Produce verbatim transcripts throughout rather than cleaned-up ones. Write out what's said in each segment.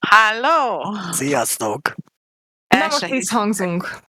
Halló! Sziasztok! Na most visszhangzunk.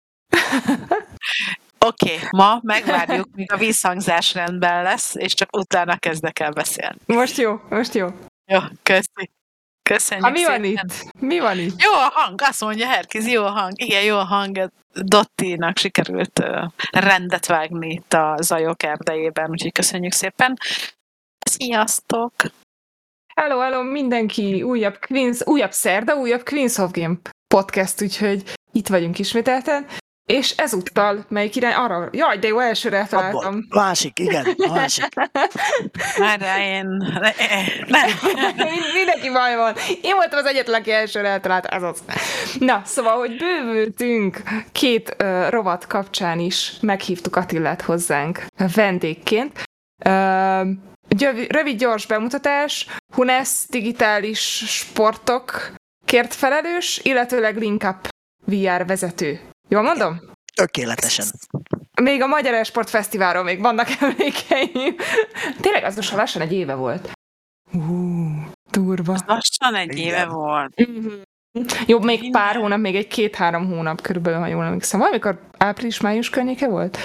Oké, okay, ma megvárjuk, míg a visszhangzás rendben lesz, és csak utána kezdek el beszélni. Most jó, most jó. Jó, köszi. Köszönjük ha, mi szépen. van itt? Mi van itt? Jó a hang, azt mondja Herkiz, jó a hang. Igen, jó a hang. Dottinak sikerült uh, rendet vágni itt a zajok erdejében, úgyhogy köszönjük szépen. Sziasztok! Hello, hello, mindenki, újabb, Queens, újabb szerda, újabb Queens of Game podcast, úgyhogy itt vagyunk ismételten, és ezúttal melyik irány arra, jaj, de jó, elsőre eltaláltam. Másik, igen, másik. Már én... Nem. Mindenki baj van. Én voltam az egyetlen, aki elsőre eltalált, ez az. Na, szóval, hogy bővültünk két uh, rovat kapcsán is, meghívtuk Attilát hozzánk vendégként. Uh, Rövid, gyors bemutatás, Hunes digitális sportokért felelős, illetőleg LinkUp vé er vezető. Jól mondom? Tökéletesen. Még a Magyar Esport Fesztiválról még vannak emlékeim. Tényleg az most lassan egy éve volt. Hú, durva. Lassan egy Igen. éve volt. Mm-hmm. Jó, még Igen. pár hónap, még egy két-három hónap körülbelül, ha jól emlékszem. Valamikor április-május környéke volt?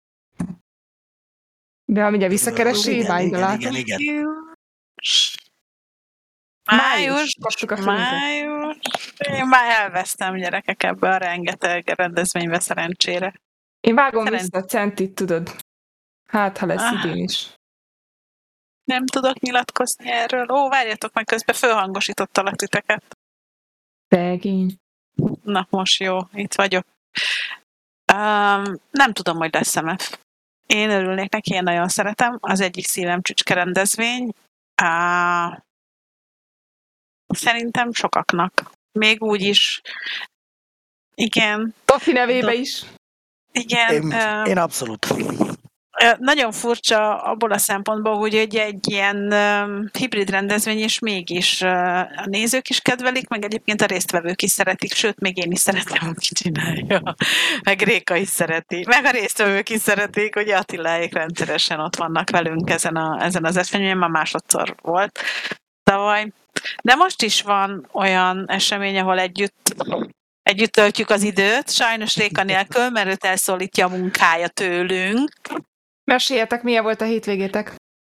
De ha mindjárt visszakeresi, vágyig a látom. Igen, igen. Május, május. Én már elvesztem, gyerekek, ebbe a rengeteg rendezvénybe szerencsére. Én vágom Szerencs... vissza a centit, tudod. Hát, ha lesz ah. idén is. Nem tudok nyilatkozni erről. Ó, várjatok meg, közben fölhangosítottalak titeket. Szegény. Na, most jó, itt vagyok. Um, nem tudom, hogy lesz em ef. Én örülnék neki, én nagyon szeretem. Az egyik szívem csücske rendezvény. Uh, szerintem sokaknak. Még úgy is. Igen. Tofi nevébe Do- is. Igen. Én, uh, én abszolút. Nagyon furcsa abból a szempontból, hogy egy, egy ilyen um, hibrid rendezvény, és mégis uh, a nézők is kedvelik, meg egyébként a résztvevők is szeretik, sőt, még én is szeretem, hogy csinálja. Meg Réka is szereti. Meg a résztvevők is szeretik, hogy Attiláék rendszeresen ott vannak velünk ezen, a, ezen az eseményen, már másodszor volt tavaly. De most is van olyan esemény, ahol együtt Együtt töltjük az időt, sajnos Réka nélkül, mert őt elszólítja a munkája tőlünk. Meséljetek, milyen volt a hétvégétek?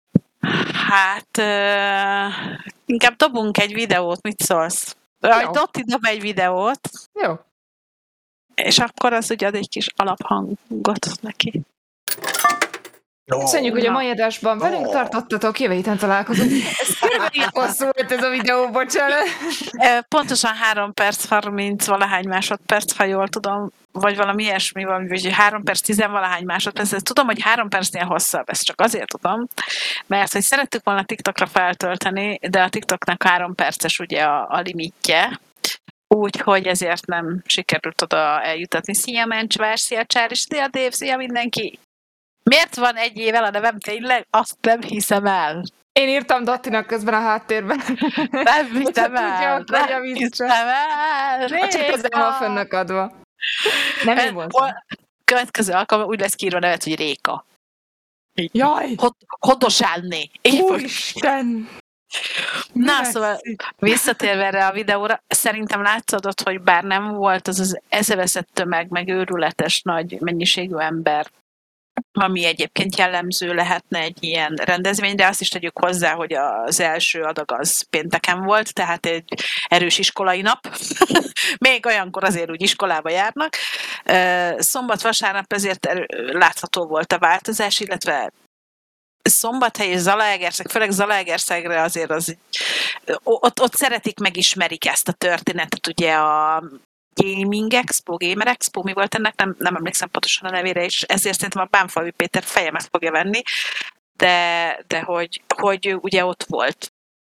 Hát, uh, inkább dobunk egy videót, mit szólsz? Vagy Dotti dob egy videót. Jó. És akkor az ugye ad egy kis alaphangot neki. Köszönjük, hogy a mai adásban velünk oh. tartottatok, jövő héten találkozunk. Ez tényleg hosszú volt ez a videó, bocsánat. Pontosan három perc, harminc valahány másodperc, ha jól tudom, vagy valami ilyesmi van, vagy három perc, tizen valahány másodperc. Tudom, hogy három percnél hosszabb, ezt csak azért tudom, mert hogy szerettük volna TikTokra feltölteni, de a TikToknak három perces ugye a, a limitje, úgyhogy ezért nem sikerült oda eljutatni. Szia Mencsvár, szia Csár, és szia Dév, szia mindenki! Miért van egy évvel a nevem tényleg? Azt nem hiszem el. Én írtam Dottinak közben a háttérben. Nem hiszem el. Nem hiszem el. Csak ezzel van fönnakadva. Nem én voltam. Következő alkalommal úgy lesz kiírva nevet, hogy Réka. Jaj! Hodosálni. Úristen! Na, szóval visszatérve erre a videóra, szerintem látszódott, hogy bár nem volt az az eszeveszett tömeg, meg őrületes nagy mennyiségű ember, ami egyébként jellemző lehetne egy ilyen rendezvény, de azt is tegyük hozzá, hogy az első adag az pénteken volt, tehát egy erős iskolai nap. Még olyankor azért úgy iskolába járnak. Szombat-vasárnap ezért látható volt a változás, illetve Szombathely és Zalaegerszeg, főleg Zalaegerszegre azért az, ott, ott szeretik, megismerik ezt a történetet, ugye a Gaming Expo, Gamer Expo, mi volt ennek, nem, nem emlékszem pontosan a nevére, és ezért szerintem a Bánfalvi Péter fejemet fogja venni, de, de hogy, hogy ugye ott volt.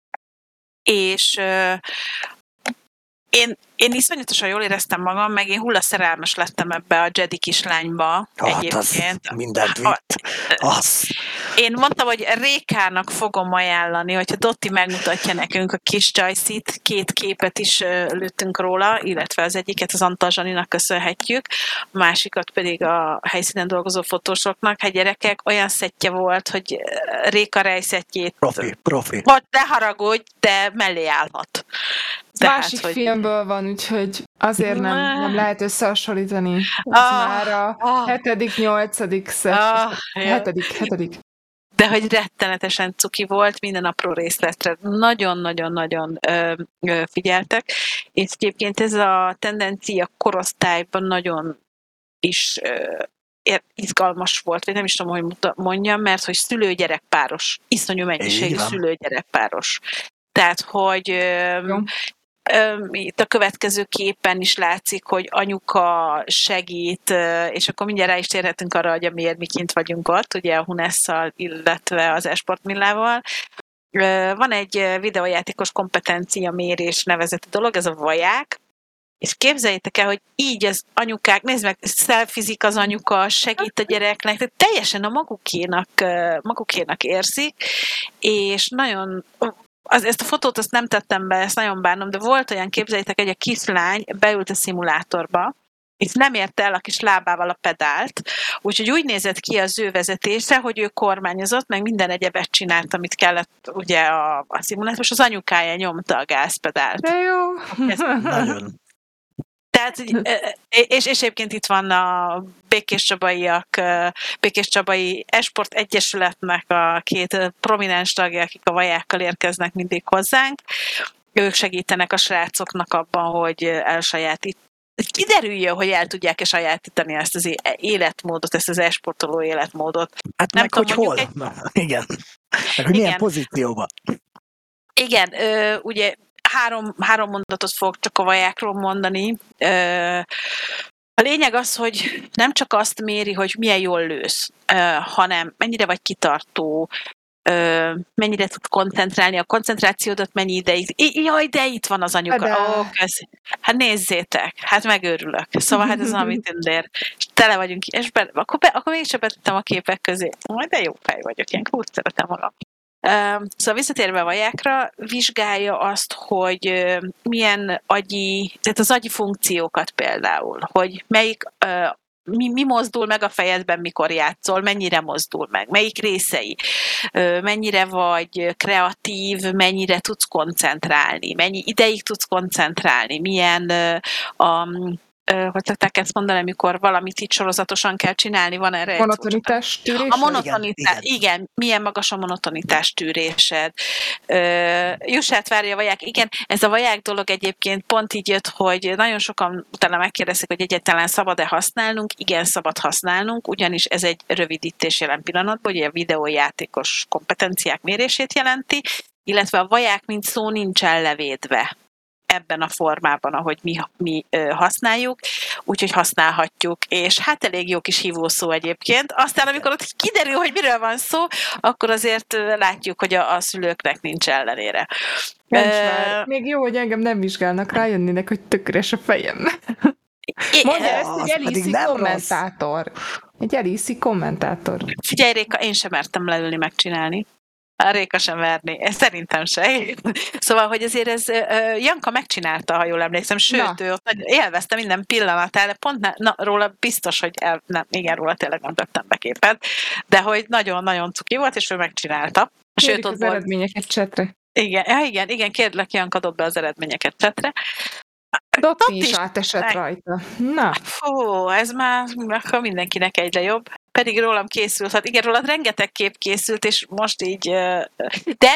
És uh, én, én iszonyatosan jól éreztem magam, meg én hullaszerelmes lettem ebbe a Jedi kislányba hát egyébként. Az mindent vitt. Az. Én mondtam, hogy Rékának fogom ajánlani, hogyha Dotti megmutatja nekünk a kis Joyce-it, két képet is lőttünk róla, illetve az egyiket az Antal Zsaninak köszönhetjük, a másikat pedig a helyszínen dolgozó fotósoknak. Hát gyerekek, olyan szettje volt, hogy Réka rejszettjét. Profi, profi. Vagy ne haragudj, de mellé állhat. Tehát, Másik hogy... filmből van, úgyhogy azért nem, nem lehet összehasonlítani. Ez Ah, már a ah, hetedik, nyolcadik, szep... ah, ja. hetedik, hetedik. De hogy rettenetesen cuki volt, minden apró részletre nagyon-nagyon-nagyon ö, ö, figyeltek, és egyébként ez a tendencia korosztályban nagyon is ö, izgalmas volt, vagy nem is tudom, hogy mondjam, mert hogy szülő-gyerekpáros, iszonyú mennyiségű szülő-gyerekpáros. Tehát, hogy ö, itt a következő képen is látszik, hogy anyuka segít, és akkor mindjárt rá is térhetünk arra, hogy miért mi kint vagyunk ott, ugye a Hunesszal, illetve az Esport Millával. Van egy videójátékos kompetencia mérés nevezetű dolog, ez a vaják, és képzeljétek el, hogy így az anyukák, nézd meg, szelfizik az anyuka, segít a gyereknek, tehát teljesen a magukénak, magukénak érzik, és nagyon... Az, ezt a fotót azt nem tettem be, ezt nagyon bánom, de volt olyan, képzeljétek, hogy a kislány beült a szimulátorba, és nem érte el a kis lábával a pedált, úgyhogy úgy nézett ki az ő vezetése, hogy ő kormányozott, meg minden egyebet csinált, amit kellett ugye a, a szimulátor, és az anyukája nyomta a gázpedált. De jó! Nagyon. Tehát, és, és egyébként itt van a Békés Csabaiak, Békés Csabai Esport Egyesületnek a két prominens tagja, akik a vajákkal érkeznek mindig hozzánk. Ők segítenek a srácoknak abban, hogy elsajátít. Kiderüljön, hogy el tudják-e sajátítani ezt az életmódot, ezt az esportoló életmódot. Hát nem meg, tudom, hogy hol? Egy... Igen. Meg, hogy milyen pozícióban. Igen, ugye Három, három mondatot fogok csak a vajákról mondani. A lényeg az, hogy nem csak azt méri, hogy milyen jól lősz, hanem mennyire vagy kitartó, mennyire tud koncentrálni a koncentrációdat, mennyi ideig. Jaj, de itt van az anyuka. De... Ó, kösz. Hát nézzétek, hát megőrülök. Szóval hát ez valami tündér. És tele vagyunk, és be, akkor, be, akkor mégsem betettem a képek közé. Majd de jó fej vagyok, ilyen úgy szeretem magam. Uh, szóval visszatérve a vajákra, vizsgálja azt, hogy uh, milyen agyi, tehát az agyi funkciókat például, hogy melyik, uh, mi, mi mozdul meg a fejedben, mikor játszol, mennyire mozdul meg, melyik részei, uh, mennyire vagy kreatív, mennyire tudsz koncentrálni, mennyi ideig tudsz koncentrálni, milyen uh, a hogy szokták ezt mondani, amikor valamit itt sorozatosan kell csinálni, van erre egy monotonitás tűrésed? A monotonitás, igen, igen. igen, milyen magas a monotonitás tűrésed. Jussát várja a vaják, igen, ez a vaják dolog egyébként pont így jött, hogy nagyon sokan utána megkérdezik, hogy egyáltalán szabad-e használnunk, igen, szabad használnunk, ugyanis ez egy rövidítés jelen pillanatban, ugye a videójátékos kompetenciák mérését jelenti, illetve a vaják mint szó nincsen levédve ebben a formában, ahogy mi, mi ö, használjuk, úgyhogy használhatjuk, és hát elég jó kis hívószó egyébként. Aztán, amikor ott kiderül, hogy miről van szó, akkor azért látjuk, hogy a, a szülőknek nincs ellenére. Uh, Még jó, hogy engem nem vizsgálnak, rájönnének, hogy tökéletes a fejem. Mondja ezt egy elíszi kommentátor. Rossz. Egy elíszi kommentátor. Figyelj, Réka, én sem mertem leülni megcsinálni. A Réka sem verni. Szerintem se. Szóval, hogy azért ez uh, Janka megcsinálta, ha jól emlékszem, sőt, na. Ő ott élvezte minden pillanatát, de pont ne, na, róla biztos, hogy el, nem, igen, róla tényleg nem tettem be képet, de hogy nagyon-nagyon cuki volt, és ő megcsinálta. Kérjük sőt, az volt... eredményeket csetre. Igen, ja, igen, igen, kérlek, Janka, dob be az eredményeket csetre. Dotti is átesett meg... rajta. Na. Fú, ez már akkor mindenkinek egyre jobb. Pedig rólam készült, hát igen, rólad rengeteg kép készült, és most így, de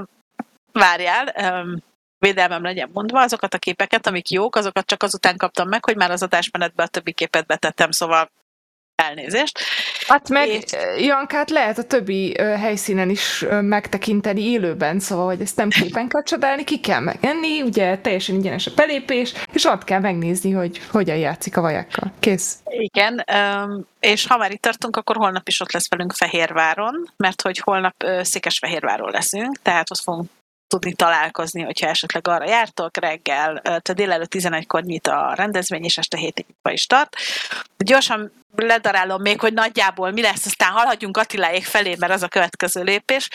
várjál, védelmem legyen mondva, azokat a képeket, amik jók, azokat csak azután kaptam meg, hogy már az adásmenetben a többi képet betettem, szóval elnézést. Hát meg és... Jankát lehet a többi helyszínen is megtekinteni élőben, szóval, hogy ezt nem képen kell csodálni, ki kell megenni, ugye teljesen ingyenes a belépés, és ott kell megnézni, hogy hogyan játszik a vajákkal. Kész. Igen, és ha már itt tartunk, akkor holnap is ott lesz velünk Fehérváron, mert hogy holnap Székesfehérváron leszünk, tehát ott fogunk tudni találkozni, hogyha esetleg arra jártok, reggel, tehát délelőtt tizenegykor nyit a rendezvény, és este hétig is tart. Gyorsan ledarálom még, hogy nagyjából mi lesz, aztán haladjunk Attiláék felé, mert az a következő lépés.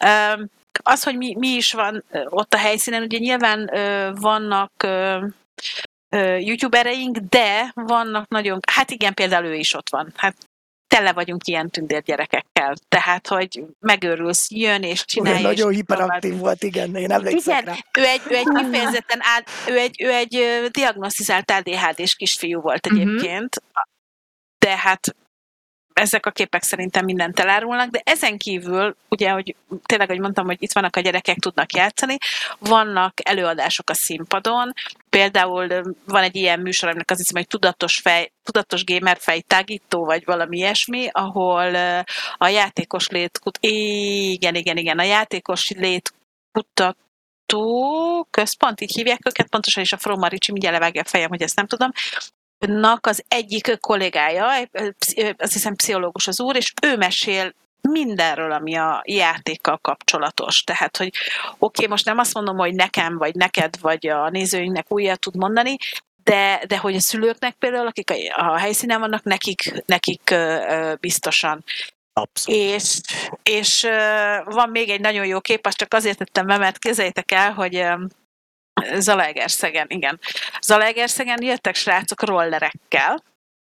Az, hogy mi, mi is van ott a helyszínen, ugye nyilván vannak youtubereink, de vannak nagyon, hát igen, például ő is ott van. Hát tele vagyunk ilyen tündérgyerekekkel. Tehát, hogy megőrülsz, jön és csinálja. Olyan nagyon és hiperaktív szabad. volt, igen, én emlékszek Igen, rá. ő egy, ő egy kifejezetten át, ő egy, ő egy ö, diagnosztizált á dé há dés kisfiú volt egyébként, de hát ezek a képek szerintem mindent elárulnak, de ezen kívül, ugye, hogy tényleg, hogy mondtam, hogy itt vannak a gyerekek, tudnak játszani, vannak előadások a színpadon, például van egy ilyen műsor, aminek az hiszem, hogy tudatos, fej, tudatos gamer fejtágító, vagy valami ilyesmi, ahol a játékos lét, igen, igen, igen, a játékos lét kutató központ, így hívják őket, pontosan is a Fró Maricsi, mindjárt levágja a fejem, hogy ezt nem tudom, nak az egyik kollégája, azt hiszem pszichológus az úr, és ő mesél mindenről, ami a játékkal kapcsolatos. Tehát, hogy oké, okay, most nem azt mondom, hogy nekem, vagy neked, vagy a nézőinknek újat tud mondani, de, de hogy a szülőknek például, akik a helyszínen vannak, nekik, nekik biztosan. Abszolút. És, és van még egy nagyon jó kép, azt csak azért tettem be, mert képzeljétek el, hogy Zalaegerszegen, igen. Zalaegerszegen jöttek srácok rollerekkel,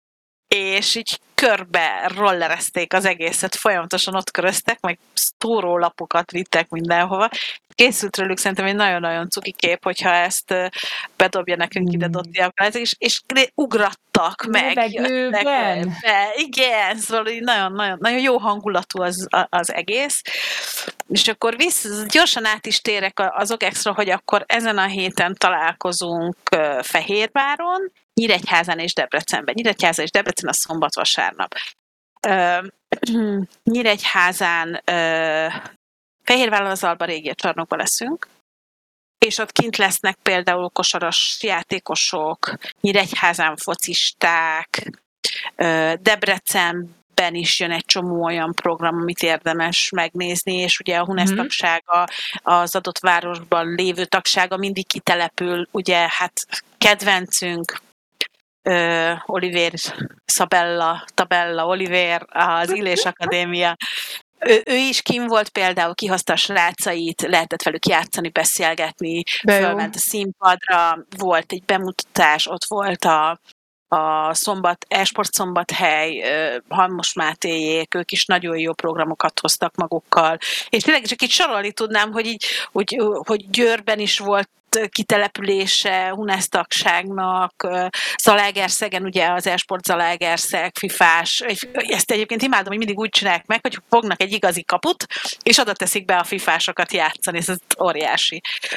és így körbe rollerezték az egészet, folyamatosan ott köröztek, meg sztórólapokat vittek mindenhova. Készült róluk szerintem egy nagyon-nagyon cuki kép, hogyha ezt bedobja nekünk ide Dotti, és, és ugrattak meg. Levegőben. Be. Igen, szóval nagyon-nagyon nagyon jó hangulatú az, az egész. És akkor visz, gyorsan át is térek azok extra, hogy akkor ezen a héten találkozunk Fehérváron, Nyíregyházán és Debrecenben. Nyíregyházán és Debrecen a szombat-vasárnap. Uh, Nyíregyházán, uh, Fehérváron az Alba Régia csarnokban leszünk, és ott kint lesznek például kosaras játékosok, Nyíregyházán focisták, uh, Debrecenben is jön egy csomó olyan program, amit érdemes megnézni, és ugye a Hunesz tagsága, az adott városban lévő tagsága mindig kitelepül, ugye hát kedvencünk, Uh, Oliver Szabella, Tabella, Oliver, az Illés Akadémia. Ő, ő is kim volt például, kihozta a srácait, lehetett velük játszani, beszélgetni, fölment a színpadra, volt egy bemutatás, ott volt a, a szombat, e-sport szombathely, uh, Halmos Mátéjék, ők is nagyon jó programokat hoztak magukkal. És tényleg csak itt sorolni tudnám, hogy, így, hogy, hogy Győrben is volt kitelepülése Hunesz tagságnak, Zalaegerszegen, ugye az e-sport Zalaegerszeg, fifás, ezt egyébként imádom, hogy mindig úgy csinálják meg, hogy fognak egy igazi kaput, és oda teszik be a fifásokat játszani, ez óriási.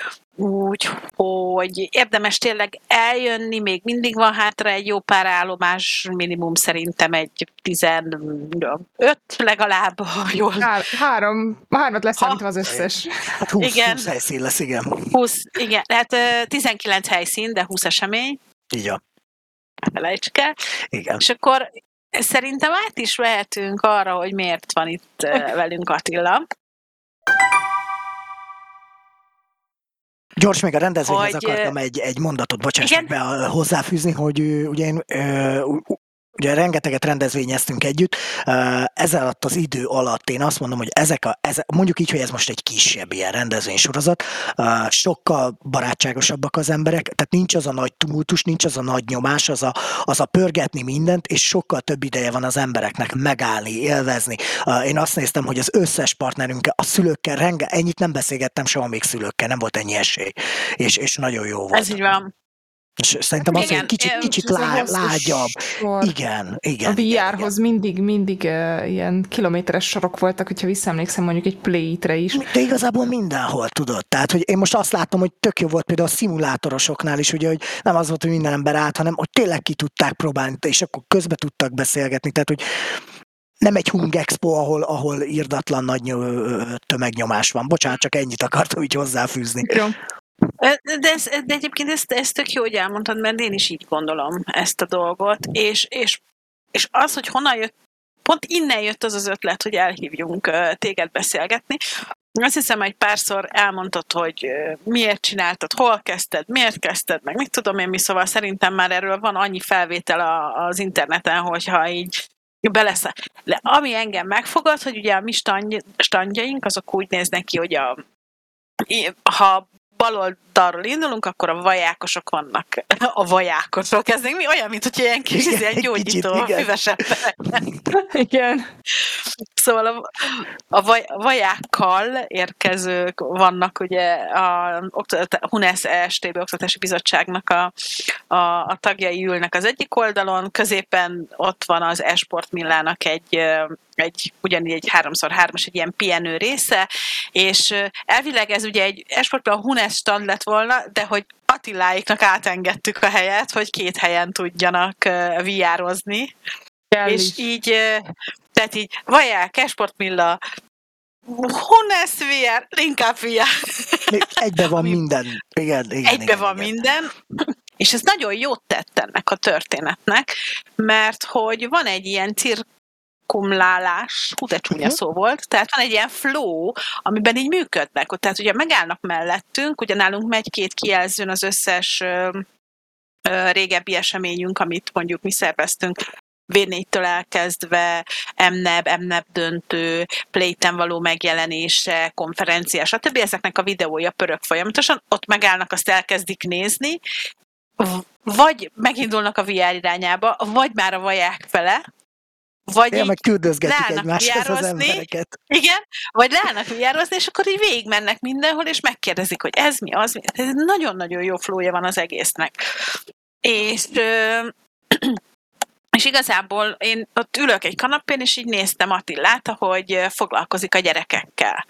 Úgyhogy érdemes tényleg eljönni, még mindig van hátra egy jó pár állomás, minimum szerintem egy tizenöt legalább, jól. Há- három, hármat leszámítva az összes. Hát húsz, igen. húsz helyszín lesz, igen. húsz, igen, tehát tizenkilenc helyszín, de húsz esemény. Így van. Felejtsük el. Igen. És akkor szerintem át is vehetünk arra, hogy miért van itt velünk Attila. Gyors, még a rendezvényhez hogy, akartam egy, egy mondatot, bocsáss meg be hozzáfűzni, hogy ugye én ugye rengeteget rendezvényeztünk együtt, ez alatt az idő alatt én azt mondom, hogy ezek a, ezek, mondjuk így, hogy ez most egy kisebb ilyen rendezvénysorozat, sokkal barátságosabbak az emberek, tehát nincs az a nagy tumultus, nincs az a nagy nyomás, az a, az a pörgetni mindent, és sokkal több ideje van az embereknek megállni, élvezni. Én azt néztem, hogy az összes partnerünkkel, a szülőkkel, renge, ennyit nem beszélgettem soha még szülőkkel, nem volt ennyi esély, és, és nagyon jó volt. Ez így van. És szerintem az, hogy kicsit, kicsit lá, lágyabb. Igen, igen. A vé er-hoz mindig, mindig uh, ilyen kilométeres sorok voltak, hogyha visszaemlékszem mondjuk egy Play-re is. De igazából mindenhol, tudod. Tehát, hogy én most azt látom, hogy tök jó volt például a szimulátorosoknál is, ugye, hogy nem az volt, hogy minden ember állt, hanem hogy tényleg ki tudták próbálni, és akkor közben tudtak beszélgetni. Tehát, hogy nem egy Hung Expo, ahol, ahol irdatlan nagy tömegnyomás van. Bocsánat, csak ennyit akartam így hozzáfűzni. Jó. De, ez, de egyébként ezt, ezt tök jó, hogy elmondtad, mert én is így gondolom ezt a dolgot, és, és, és az, hogy honnan jött, pont innen jött az az ötlet, hogy elhívjunk téged beszélgetni. Azt hiszem, egy párszor elmondtad, hogy miért csináltad, hol kezdted, miért kezdted, meg mit tudom én mi, szóval szerintem már erről van annyi felvétel az interneten, hogyha így beleszáll. De ami engem megfogad, hogy ugye a mi standjaink, azok úgy néznek ki, hogy a, ha bal oldalról indulunk, akkor a vajákosok vannak. A vajákosok, ez még mi olyan, mint hogy ilyen kis Igen, ilyen egy gyógyító, kicsit, igen. füvesebb. Igen. Szóval a, a, vaj, a vajákkal érkezők vannak ugye a, a Hunesz E S T B Oktatási Bizottságnak a, a, a tagjai ülnek az egyik oldalon, középen ott van az E-Sport Millának egy, egy ugyanígy egy háromszor hármas, egy ilyen pihenő része, és elvileg ez ugye egy E-Sport a Hunesz stand lett volna, de hogy Attiláiknak átengedtük a helyet, hogy két helyen tudjanak vé er-ozni. Kell És is. így, tehát így, vaják, E-Sport Milla, Hunesz vé er, inkább vé er. Egybe van Ami minden. Igen, igen, Egybe igen, van igen. minden. És ez nagyon jót tett ennek a történetnek, mert hogy van egy ilyen cirkumlálás, hú de csúnya szó volt, tehát van egy ilyen flow, amiben így működnek. Tehát ugye megállnak mellettünk, ugye nálunk megy két kijelzőn az összes ö, ö, régebbi eseményünk, amit mondjuk mi szerveztünk, vé négytől elkezdve, em neb, em neb döntő, Playten való megjelenése, konferencia, stb. Ezeknek a videója pörög folyamatosan, ott megállnak, azt elkezdik nézni, vagy megindulnak a vé er irányába, vagy már a vaják fele, vagy Ja, meg küldözgetik leállnak egymáshoz az vé erozni, embereket. igen, vagy leállnak vé erozni, és akkor így végigmennek mindenhol, és megkérdezik, hogy ez mi, az mi. Ez nagyon-nagyon jó flója van az egésznek. És... Ö, És igazából én ott ülök egy kanapén, és így néztem Attilát, ahogy foglalkozik a gyerekekkel.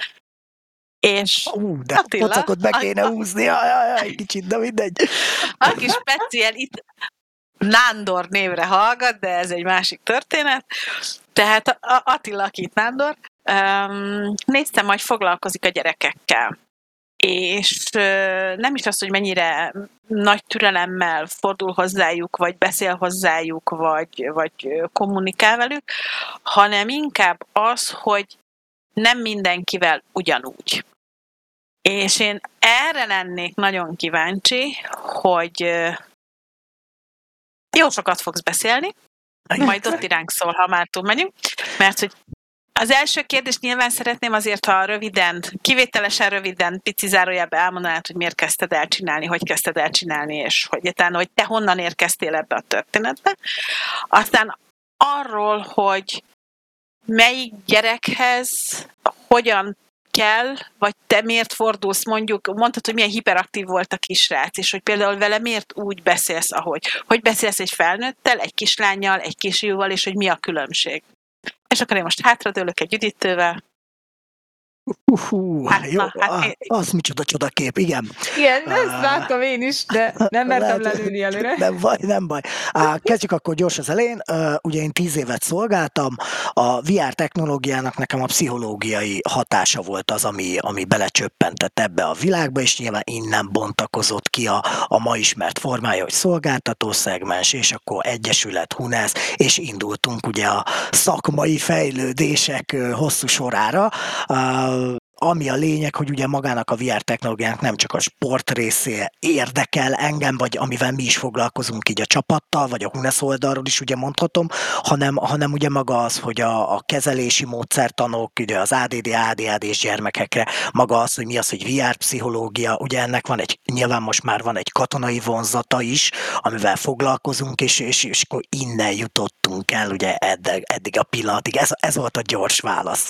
És Ú, de Attila, pocakot be kéne a, húzni, jaj, jaj, jaj, kicsit, de mindegy. a kis speciál itt Nándor névre hallgat, de ez egy másik történet. Tehát a Attila, aki itt Nándor, um, néztem, hogy foglalkozik a gyerekekkel. És nem is az, hogy mennyire nagy türelemmel fordul hozzájuk, vagy beszél hozzájuk, vagy, vagy kommunikál velük, hanem inkább az, hogy nem mindenkivel ugyanúgy. És én erre lennék nagyon kíváncsi, hogy jó sokat fogsz beszélni, majd ott iránk szól, ha már túl megyünk, mert hogy az első kérdést nyilván szeretném azért, ha röviden, kivételesen röviden, pici zárójelbe elmondanád, hogy miért kezdted el csinálni, hogy kezdted el csinálni, és hogy utána, hogy te honnan érkeztél ebbe a történetbe. Aztán arról, hogy melyik gyerekhez hogyan kell, vagy te miért fordulsz, mondjuk, mondtad, hogy milyen hiperaktív volt a kisrác, és hogy például vele miért úgy beszélsz, ahogy. Hogy beszélsz egy felnőttel, egy kislánnyal, egy kisfiúval, és hogy mi a különbség. És akkor én most hátradőlök egy üdítővel. Uh, Hát, jó, na, hát ah, én- az micsoda csoda kép, igen. Igen, ezt Ah. láttam én is, de nem mertem Lehet, lelőni előre. Nem baj, nem baj. Á, kezdjük akkor gyors az elején. Ö, Ugye én tíz évet szolgáltam. A vé er technológiának nekem a pszichológiai hatása volt az, ami, ami belecsöppentett ebbe a világba, és nyilván innen bontakozott ki a, a ma ismert formája, hogy szolgáltató szegmens, és akkor Egyesület, Hunesz, és indultunk ugye a szakmai fejlődések ö, hosszú sorára. Á, Ami a lényeg, hogy ugye magának a vé er technológiának nem csak a sport része érdekel engem, vagy amivel mi is foglalkozunk így a csapattal, vagy a Hunesz oldalról is ugye mondhatom, hanem, hanem ugye maga az, hogy a, a kezelési módszertanok, ugye az á dé dé, á dé há dés gyermekekre, maga az, hogy mi az, hogy vé er pszichológia, ugye ennek van egy, nyilván most már van egy katonai vonzata is, amivel foglalkozunk, és, és, és akkor innen jutottunk el ugye eddig, eddig a pillanatig. Ez, ez volt a gyors válasz.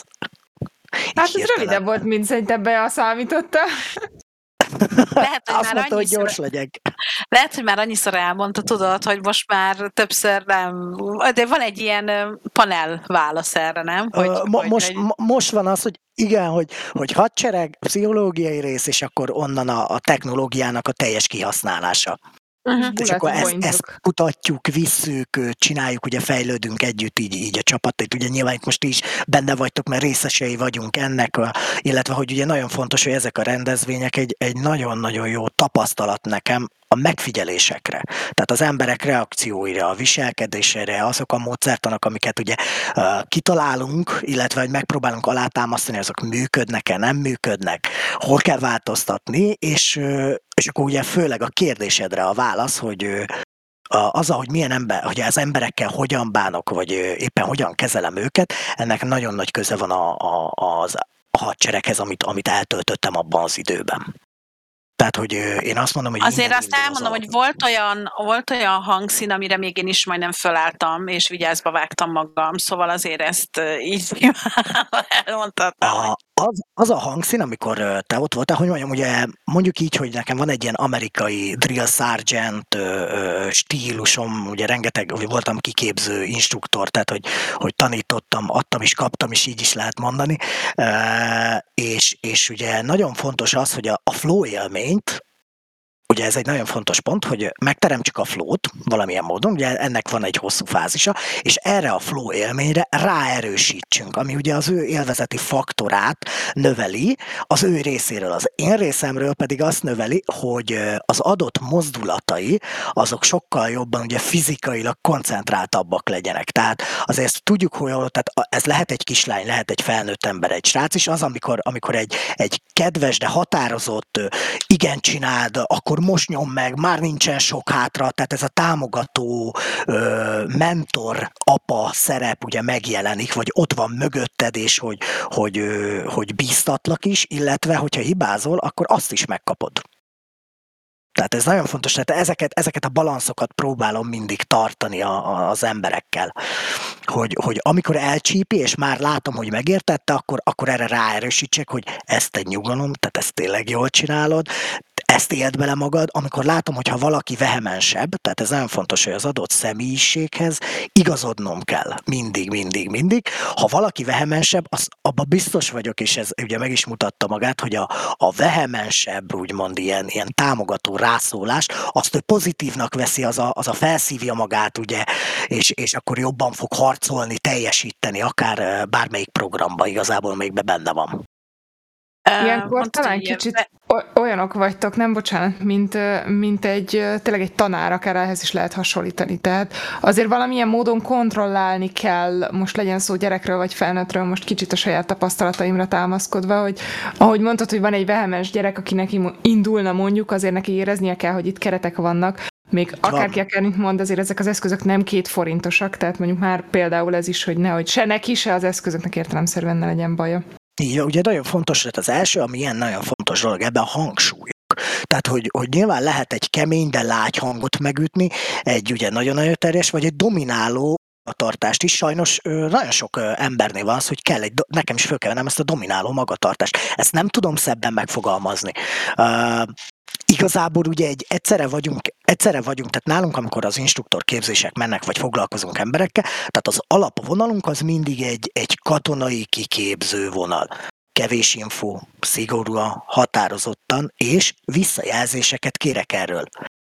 Hát ez rövidebb volt, mint szerintem beszámította. Lehet, hogy Azt már mondta, hogy annyiszor, gyors legyek. lehet, hogy már annyiszor elmondta, tudod, hogy most már többször nem, de van egy ilyen ö, panel válasz erre, nem? Hogy, Ö, mo- hogy most, egy, mo- most van az, hogy igen, hogy, hogy hadsereg, pszichológiai rész, és akkor onnan a, a technológiának a teljes kihasználása. uh-huh. És akkor ezt, pointok. ezt kutatjuk, visszük, csináljuk, ugye fejlődünk együtt így, így a csapat. Ugye nyilván itt most is benne vagytok, mert részesei vagyunk ennek, illetve hogy ugye nagyon fontos, hogy ezek a rendezvények egy, egy nagyon-nagyon jó tapasztalat nekem a megfigyelésekre. Tehát az emberek reakcióira, a viselkedésére, azok a módszertanok, amiket ugye uh, kitalálunk, illetve hogy megpróbálunk alátámasztani, azok működnek-e, nem működnek, hol kell változtatni, és, uh, és akkor ugye főleg a kérdésedre a válasz, hogy uh, az, hogy milyen ember, hogy az emberekkel hogyan bánok, vagy uh, éppen hogyan kezelem őket, ennek nagyon nagy köze van a, a, az a hadsereghez, amit, amit eltöltöttem abban az időben. Tehát, hogy én azt mondom, hogy azért azt elmondom, hogy volt olyan, volt olyan hangszín, amire még én is majdnem fölálltam, és vigyázba vágtam magam, szóval azért ezt így elmondhatnám. A, az, az a hangszín, amikor te ott voltál, hogy mondjam, ugye mondjuk így, hogy nekem van egy ilyen amerikai drill sergeant stílusom, ugye rengeteg, voltam kiképző instruktor, tehát hogy, hogy tanítottam, adtam is, kaptam is, így is lehet mondani, és, és ugye nagyon fontos az, hogy a, a flow élményt, ugye ez egy nagyon fontos pont, hogy megteremtsük a flow-t valamilyen módon, ugye ennek van egy hosszú fázisa, és erre a flow élményre ráerősítsünk, ami ugye az ő élvezeti faktorát növeli, az ő részéről. Az én részemről pedig azt növeli, hogy az adott mozdulatai, azok sokkal jobban ugye fizikailag koncentráltabbak legyenek. Tehát azért tudjuk, hogy tehát ez lehet egy kislány, lehet egy felnőtt ember, egy srác is, az, amikor, amikor egy, egy kedves, de határozott, igen csináld, akkor most nyom meg, már nincsen sok hátra, tehát ez a támogató ö, mentor, apa szerep ugye megjelenik, vagy ott van mögötted, és hogy, hogy, ö, hogy bíztatlak is, illetve hogyha hibázol, akkor azt is megkapod. Tehát ez nagyon fontos, tehát ezeket, ezeket a balanszokat próbálom mindig tartani a, a, az emberekkel, hogy, hogy amikor elcsípi, és már látom, hogy megértette, akkor, akkor erre ráerősítsek, hogy ezt egy nyugalom, tehát ezt tényleg jól csinálod, ezt éld bele magad, amikor látom, hogyha valaki vehemensebb, tehát ez nagyon fontos, hogy az adott személyiséghez igazodnom kell. Mindig, mindig, mindig. Ha valaki vehemensebb, az, abban biztos vagyok, és ez ugye meg is mutatta magát, hogy a, a vehemensebb, úgymond ilyen, ilyen támogató rászólás, azt ő pozitívnak veszi, az a, az a felszívja magát, ugye, és, és akkor jobban fog harcolni, teljesíteni, akár bármelyik programba igazából még be benne van. Ilyenkor uh, talán kicsit olyanok vagytok, nem bocsánat, mint, mint egy, tényleg egy tanár, akár ehhez is lehet hasonlítani. Tehát azért valamilyen módon kontrollálni kell, most legyen szó gyerekről vagy felnőttről, most kicsit a saját tapasztalataimra támaszkodva, hogy ahogy mondtad, hogy van egy vehemens gyerek, aki neki indulna mondjuk, azért neki éreznie kell, hogy itt keretek vannak. Még akárki akármit mond, azért ezek az eszközök nem két forintosak, tehát mondjuk már például ez is, hogy nehogy se neki, se az eszközöknek értelemszerűen ne legyen baja. Így, ugye nagyon fontos lett az első, ami ilyen nagyon fontos dolog, ebben a hangsúlyok. Tehát, hogy, hogy nyilván lehet egy kemény, de lágy hangot megütni, egy ugye nagyon-nagyon terjes, vagy egy domináló magatartást is. Sajnos nagyon sok embernél van az, hogy kell egy, nekem is föl kell vennem ezt a domináló magatartást. Ezt nem tudom szebben megfogalmazni. Uh, Igazából ugye egy egyszerre vagyunk, egyszerre vagyunk, tehát nálunk, amikor az instruktor képzések mennek, vagy foglalkozunk emberekkel, tehát az alapvonalunk az mindig egy, egy katonai kiképző vonal. Kevés info, szigorúan, határozottan, és visszajelzéseket kérek erről.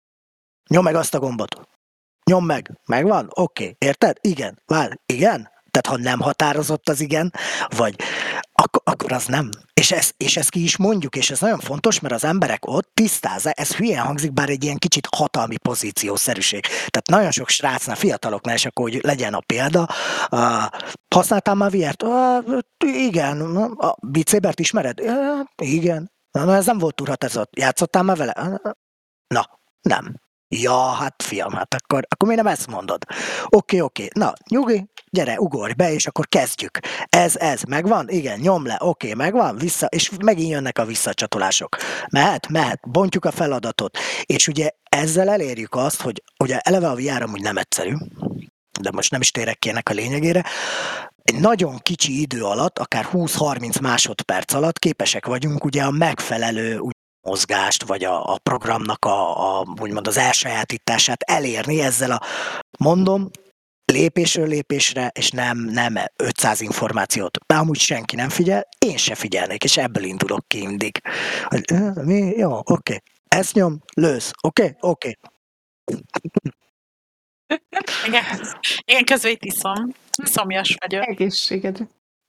Nyom meg azt a gombot. Nyom meg. Megvan? Oké. Okay. Érted? Igen. Vár. Igen? Tehát ha nem határozott az igen, vagy akkor, akkor az nem. És ezt, és ezt ki is mondjuk, és ez nagyon fontos, mert az emberek ott tisztázzák, ez hülyén hangzik, bár egy ilyen kicsit hatalmi pozíciószerűség. Tehát nagyon sok srácnál, fiataloknál, és akkor, hogy legyen a példa, uh, használtál már vé er-t? Uh, igen. A Beat Sabert ismered? Uh, igen. Na, ez nem volt turhatázott. Játszottál már vele? Uh, na, nem. Ja, hát fiam, hát akkor, akkor miért nem ezt mondod? Oké, oké, na, nyugi, gyere, ugorj be, és akkor kezdjük. Ez, ez, megvan? Igen, nyom le, oké, megvan, vissza, és megint jönnek a visszacsatolások. Mehet, mehet, bontjuk a feladatot. És ugye ezzel elérjük azt, hogy ugye eleve a vé er amúgy nem egyszerű, de most nem is térek ki ennek a lényegére, egy nagyon kicsi idő alatt, akár húsz-harminc másodperc alatt képesek vagyunk ugye a megfelelő mozgást, vagy a, a programnak a, a, úgymond az elsajátítását elérni ezzel a, mondom, lépésről lépésre, és nem, nem ötszáz információt. De amúgy senki nem figyel, én se figyelnék, és ebből indulok ki mindig. Hogy, mi? Jó, oké. Okay. Ezt nyom, lősz. Oké? Okay? Oké. Okay. Igen, igen, közben itt iszom. Szomjas vagyok. Egészségedre.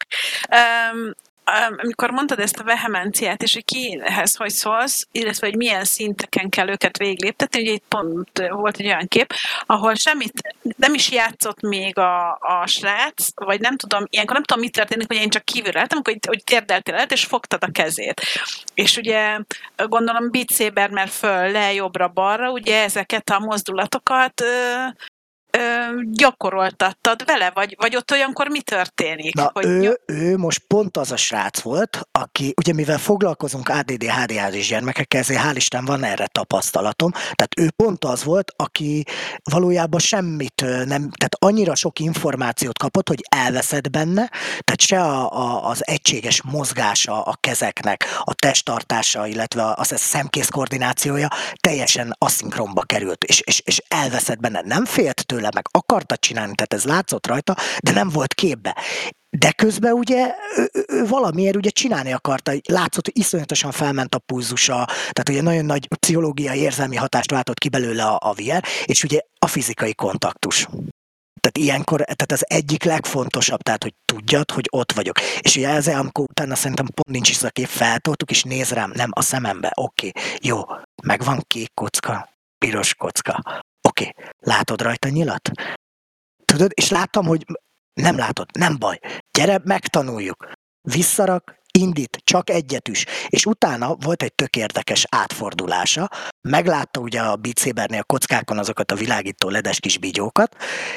Um, amikor mondtad ezt a vehemenciát, és hogy kihez hogy szólsz, illetve hogy milyen szinteken kell őket végigléptetni, ugye itt pont volt egy olyan kép, ahol semmit nem is játszott még a, a srác, vagy nem tudom, ilyenkor nem tudom, mit történik, hogy én csak kívül láttam, amikor hogy térdeltél el, és fogtad a kezét. És ugye gondolom Beat Saber, mert föl, le, jobbra, balra, ugye ezeket a mozdulatokat ö, gyakoroltattad vele, vagy, vagy ott olyankor mi történik? Na, hogy ő, ny- ő most pont az a srác volt, aki, ugye mivel foglalkozunk á dé dé, há dé há dés gyermekekkel, ezért hál' Isten van erre tapasztalatom, tehát ő pont az volt, aki valójában semmit ö, nem, tehát annyira sok információt kapott, hogy elveszed benne, tehát se a, a, az egységes mozgása a kezeknek, a testtartása, illetve a, az a szemkész koordinációja teljesen aszinkronba került, és, és, és elveszed benne. Nem félt tőle, meg akarta csinálni, tehát ez látszott rajta, de nem volt képbe. De közben ugye ő, ő, ő valamiért ugye csinálni akarta, látszott, hogy iszonyatosan felment a pulzusa, tehát ugye nagyon nagy pszichológiai érzelmi hatást váltott ki belőle a, a vé er, és ugye a fizikai kontaktus. Tehát ilyenkor, tehát az egyik legfontosabb, tehát hogy tudjad, hogy ott vagyok. És ugye ezzel, amikor utána szerintem pont nincs is a kép, feltoltuk, és néz rám, nem a szemembe, oké, okay, jó, megvan kék kocka, piros kocka, oké, okay, látod rajta nyilat? Tudod, és láttam, hogy nem látod, nem baj, gyere, megtanuljuk. Visszarak, indít, csak egyet is. És utána volt egy tök érdekes átfordulása, meglátta ugye a Beat Sabernél a kockákon azokat a világító ledes kis bigyókat,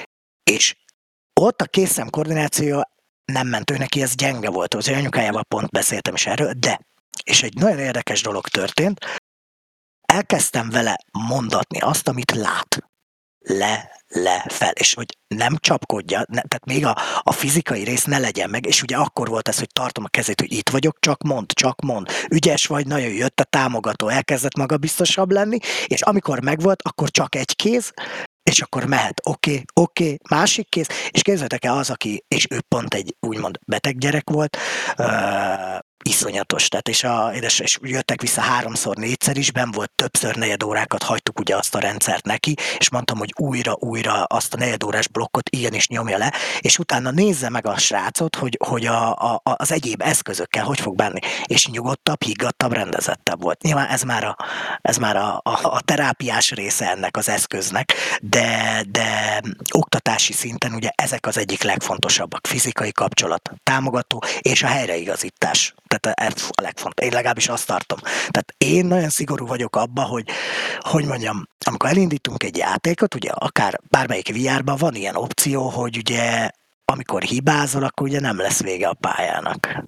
és ott a készszem koordinációja nem ment, ő neki ez gyenge volt, az anyukájával pont beszéltem is erről, de, és egy nagyon érdekes dolog történt, elkezdtem vele mondatni azt, amit lát. Le, le, fel, és hogy nem csapkodja, ne, tehát még a, a fizikai rész ne legyen meg, és ugye akkor volt ez, hogy tartom a kezét, hogy itt vagyok, csak mond, csak mond, ügyes vagy, nagyon jött a támogató, elkezdett magabiztosabb lenni, és amikor megvolt, akkor csak egy kéz, és akkor mehet, oké, okay, oké, okay, másik kéz, és képzeljétek el az, aki, és ő pont egy úgymond beteg gyerek volt, uh, iszonyatos, tehát és, a, és, és jöttek vissza háromszor, négyszer is, benn volt többször negyed órákat, hagytuk ugye azt a rendszert neki, és mondtam, hogy újra, újra azt a negyed órás blokkot igenis nyomja le, és utána nézze meg a srácot, hogy, hogy a, a, az egyéb eszközökkel hogy fog bánni, és nyugodtabb, higgadtabb, rendezettebb volt. Nyilván ez már a, ez már a, a, a terápiás része ennek az eszköznek, de, de oktatási szinten ugye ezek az egyik legfontosabbak, fizikai kapcsolat, támogató és a helyreigazítás. Tehát ez a legfontosabb. Én legalábbis azt tartom. Tehát én nagyon szigorú vagyok abba, hogy, hogy mondjam, amikor elindítunk egy játékot, ugye akár bármelyik vé er-ben van ilyen opció, hogy ugye amikor hibázol, akkor ugye nem lesz vége a pályának.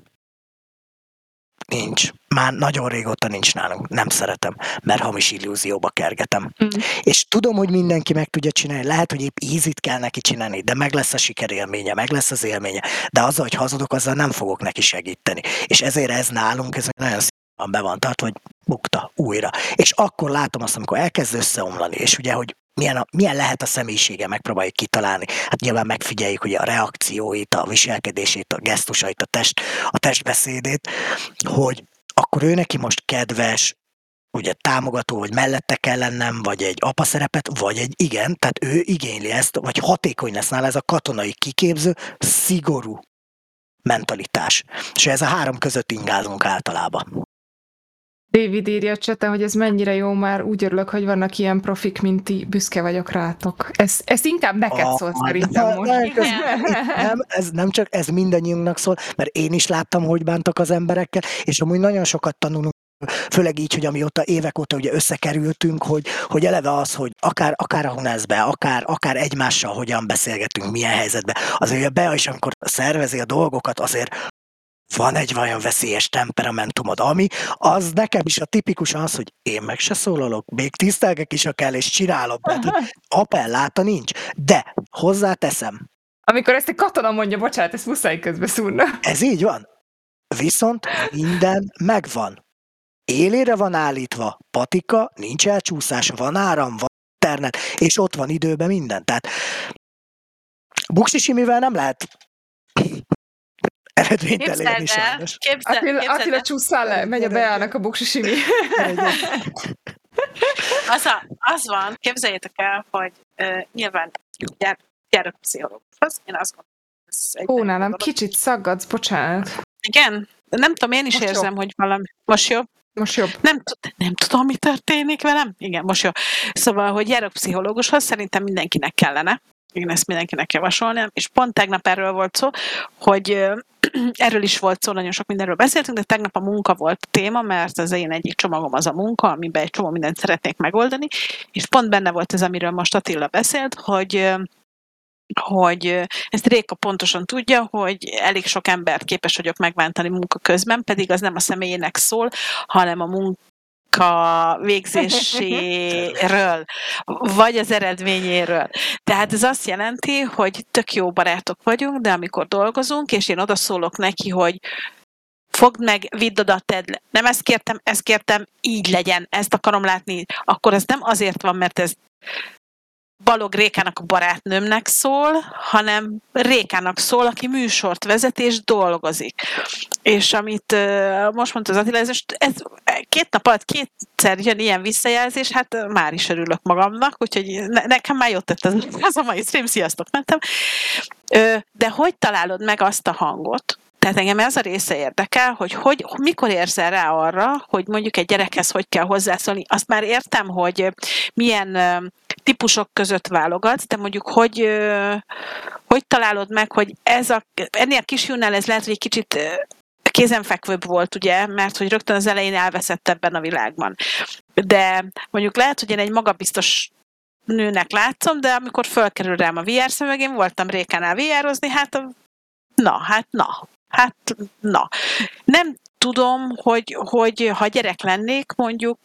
Nincs. Már nagyon régóta nincs nálunk. Nem szeretem, mert hamis illúzióba kergetem. Mm. És tudom, hogy mindenki meg tudja csinálni. Lehet, hogy épp ízit kell neki csinálni, de meg lesz a sikerélménye, meg lesz az élménye. De azzal, hogy hazudok, azzal nem fogok neki segíteni. És ezért ez nálunk, ez nagyon szépen be van tartva, hogy bukta újra. És akkor látom azt, amikor elkezd összeomlani, és ugye, hogy milyen, a, milyen lehet a személyisége, megpróbáljuk kitalálni. Hát nyilván megfigyeljük ugye a reakcióit, a viselkedését, a gesztusait, a, test, a testbeszédét, hogy akkor ő neki most kedves, ugye támogató, vagy mellette kell lennem, vagy egy apa szerepet, vagy egy igen, tehát ő igényli ezt, vagy hatékony lesz nála ez a katonai kiképző, szigorú mentalitás. És ez a három között ingázunk általában. David írja a cseten, hogy ez mennyire jó, már úgy örülök, hogy vannak ilyen profik, mint ti, büszke vagyok rátok. Ez, ez inkább neked a, szól szerintem most. Nem, ez, nem, ez nem csak, ez mindannyiunknak szól, mert én is láttam, hogy bántak az emberekkel, és amúgy nagyon sokat tanulunk, főleg így, hogy amióta évek óta ugye összekerültünk, hogy, hogy eleve az, hogy akár, akár a Huneszbe, akár, akár egymással hogyan beszélgetünk, milyen helyzetben, azért be is, amikor szervezi a dolgokat, azért van egy olyan veszélyes temperamentumod, ami az nekem is a tipikus az, hogy én meg se szólalok, még tisztelgek is, ha kell, és csinálom. Appelláta nincs, de hozzáteszem. Amikor ezt egy katona mondja, bocsánat, ezt muszáj közbe szúrna. Ez így van. Viszont minden megvan. Élére van állítva, patika, nincs elcsúszás, van áram, van internet, és ott van időben minden. Tehát buksisimivel nem lehet eredményt elérni sajnos. Attila, Attila csúszál le, megy a beállnak a buksisimi. az, a, az van, képzeljétek el, hogy uh, nyilván gyár, gyermekpszichológushoz, én azt gondolom, Ó, nálam kicsit szaggadsz, bocsánat. Igen, nem tudom, én is most érzem, jobb. Hogy valami... Most jobb? Most jobb. Nem, nem tudom, mi történik velem. Igen, most jó. Szóval, hogy gyermekpszichológushoz szerintem mindenkinek kellene. Én ezt mindenkinek javasolnám, és pont tegnap erről volt szó, hogy erről is volt szó, nagyon sok mindenről beszéltünk, de tegnap a munka volt a téma, mert az én egyik csomagom az a munka, amiben egy csomó mindent szeretnék megoldani, és pont benne volt ez, amiről most Attila beszélt, hogy hogy ezt Réka pontosan tudja, hogy elég sok embert képes vagyok megbántani munka közben, pedig az nem a személyének szól, hanem a munka végzéséről, vagy az eredményéről. Tehát ez azt jelenti, hogy tök jó barátok vagyunk, de amikor dolgozunk, és én odaszólok neki, hogy fogd meg, vidd oda, tedd le. Nem ezt kértem, ezt kértem, így legyen, ezt akarom látni, akkor ez nem azért van, mert ez Balog Rékának a barátnőmnek szól, hanem Rékának szól, aki műsort vezet és dolgozik. És amit uh, most mondta az Attila, ez, ez két nap alatt kétszer jön ilyen visszajelzés, hát uh, már is örülök magamnak, úgyhogy ne, nekem már jót tett az, az a mai stream, sziasztok, mentem. Uh, de hogy találod meg azt a hangot? Tehát engem ez a része érdekel, hogy, hogy mikor érzel rá arra, hogy mondjuk egy gyerekhez hogy kell hozzászólni. Azt már értem, hogy milyen uh, típusok között válogatsz, de mondjuk hogy, uh, hogy találod meg, hogy ez a, ennél a kisfiúnál ez lehet, hogy egy kicsit uh, kézenfekvőbb volt, ugye, mert hogy rögtön az elején elveszett ebben a világban. De mondjuk lehet, hogy én egy magabiztos nőnek látszom, de amikor fölkerül rám a vé er szemüveg, én voltam Rékánál vé er-ozni, hát na, hát na. Hát, na. Nem tudom, hogy, hogy ha gyerek lennék, mondjuk,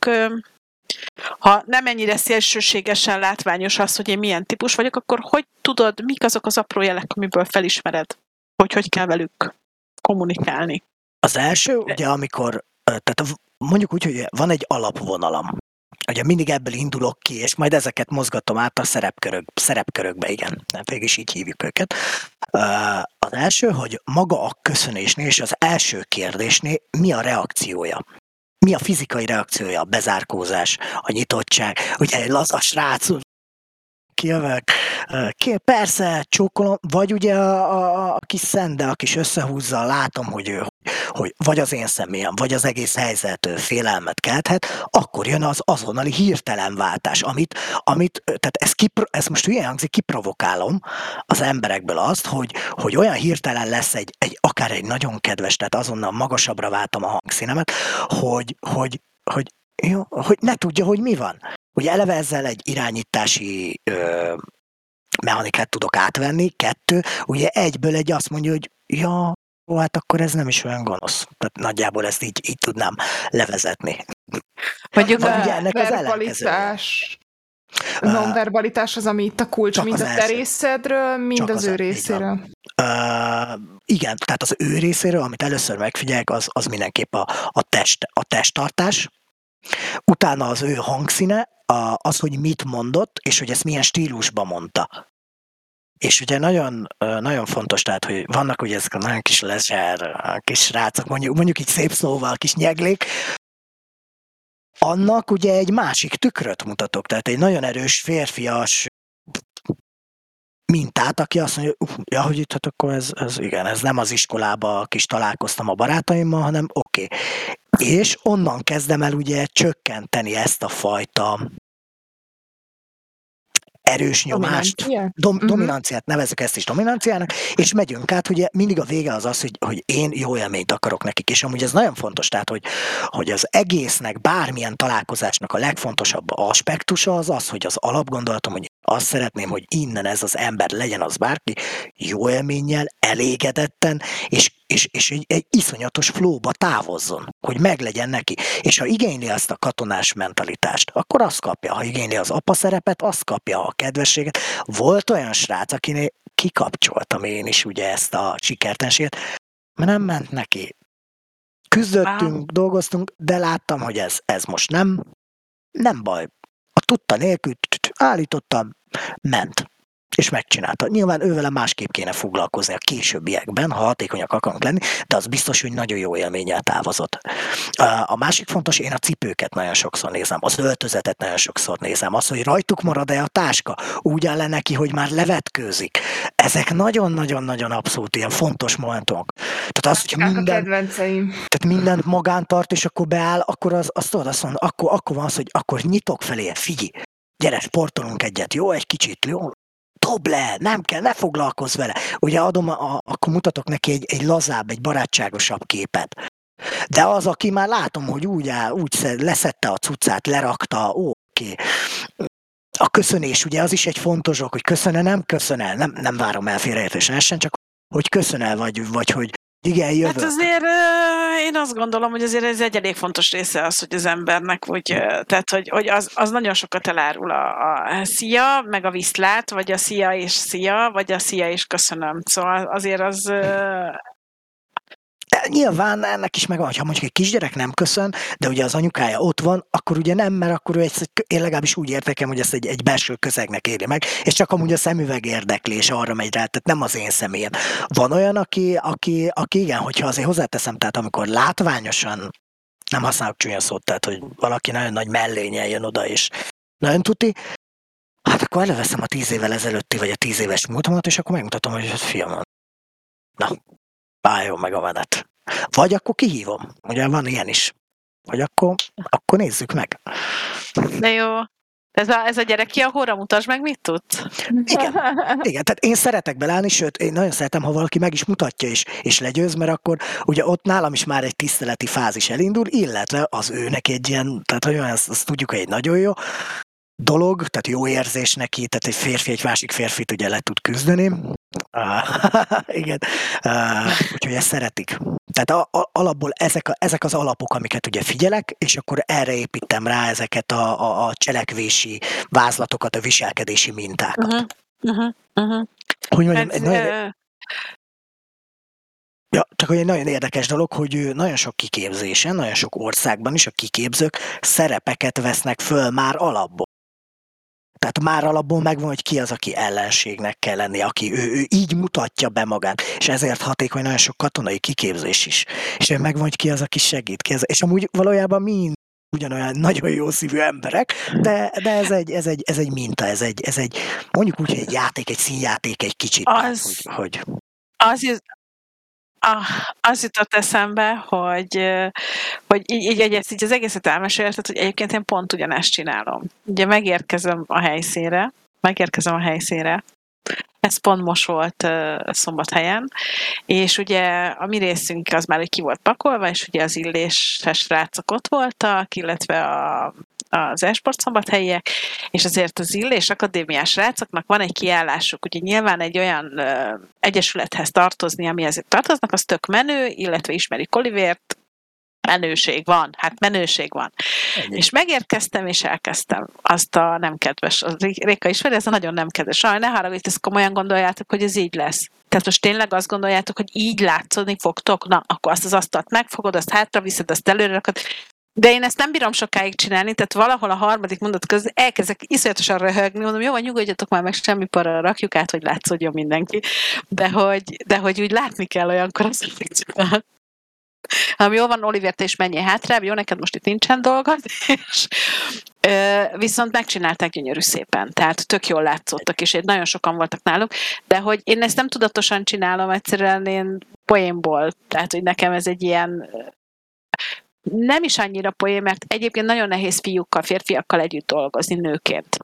ha nem ennyire szélsőségesen látványos az, hogy én milyen típus vagyok, akkor hogy tudod, mik azok az apró jelek, amiből felismered, hogy hogy kell velük kommunikálni? Az első, ugye, amikor, tehát mondjuk úgy, hogy van egy alapvonalam. Ugye mindig ebből indulok ki, és majd ezeket mozgatom át a szerepkörök, szerepkörökbe, igen, végig is így hívjuk őket. Az első, hogy maga a köszönésnél és az első kérdésnél mi a reakciója? Mi a fizikai reakciója? A bezárkózás, a nyitottság, ugye egy laza srác, kijövök, ki, persze, csókolom, vagy ugye a, a, a kis szende, a kis összehúzza, látom, hogy ő, hogy vagy az én személyem, vagy az egész helyzet félelmet kelthet, akkor jön az azonnali hirtelen váltás, amit, amit tehát ez, kipro, ez most hülyen hangzik, kiprovokálom az emberekből azt, hogy, hogy olyan hirtelen lesz egy, egy, akár egy nagyon kedves, tehát azonnal magasabbra váltam a hangszínemet, hogy, hogy, hogy, jó, hogy ne tudja, hogy mi van. Ugye eleve ezzel egy irányítási ö, mechanikát tudok átvenni, kettő, ugye egyből egy azt mondja, hogy ja, ó, hát akkor ez nem is olyan gonosz. Tehát nagyjából ezt így, így tudnám levezetni. Mondjuk a verbalitás, non-verbalitás az, ami itt a kulcs, mind a te részedről, mind az, az ő részéről. Uh, igen, tehát az ő részéről, amit először megfigyelek, az, az mindenképp a, a, test, a testtartás, utána az ő hangszíne, az, hogy mit mondott, és hogy ezt milyen stílusban mondta. És ugye nagyon, nagyon fontos, tehát, hogy vannak ugye ezek a nagyon kis lezser, kis rácok, mondjuk, mondjuk így szép szóval, kis nyeglék, annak ugye egy másik tükröt mutatok, tehát egy nagyon erős férfias mintát, aki azt mondja, uh, ja, hogy itt hát akkor ez, ez igen, ez nem az iskolába kis találkoztam a barátaimmal, hanem oké. Okay. És onnan kezdem el ugye csökkenteni ezt a fajta erős nyomást, Dominancia. dom, uh-huh. dominanciát nevezzük ezt is dominanciának, és megyünk át, ugye mindig a vége az az, hogy, hogy én jó élményt akarok nekik, és amúgy ez nagyon fontos, tehát, hogy, hogy az egésznek, bármilyen találkozásnak a legfontosabb aspektusa az az, hogy az alapgondolatom, hogy azt szeretném, hogy innen ez az ember legyen az bárki, jó élménnyel, elégedetten, és, és, és egy, egy iszonyatos flowba távozzon, hogy meglegyen neki. És ha igényli azt a katonás mentalitást, akkor azt kapja. Ha igényli az apa szerepet, azt kapja a kedvességet. Volt olyan srác, akinél kikapcsoltam én is ugye ezt a sikertelenséget, mert nem ment neki. Küzdöttünk, wow. dolgoztunk, de láttam, hogy ez, ez most nem, nem baj. A tudta nélkül állítottam, ment. És megcsinálta. Nyilván ővele másképp kéne foglalkozni a későbbiekben, ha hatékonyak akarunk lenni, de az biztos, hogy nagyon jó élménnyel távozott. A másik fontos, én a cipőket nagyon sokszor nézem, az öltözetet nagyon sokszor nézem, az, hogy rajtuk marad-e a táska, úgy áll le neki, hogy már levetkőzik. Ezek nagyon-nagyon-nagyon abszolút ilyen fontos momentumok. Tehát az, hogy minden, tehát mindent magán tart, és akkor beáll, akkor az, azt tudod, azt mondod, akkor, akkor van az, hogy akkor nyitok felé, figyelj, gyere, sportolunk egyet, jó, egy kicsit, jó? Dob le, nem kell, ne foglalkozz vele. Ugye adom, a, akkor mutatok neki egy, egy lazább, egy barátságosabb képet. De az, aki már látom, hogy úgy áll, úgy leszette a cuccát, lerakta, oké. a köszönés, ugye az is egy fontos dolog, hogy köszön-e, nem köszön el, nem, nem várom el félreértés essen, csak hogy köszön el, vagy, vagy hogy igen, jövök. Hát azért uh, én azt gondolom, hogy azért ez egy elég fontos része az, hogy az embernek, hogy, uh, tehát, hogy, hogy az, az nagyon sokat elárul a, a szia, meg a viszlát, vagy a szia és szia, vagy a szia és köszönöm. Szóval azért az... Uh, Nyilván ennek is megvan, ha mondjuk egy kisgyerek nem köszön, de ugye az anyukája ott van, akkor ugye nem, mert akkor ő egy, én legalábbis úgy értekem, hogy ezt egy, egy belső közegnek éri meg, és csak amúgy a szemüveg érdeklés arra megy rá, tehát nem az én személyem. Van olyan, aki, aki, aki igen, hogyha azért hozzáteszem, tehát amikor látványosan, nem használok csúnya szót, tehát hogy valaki nagyon nagy mellényel jön oda, és nagyon tuti, hát akkor előveszem a tíz évvel ezelőtti, vagy a tíz éves múltamat, és akkor megmutatom, hogy fiam, na, álljon meg a menet. Vagy akkor kihívom. Ugye van ilyen is. Vagy akkor, akkor nézzük meg. De jó. Ez a, ez a gyerek ki a hóra, mutasd meg, mit tudsz? Igen. Igen, tehát én szeretek belállni, sőt, én nagyon szeretem, ha valaki meg is mutatja és, és legyőz, mert akkor ugye ott nálam is már egy tiszteleti fázis elindul, illetve az őnek egy ilyen, tehát hogy azt, azt tudjuk, hogy egy nagyon jó dolog, tehát jó érzés neki, tehát egy férfi egy másik férfit ugye le tud küzdeni. Uh, igen, uh, úgyhogy ezt szeretik. Tehát a, a, alapból ezek, a, ezek az alapok, amiket ugye figyelek, és akkor erre építem rá ezeket a, a, a cselekvési vázlatokat, a viselkedési mintákat. Uh-huh, uh-huh, uh-huh. Hogy mondjam, Hát, egy nagyon... uh... Ja, csak hogy egy nagyon érdekes dolog, hogy nagyon sok kiképzésen, nagyon sok országban is a kiképzők szerepeket vesznek föl már alapból. Tehát már alapból megvan, hogy ki az, aki ellenségnek kell lenni, aki ő, ő így mutatja be magát, és ezért hatékony nagyon sok katonai kiképzés is. És ő megvan, hogy ki az, aki segít, ki az, és amúgy valójában mind ugyanolyan nagyon jó szívű emberek, de, de ez, egy, ez, egy, ez egy minta, ez egy, ez egy, mondjuk úgy, hogy egy játék, egy színjáték egy kicsit. Az, hogy, hogy... Az, Ah, az jutott eszembe, hogy, hogy így, így, így, így az egészet elmesélted, hogy egyébként én pont ugyanezt csinálom. Ugye megérkezem a helyszínre, megérkezem a helyszínre, ez pont most volt uh, Szombathelyen, és ugye a mi részünk az már ki volt pakolva, és ugye az illéses rácok ott voltak, illetve a az e-sport szombathelyiek, és azért az Illés akadémiás rácoknak van egy kiállásuk, ugye nyilván egy olyan uh, egyesülethez tartozni, amihez tartoznak, az tök menő, illetve ismerik Olivért, menőség van, hát menőség van. Ennyi. És megérkeztem, és elkezdtem azt a nem kedves, az Réka ismeri, ez a nagyon nem kedves. Saj, ne haragudj, ezt komolyan gondoljátok, hogy ez így lesz. Tehát most tényleg azt gondoljátok, hogy így látszani fogtok, na, akkor azt az asztalt megfogod, azt hátra viszed, azt előre rakod. De én ezt nem bírom sokáig csinálni, tehát valahol a harmadik mondat közben elkezdek iszonyatosan röhögni, mondom, jó, nyugodjatok már meg, semmi para, rakjuk át, hogy látszódjon mindenki. De hogy, de hogy úgy látni kell olyankor az effekciót. Ami jó van, Oliver, te is menjél hátrább, jó, neked most itt nincsen dolgod, és ö, viszont megcsinálták gyönyörű szépen, tehát tök jól látszottak, és nagyon sokan voltak náluk, de hogy én ezt nem tudatosan csinálom, egyszerűen én poénból, tehát hogy nekem ez egy ilyen nem is annyira poén, mert egyébként nagyon nehéz fiúkkal, férfiakkal együtt dolgozni nőként.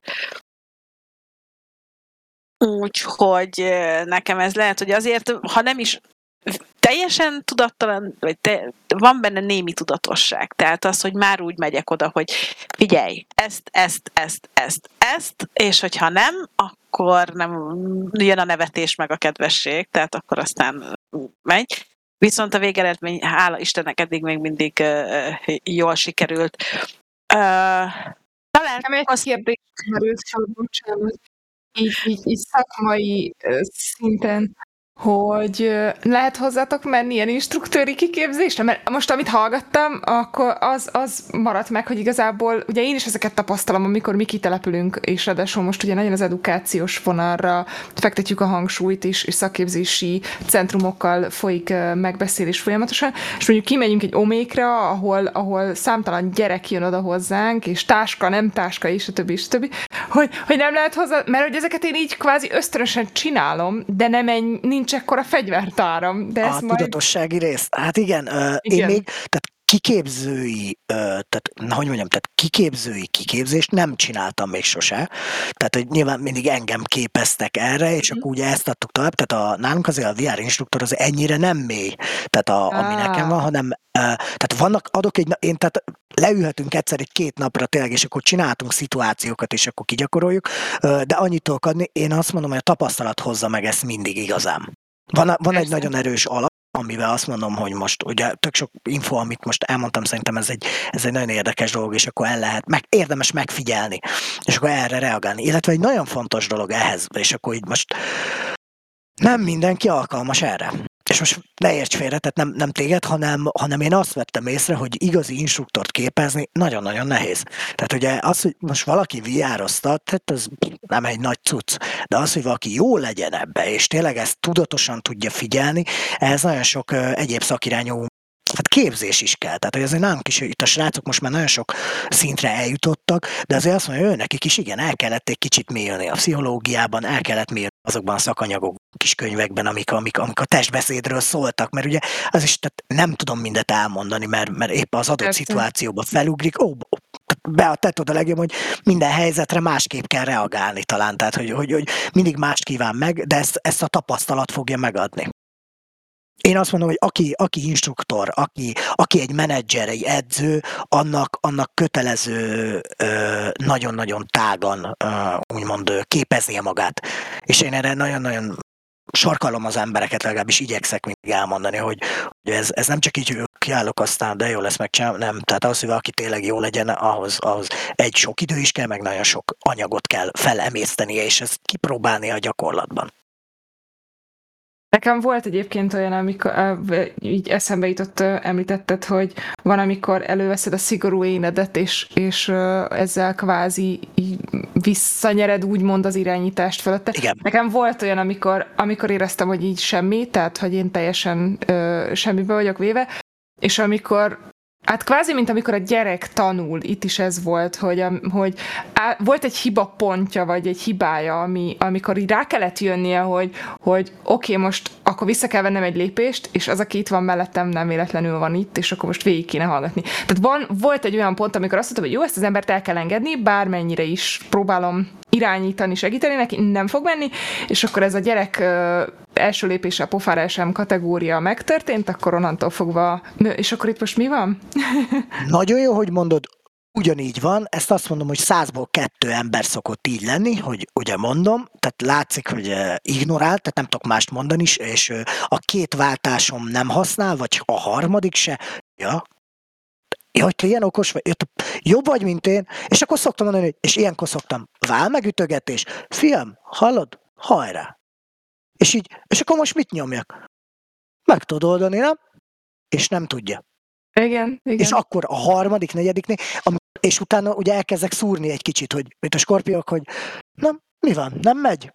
Úgyhogy nekem ez lehet, hogy azért, ha nem is teljesen tudattalan, vagy te, van benne némi tudatosság. Tehát az, hogy már úgy megyek oda, hogy figyelj, ezt, ezt, ezt, ezt, ezt, és hogyha nem, akkor nem jön a nevetés meg a kedvesség, tehát akkor aztán megy. Viszont a végeredmény, hála Istennek, eddig még mindig uh, jól sikerült. Uh, talán nem egy azt... kérdés merült fel, bocsánat, így, így, így szakmai uh, szinten, hogy uh, lehet hozzátok menni ilyen instruktőri kiképzésre? Mert most, amit hallgattam, akkor az, az maradt meg, hogy igazából, ugye én is ezeket tapasztalom, amikor mi kitelepülünk, és ráadásul most ugye nagyon az edukációs vonalra fektetjük a hangsúlyt, és, és szakképzési centrumokkal folyik uh, megbeszélés folyamatosan, és mondjuk kimegyünk egy omékra, ahol, ahol számtalan gyerek jön oda hozzánk, és táska, nem táska, és a többi, és a többi, hogy, hogy nem lehet hozzá, mert hogy ezeket én így kvázi ösztönösen csinálom, de nem ennyi, nincs ekkora fegyvertáram. De ez a majd... tudatossági rész. Hát igen, uh, igen. Én még, tehát kiképzői, uh, tehát, na, hogy mondjam, tehát kiképzői kiképzést nem csináltam még sose. Tehát, hogy nyilván mindig engem képeztek erre, és mm. akkor ugye ezt adtuk tovább. Tehát a, nálunk azért a vé er instruktor az ennyire nem mély, tehát a, ami ah. nekem van, hanem Tehát vannak, adok egy, én tehát leülhetünk egyszer egy két napra tényleg, és akkor csináltunk szituációkat, és akkor kigyakoroljuk, de annyit tudok adni, én azt mondom, hogy a tapasztalat hozza meg ezt mindig igazán. Van, van egy nagyon erős alap, amivel azt mondom, hogy most ugye tök sok info, amit most elmondtam, szerintem ez egy, ez egy nagyon érdekes dolog, és akkor el lehet, meg, érdemes megfigyelni, és akkor erre reagálni. Illetve egy nagyon fontos dolog ehhez, és akkor így most nem mindenki alkalmas erre. És most ne érts félre, tehát nem, nem téged, hanem, hanem én azt vettem észre, hogy igazi instruktort képezni nagyon-nagyon nehéz. Tehát ugye az, hogy most valaki vé er-oztat, tehát ez nem egy nagy cucc, de az, hogy valaki jó legyen ebbe, és tényleg ezt tudatosan tudja figyelni, ehhez nagyon sok uh, egyéb szakirányú hát képzés is kell. Tehát hogy azért nálunk is, itt a srácok most már nagyon sok szintre eljutottak, de azért azt mondja, hogy ő nekik is igen, el kellett egy kicsit mélyülni a pszichológiában, el kellett mélyülni azokban a szakanyagok, kis könyvekben, amik, amik, amik a testbeszédről szóltak, mert ugye az is, tehát nem tudom mindet elmondani, mert, mert épp az adott Persze. szituációban felugrik, ó, be, te tudod a legjobb, hogy minden helyzetre másképp kell reagálni talán, tehát hogy, hogy, hogy mindig mást kíván meg, de ezt, ezt a tapasztalat fogja megadni. Én azt mondom, hogy aki, aki instruktor, aki, aki egy menedzser, egy edző, annak, annak kötelező ö, nagyon-nagyon tágan ö, úgymond képeznie magát. És én erre nagyon-nagyon sarkalom az embereket, legalábbis igyekszek mindig elmondani, hogy, hogy ez, ez nem csak így, hogy kiállok aztán, de jó lesz megcsinálni, nem. Tehát az, hogy valaki tényleg jó legyen, ahhoz, ahhoz egy sok idő is kell, meg nagyon sok anyagot kell felemésztenie, és ezt kipróbálni a gyakorlatban. Nekem volt egyébként olyan, amikor így eszembe jutott, említetted, hogy van, amikor előveszed a szigorú énedet, és, és ezzel kvázi visszanyered úgymond az irányítást fölötte. Igen. Nekem volt olyan, amikor, amikor éreztem, hogy így semmi, tehát hogy én teljesen ö, semmibe vagyok véve, és amikor hát kvázi, mint amikor a gyerek tanul, itt is ez volt, hogy, hogy á, volt egy hibapontja, vagy egy hibája, ami, amikor így rá kellett jönnie, hogy, hogy oké, okay, most akkor vissza kell vennem egy lépést, és az, aki itt van mellettem, nem véletlenül van itt, és akkor most végig kéne hallgatni. Tehát van, volt egy olyan pont, amikor azt mondtam, hogy jó, ezt az embert el kell engedni, bármennyire is próbálom irányítani, segíteni neki, nem fog menni, és akkor ez a gyerek ö, első lépése a pofára esem kategória megtörtént, akkor onnantól fogva, és akkor itt most mi van? Nagyon jó, hogy mondod, ugyanígy van, ezt azt mondom, hogy százból kettő ember szokott így lenni, hogy ugye mondom, tehát látszik, hogy ignorál, tehát nem tudok mást mondani is, és a két váltásom nem használ, vagy a harmadik se, ja, ja, hogy te ilyen okos vagy, jobb vagy, mint én, és akkor szoktam mondani, és ilyenkor szoktam, vál megütögetés, fiam, hallod, hajrá. És így, és akkor most mit nyomjak? Meg tudod oldani, nem? És nem tudja. Igen, igen. És akkor a harmadik, negyediknél, és utána ugye elkezdek szúrni egy kicsit, hogy mint a skorpiók, hogy nem, mi van, nem megy?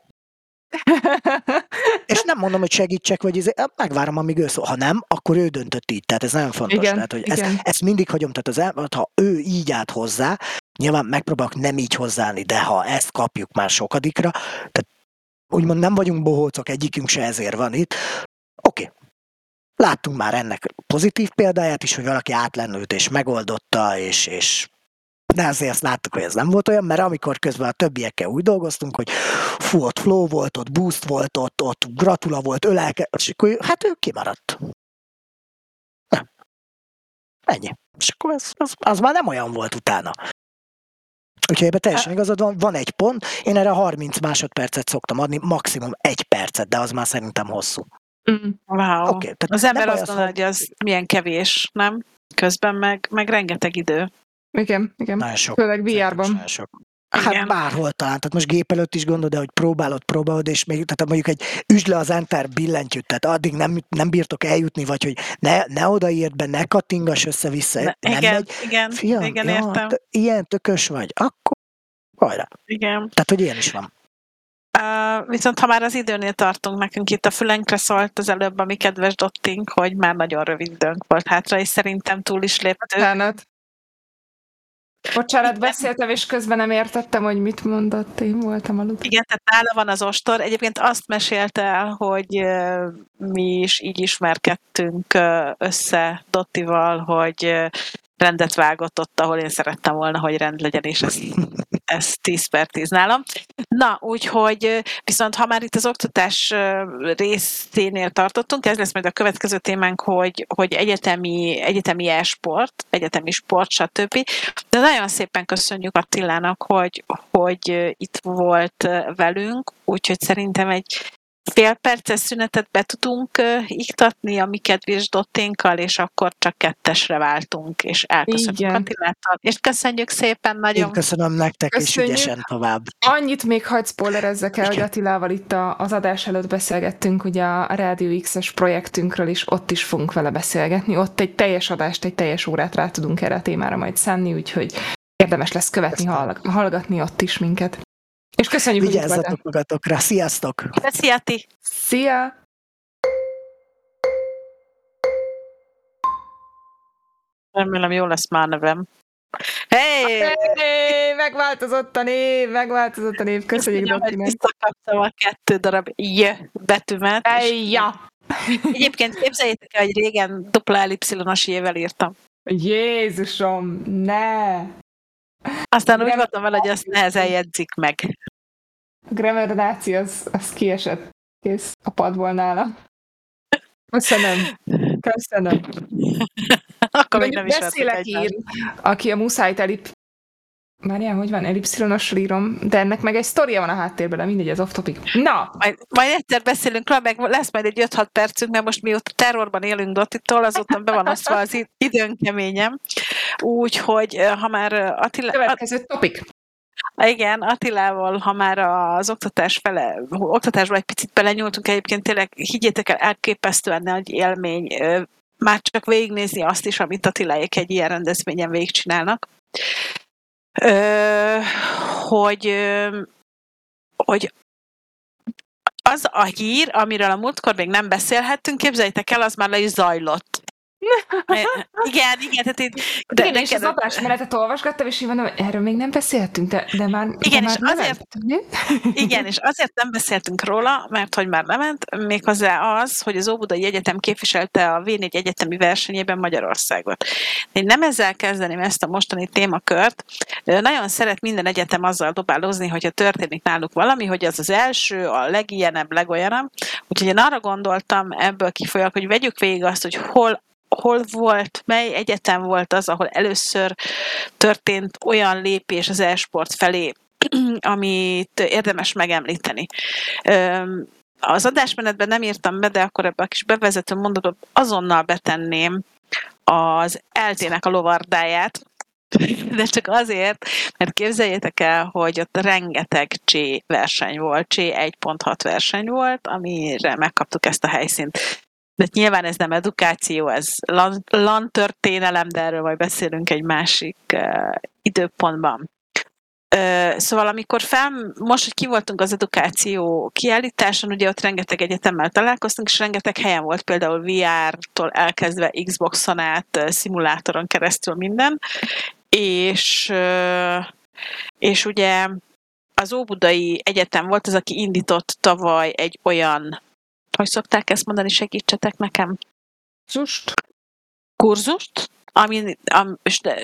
És nem mondom, hogy segítsek, vagy izé, megvárom, amíg ő szól. Ha nem, akkor ő döntött így. Tehát ez nagyon fontos. Igen, tehát, hogy igen. ezt, ezt mindig hagyom, tehát az el, ha ő így állt hozzá, nyilván megpróbálok nem így hozzáállni, de ha ezt kapjuk már sokadikra, tehát úgymond nem vagyunk bohócok, egyikünk se ezért van itt, oké. Okay. Láttunk már ennek pozitív példáját is, hogy valaki átlendült és megoldotta, és, és de azért azt láttuk, hogy ez nem volt olyan, mert amikor közben a többiekkel úgy dolgoztunk, hogy fú, ott flow volt, ott boost volt, ott, ott gratula volt, ölelke, és akkor hát ő kimaradt. Nem. Ennyi. És akkor ez, az, az már nem olyan volt utána. Úgyhogy ebben teljesen igazad van, van egy pont, én erre harminc másodpercet szoktam adni, maximum egy percet, de az már szerintem hosszú. Mm, wow. Okay, az ember azt gondolja, hogy az milyen kevés, nem? Közben meg, meg rengeteg idő. Igen, igen. Nagyon sok. Főleg vé er-ban. Hát igen. Bárhol talán, tehát most gép előtt is gondolod, de hogy próbálod, próbálod, és még, tehát mondjuk egy üsd le az enter billentyűt, tehát addig nem, nem bírtok eljutni, vagy hogy ne, ne odaírd be, ne kattingass össze-vissza, ne, nem igen, megy. Igen, Fiam, igen, ja, értem. T- ilyen tökös vagy, akkor hajrá. Igen. Tehát, hogy ilyen is van. Uh, viszont ha már az időnél tartunk, nekünk itt a fülenkre szólt az előbb a mi kedves Dottink, hogy már nagyon rövid időnk volt hátra, és szerintem túl is léptünk. Bocsánat. Bocsánat, beszéltem, és közben nem értettem, hogy mit mondott, én voltam aludni. Igen, tehát nála van az ostor. Egyébként azt mesélte el, hogy uh, mi is így ismerkedtünk uh, össze Dottival, hogy uh, rendet vágott ott, ahol én szerettem volna, hogy rend legyen, és ez, ez tíz per tíz nálam. Na, úgyhogy viszont ha már itt az oktatás részénél tartottunk, ez lesz majd a következő témánk, hogy, hogy egyetemi, egyetemi e-sport, egyetemi sport, stb. De nagyon szépen köszönjük Attilának, hogy, hogy itt volt velünk, úgyhogy szerintem egy fél perces szünetet be tudunk uh, iktatni a mi kedves dotténkkal, és akkor csak kettesre váltunk, és elköszönjük Attilától. És köszönjük szépen nagyon. Én köszönöm nektek, Köszönjük. És ügyesen tovább. Annyit még hadd spoilerezzek el, hogy Attilával itt a, az adás előtt beszélgettünk ugye a Rádió X-es projektünkről is, ott is fogunk vele beszélgetni. Ott egy teljes adást, egy teljes órát rá tudunk erre a témára majd szánni, úgyhogy érdemes lesz követni, hallg- hallgatni ott is minket. És köszönjük, Vigyázzatok hogy magatokra. Sziasztok! Szia, Ti! Szia! Remélem, jó lesz már nevem. Hey! Hey! Megváltozott a név, megváltozott a név. Köszönjük, Dottinek. Visszakaptam a kettő darab j betűmet. Hey, ja! Egyébként képzeljétek el, hogy régen dupla ellipszilonos jével írtam. Jézusom, ne! Aztán úgy voltam vele, hogy azt nehezen jegyzik meg. A grammar náci az, az kiesett. Kész a padból nála. Köszönöm. Köszönöm. Akkor még nem is beszélek ír, aki a muszájt elip... Várjál, hogy van? Elipszilonossal írom, de ennek meg egy sztoria van a háttérben, de mindegy, ez off topic. Na! Majd, majd egyszer beszélünk rá, meg lesz majd egy öt-hat percünk, mert most mióta terrorban élünk Dottitól, azóta be van osztva az időn keményem. Úgyhogy, ha már Attila... Következő topic. Igen, Attilával, ha már az oktatás fele, oktatásban egy picit belenyúltunk, egyébként tényleg higgyétek el, elképesztően nagy élmény már csak végignézni azt is, amit Attiláék egy ilyen rendezvényen végigcsinálnak. Ö, hogy, hogy az a hír, amiről a múltkor még nem beszélhettünk, képzeljétek el, az már le is zajlott. Igen, igen, tehát én... De igen, és az adásmenetet olvasgattam, és így mondom, hogy erről még nem beszéltünk, de, de már igen, de és már azért, igen, és azért nem beszéltünk róla, mert hogy már lement, méghozzá az, hogy az Óbudai Egyetem képviselte a vé négy egyetemi versenyében Magyarországot. Én nem ezzel kezdeném ezt a mostani témakört. Nagyon szeret minden egyetem azzal dobálózni, hogyha történik náluk valami, hogy az az első, a legilyenebb, legolyanabb. Úgyhogy én arra gondoltam ebből kifolyólag, hogy vegyük végig azt, hogy hol hol volt, mely egyetem volt az, ahol először történt olyan lépés az e-sport felé, amit érdemes megemlíteni. Az adásmenetben nem írtam be, de akkor ebben a kis bevezető mondatot azonnal betenném az el té-nek a lovardáját, de csak azért, mert képzeljétek el, hogy ott rengeteg Csé verseny volt, Csé egy pont hat verseny volt, amire megkaptuk ezt a helyszínt. De nyilván ez nem edukáció, ez LAN történelem, de erről majd beszélünk egy másik uh, időpontban. Uh, szóval amikor fel, most, hogy ki voltunk az edukáció kiállításon, ugye ott rengeteg egyetemmel találkoztunk, és rengeteg helyen volt például vé er-tól elkezdve Xboxon át, uh, szimulátoron keresztül minden, és, uh, és ugye az Óbudai Egyetem volt az, aki indított tavaly egy olyan, hogy szokták ezt mondani, segítsetek nekem? Kurzust? Kurzust, ami, am,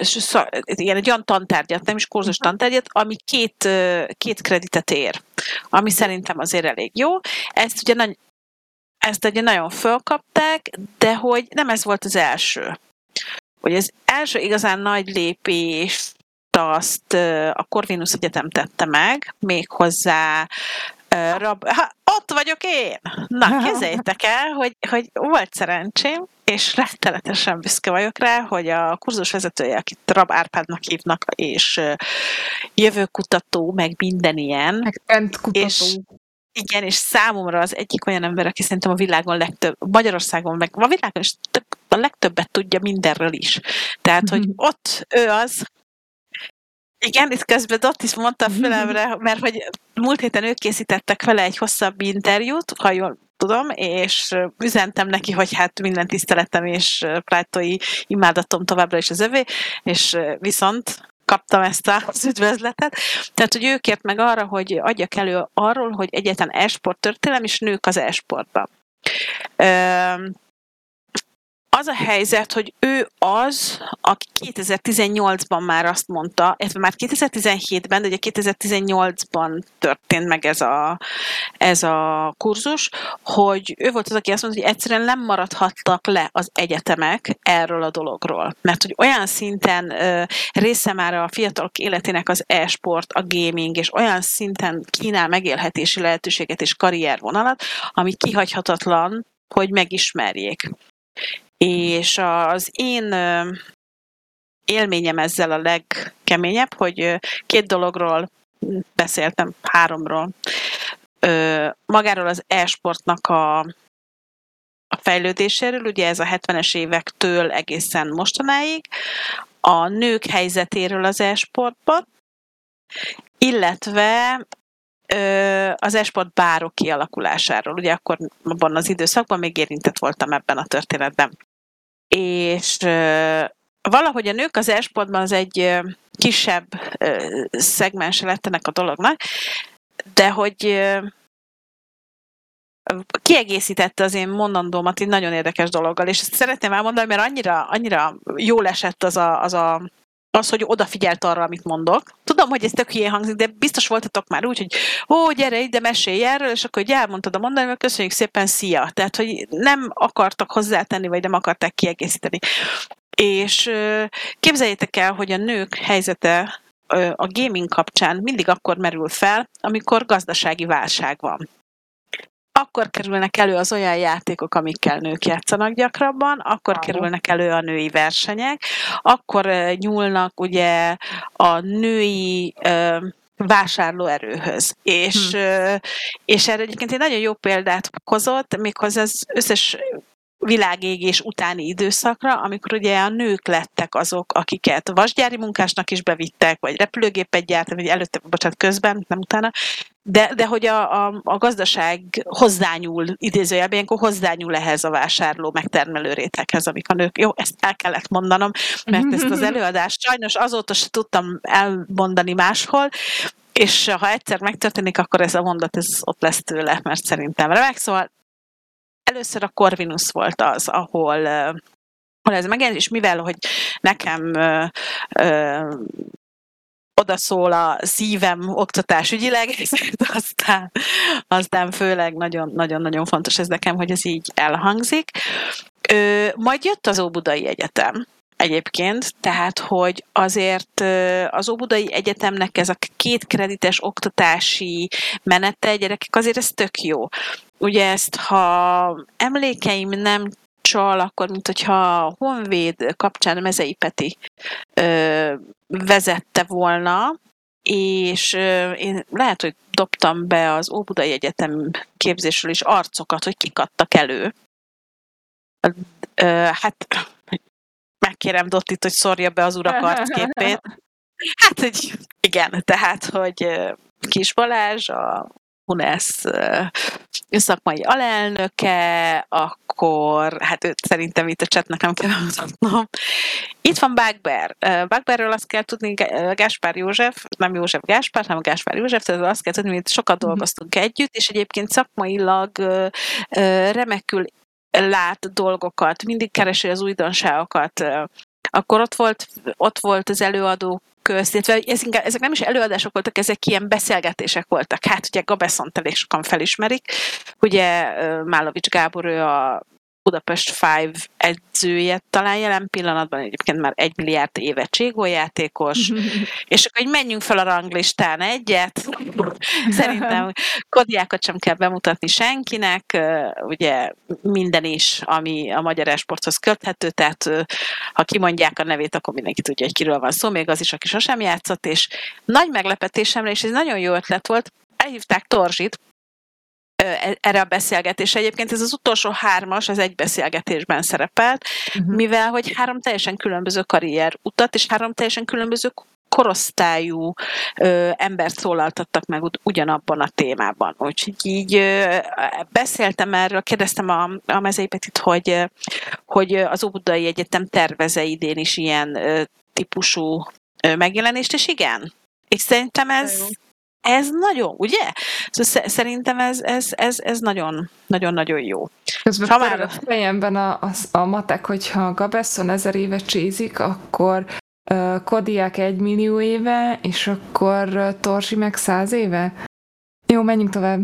igen, egy olyan tantárgyat, nem is kurzus tantárgyat, ami két, két kreditet ér, ami szerintem azért elég jó. Ezt ugye, nagy, ezt ugye nagyon fölkapták, de hogy nem ez volt az első. Hogy az első igazán nagy lépést azt a Corvinus Egyetem tette meg, méghozzá Rab... Ha, ott vagyok én! Na, képzeljétek el, hogy, hogy volt szerencsém, és rettenetesen büszke vagyok rá, hogy a kurzus vezetője, akit Rab Árpádnak hívnak, és jövőkutató, meg minden ilyen. Meg trendkutató. És igen, és számomra az egyik olyan ember, aki szerintem a világon legtöbb, Magyarországon, meg a világon is több, a legtöbbet tudja mindenről is. Tehát, hogy ott ő az, igen, itt közben Dottis mondta a fülemre, mert hogy múlt héten ők készítettek vele egy hosszabb interjút, ha jól tudom, és üzentem neki, hogy hát minden tiszteletem és prájtói imádatom továbbra is az övé, és viszont kaptam ezt az üdvözletet. Tehát, hogy ő kért meg arra, hogy adjak elő arról, hogy egyáltalán e-sport történelem, és nők az e-sportban. az a helyzet, hogy ő az, aki kétezer-tizennyolcban már azt mondta, illetve már kétezer-tizenhétben, de ugye kétezer-tizennyolcban történt meg ez a, ez a kurzus, hogy ő volt az, aki azt mondta, hogy egyszerűen nem maradhattak le az egyetemek erről a dologról. Mert hogy olyan szinten ö, része már a fiatalok életének az e-sport, a gaming, és olyan szinten kínál megélhetési lehetőséget és karriervonalat, ami kihagyhatatlan, hogy megismerjék. És az én élményem ezzel a legkeményebb, hogy két dologról beszéltem, háromról. Magáról az e-sportnak a, a fejlődéséről, ugye ez a hetvenes évektől egészen mostanáig, a nők helyzetéről az e-sportban, illetve az e-sport bárok kialakulásáról. Ugye akkor abban az időszakban még érintett voltam ebben a történetben. És valahogy a nők az e-sportban az egy kisebb szegmense lett ennek a dolognak, de hogy kiegészítette az én mondandómat egy nagyon érdekes dologgal, és ezt szeretném elmondani, mert annyira, annyira jól esett az a, az a az, hogy odafigyelt arra, amit mondok. Tudom, hogy ez tök hülyén hangzik, de biztos voltatok már úgy, hogy ó, gyere ide, mesélj erről, és akkor hogy elmondtad a mondani, mert köszönjük szépen, szia. Tehát, hogy nem akartak hozzátenni, vagy nem akarták kiegészíteni. És képzeljétek el, hogy a nők helyzete a gaming kapcsán mindig akkor merül fel, amikor gazdasági válság van. Akkor kerülnek elő az olyan játékok, amikkel nők játszanak gyakrabban, akkor Aha. kerülnek elő a női versenyek, akkor uh, ugye a női uh, vásárlóerőhöz. És, hmm. uh, és erre egyébként egy nagyon jó példát hozott, méghozzá az összes világégés utáni időszakra, amikor ugye a nők lettek azok, akiket vasgyári munkásnak is bevittek, vagy repülőgépet gyártak, vagy előtte, bocsánat, közben, nem utána, de, de hogy a, a, a gazdaság hozzányúl, idézőjelben, ilyenkor hozzányúl ehhez a vásárló, megtermelő réteghez, amik a nők, jó, ezt el kellett mondanom, mert ezt az előadást sajnos azóta se tudtam elmondani máshol, és ha egyszer megtörténik, akkor ez a mondat ez ott lesz tőle, mert szerintem remek, szóval először a Corvinus volt az, ahol, uh, ahol ez megjelent, és mivel, hogy nekem uh, uh, odaszól a szívem oktatásügyileg, aztán, aztán főleg nagyon-nagyon fontos ez nekem, hogy ez így elhangzik. Uh, majd jött az Óbudai Egyetem egyébként, tehát, hogy azért az Óbudai Egyetemnek ez a két kredites oktatási menete, gyerekek, azért ez tök jó. Ugye ezt, ha emlékeim nem csal, akkor mint hogyha a Honvéd kapcsán Mezei Peti ö, vezette volna, és ö, én lehet, hogy dobtam be az Óbudai Egyetem képzésről is arcokat, hogy kik adtak elő. Ö, hát megkérem Dottit, hogy szórja be az urak arcképét. Hát, hogy igen, tehát, hogy Kis Balázs, a UNESZ szakmai alelnöke, akkor, hát őt szerintem itt a chatnek nem kell mutatnom. Itt van Bagber. Bagberről azt kell tudni, Gáspár József, nem József Gáspár, hanem Gáspár József, tehát azt kell tudni, hogy sokat dolgoztunk együtt, és egyébként szakmailag remekül lát dolgokat, mindig keresi az újdonságokat. Akkor ott volt, ott volt az előadók közt, illetve ez inkább, ezek nem is előadások voltak, ezek ilyen beszélgetések voltak. Hát ugye Gabeszont elég sokan felismerik. Ugye Málovics Gábor, ő a Budapest Five edzője, talán jelen pillanatban egyébként már egy milliárd éve cségójátékos, és akkor hogy menjünk fel a ranglistán egyet. Szerintem kodiákat sem kell bemutatni senkinek, ugye minden is, ami a magyar esporthoz köthető, tehát ha kimondják a nevét, akkor mindenki tudja, hogy kiről van szó, még az is, aki sosem játszott, és nagy meglepetésemre, és ez nagyon jó ötlet volt, elhívták Torzsit erre a beszélgetésre. Egyébként ez az utolsó hármas, az egy beszélgetésben szerepelt, uh-huh. mivel hogy három teljesen különböző karrier utat, és három teljesen különböző korosztályú ö, embert szólaltattak meg ugyanabban a témában. Úgyhogy így ö, beszéltem erről, kérdeztem a, a Mezei Petit, hogy, hogy az Óbudai Egyetem tervez-e idén is ilyen ö, típusú ö, megjelenést, és igen. És szerintem ez ez nagyon, ugye? Szóval szerintem ez, ez, ez, ez nagyon, nagyon-nagyon jó. Közben pörög a fejemben a, a, a matek, hogyha Gabesson ezer éve csézik, akkor uh, Kodiák egy millió éve, és akkor uh, Torzsi meg száz éve. Jó, menjünk tovább.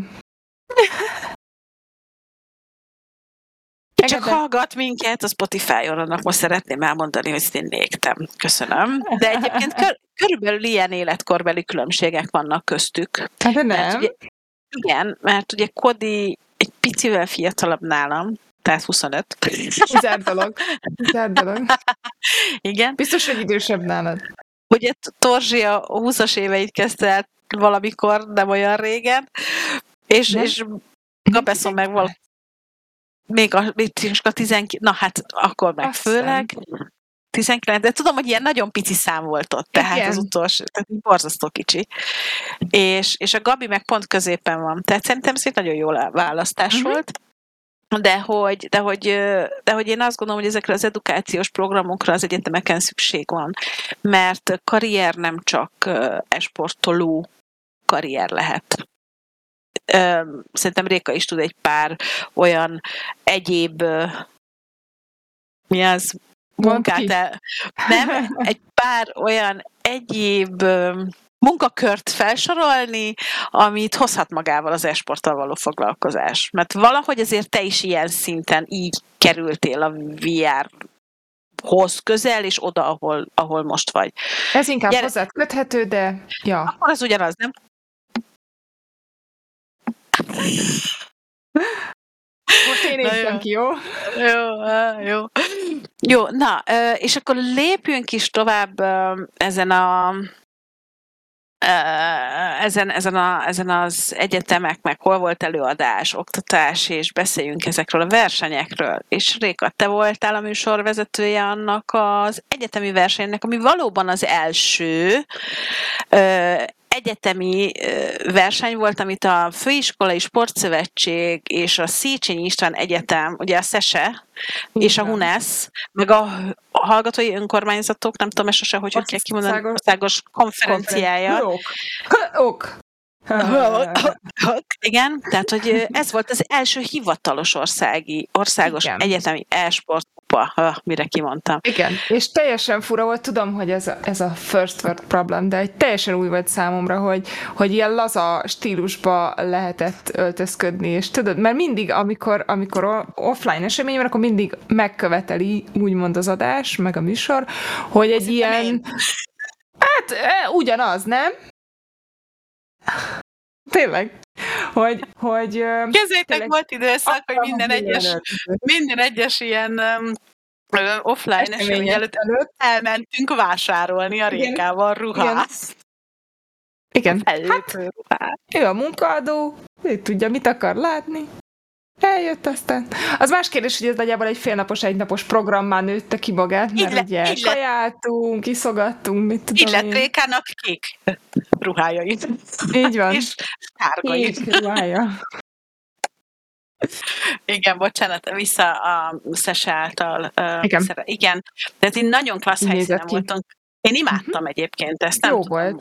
Csak hallgat minket a Spotify-on, annak most szeretném elmondani, hogy én légtem. Köszönöm. De egyébként kör, körülbelül ilyen életkorbeli különbségek vannak köztük. Hát de nem. Mert ugye, igen, mert ugye Kodi egy picivel fiatalabb nálam, tehát huszonöt. Kizár dolog. Kizár dolog. Igen. Biztos, hogy idősebb nálad. Ugye Torzsi a húszas éveit kezdte el valamikor, nem olyan régen, és, és Gabesson meg valami még a, a tizenkilenc, na hát akkor meg Aztán. főleg tizenkilenc, de tudom, hogy ilyen nagyon pici szám volt ott, tehát Igen. az utolsó, tehát borzasztó kicsi. És, és a Gabi meg pont középen van, tehát szerintem ez egy nagyon jó választás uh-huh. volt, de hogy, de, hogy, de hogy én azt gondolom, hogy ezekre az edukációs programokra az egyetemeken szükség van, mert karrier nem csak esportoló karrier lehet. Szerintem Réka is tud egy pár olyan egyéb mi az munkát el, nem, egy pár olyan egyéb munkakört felsorolni, amit hozhat magával az e-sporttal való foglalkozás. Mert valahogy azért te is ilyen szinten így kerültél a vé er-hoz közel, és oda, ahol, ahol most vagy. Ez inkább Gyere. hozzád köthető, de ja. Akkor az ugyanaz, nem? Most én néztem ki, jó? Jó, jó. Jó, na, és akkor lépjünk is tovább ezen a ezen, ezen, a, ezen az egyetemek, meg hol volt előadás, oktatás, és beszéljünk ezekről a versenyekről. És Réka, te voltál a műsorvezetője annak az egyetemi versenynek, ami valóban az első egyetemi verseny volt, amit a Főiskolai Sportszövetség és a Széchenyi István Egyetem, ugye a SZESE, és a HUNESZ, meg a hallgatói önkormányzatok, nem tudom, sose, hogy hogy kell kimondani, országos konferenciája. Ok. Ok. Igen, tehát, hogy ez volt az első hivatalos országi, országos Igen. egyetemi e-sport kupa, mire kimondtam. Igen, és teljesen fura volt, tudom, hogy ez a, ez a first world problem, de egy teljesen új volt számomra, hogy, hogy ilyen laza stílusba lehetett öltözködni, és tudod, mert mindig, amikor, amikor offline esemény van, akkor mindig megköveteli úgymond az adás, meg a műsor, hogy egy Azt ilyen... Hát, ugyanaz, nem? Tényleg. Hogy, hogy Kézzétek, volt időszak, hogy minden egyes, minden egyes ilyen um, offline esemény előtt, előtt elmentünk vásárolni a Rékával ruhát. Igen. Hát, ő a munkaadó, ő tudja, mit akar látni. Eljött aztán. Az más kérdés, hogy ez nagyjából egy félnapos, egynapos programmá nőtte ki magát, mert le, ugye kajáltunk, kiszogattunk, mit tudom én. Így lett Rékának kék ruhájait. Így van. És sárgait. Kék ruhája. Igen, bocsánat, vissza a SZESE által. Uh, Igen. Szere- igen. Tehát én nagyon klassz helyszínen voltunk. Én imádtam uh-huh. egyébként ezt. Nem Jó tudom. volt.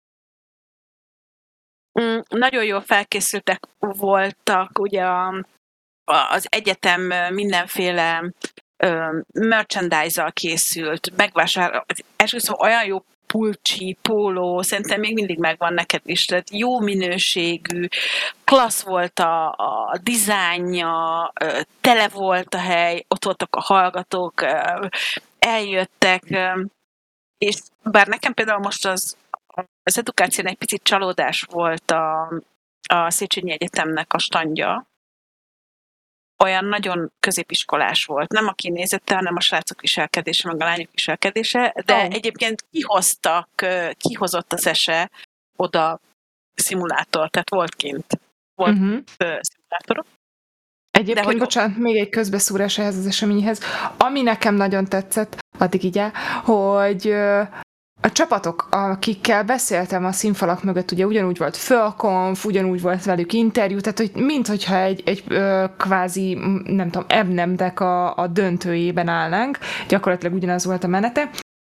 Mm, nagyon jól felkészültek voltak, ugye a az egyetem mindenféle ö, merchandise-zal készült, megvásárol, esküszöm, olyan jó pulcsi, póló, szerintem még mindig megvan neked is, tehát jó minőségű, klassz volt a, a dizájnja, ö, tele volt a hely, ott voltak a hallgatók, ö, eljöttek, ö, és bár nekem például most az, az edukáción egy picit csalódás volt a, a Széchenyi Egyetemnek a standja, olyan nagyon középiskolás volt. Nem a kinézete, hanem a srácok viselkedése, meg a lányok viselkedése, de oh. egyébként kihoztak, kihozott az SZESE oda szimulátor, tehát volt kint. Volt uh-huh. szimulátorok. Egyébként, de hogy bocsánat, még egy közbeszúrás ehhez az eseményhez. Ami nekem nagyon tetszett, addig így el, hogy a csapatok, akikkel beszéltem a színfalak mögött, ugye ugyanúgy volt fölkonf, ugyanúgy volt velük interjú, tehát hogy minthogyha egy, egy ö, kvázi, nem tudom, ebnemdek a, a döntőjében állnánk, gyakorlatilag ugyanaz volt a menete.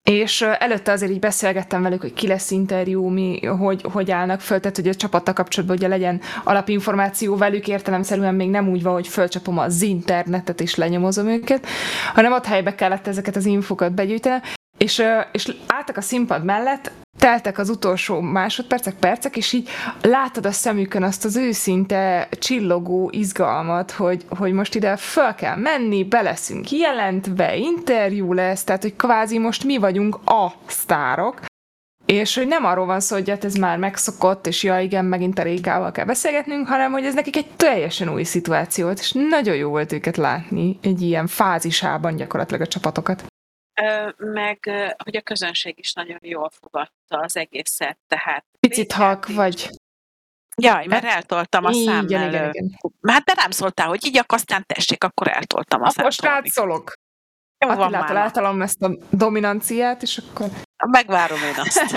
És előtte azért így beszélgettem velük, hogy ki lesz interjú, mi, hogy, hogy állnak föl, tehát hogy a csapattal kapcsolatban ugye legyen alapinformáció velük, értelemszerűen még nem úgy van, hogy fölcsapom az internetet és lenyomozom őket, hanem ott helybe kellett ezeket az infokat begyűjteni, és, és álltak a színpad mellett, teltek az utolsó másodpercek, percek, és így látod a szemükön azt az őszinte csillogó izgalmat, hogy, hogy most ide föl kell menni, be leszünk jelentve, interjú lesz, tehát hogy kvázi most mi vagyunk a sztárok, és hogy nem arról van szó, hogy hát ez már megszokott, és ja igen, megint a Rékával kell beszélgetnünk, hanem hogy ez nekik egy teljesen új szituáció volt, és nagyon jó volt őket látni egy ilyen fázisában gyakorlatilag a csapatokat. Meg, hogy a közönség is nagyon jól fogadta az egészet, tehát... Picit halk vagy... Jaj, mert eltoltam a szám igen, igen, igen. Hát de nem szóltál, hogy így, akkor aztán tessék, akkor eltoltam a szám. Most rád szólok. Attilától általam ezt a dominanciát, és akkor... Megvárom én azt.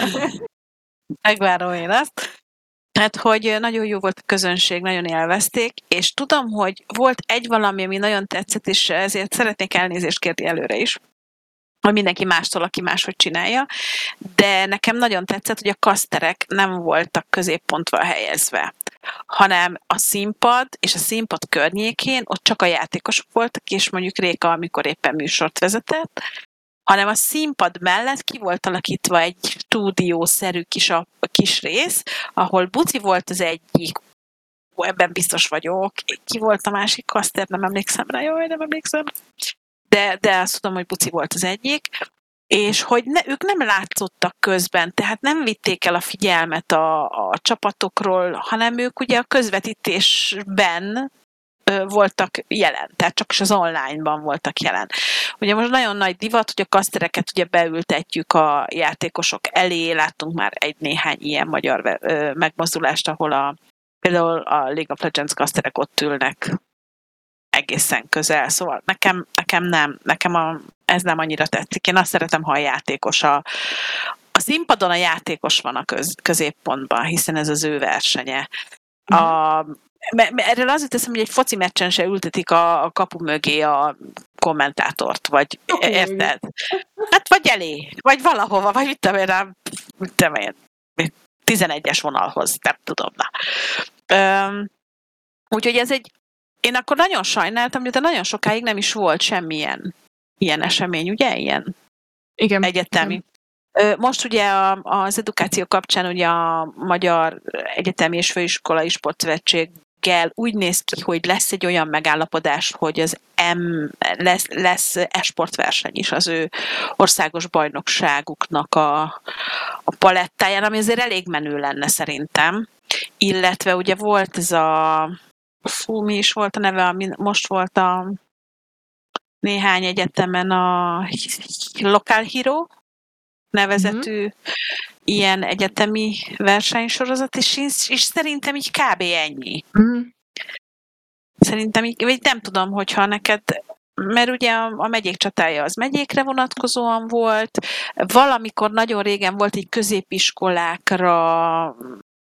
Megvárom én azt. Hát, hogy nagyon jó volt a közönség, nagyon élvezték, és tudom, hogy volt egy valami, ami nagyon tetszett, és ezért szeretnék elnézést kérni előre is, hogy mindenki mástól, aki máshogy csinálja, de nekem nagyon tetszett, hogy a kaszterek nem voltak középpontba helyezve, hanem a színpad és a színpad környékén ott csak a játékosok voltak, és mondjuk Réka, amikor éppen műsort vezetett, hanem a színpad mellett ki volt alakítva egy stúdiószerű kis, a, kis rész, ahol Buci volt az egyik, ebben biztos vagyok, ki volt a másik kaszter, nem emlékszem rá, jaj, nem emlékszem, de, de azt tudom, hogy Buci volt az egyik, és hogy ne, ők nem látszottak közben, tehát nem vitték el a figyelmet a, a csapatokról, hanem ők ugye a közvetítésben voltak jelen, tehát csak is az online-ban voltak jelen. Ugye most nagyon nagy divat, hogy a kasztereket ugye beültetjük a játékosok elé, láttunk már egy-néhány ilyen magyar megmozdulást, ahol a, például a League of Legends kaszterek ott ülnek egészen közel, szóval nekem, nekem nem, nekem a, ez nem annyira tetszik. Én azt szeretem, ha a játékos a, a színpadon a játékos van a köz, középpontban, hiszen ez az ő versenye. A Erről azért teszem, hogy egy foci meccsen se ültetik a, a kapu mögé a kommentátort, vagy okay. Érted? Hát vagy elé, vagy valahova, vagy mit tudom én, rám, mit tudom én, tizenegyes vonalhoz, nem tudom. Na. Üm, úgyhogy ez egy, én akkor nagyon sajnáltam, de nagyon sokáig nem is volt semmilyen ilyen esemény, ugye? Ilyen igen, egyetemi. Igen. Most ugye az edukáció kapcsán ugye a Magyar Egyetemi és Főiskolai Sportszövetséggel úgy néz ki, hogy lesz egy olyan megállapodás, hogy az M lesz, lesz e-sportverseny is az ő országos bajnokságuknak a, a palettáján, ami azért elég menő lenne szerintem. Illetve ugye volt ez a fú, mi is volt a neve, ami most volt a néhány egyetemen a Local Hero nevezetű mm-hmm. ilyen egyetemi versenysorozat, és, és szerintem így kb. Ennyi. Mm. Szerintem így, vagy nem tudom, hogyha neked, mert ugye a, a megyék csatája az megyékre vonatkozóan volt, valamikor nagyon régen volt egy középiskolákra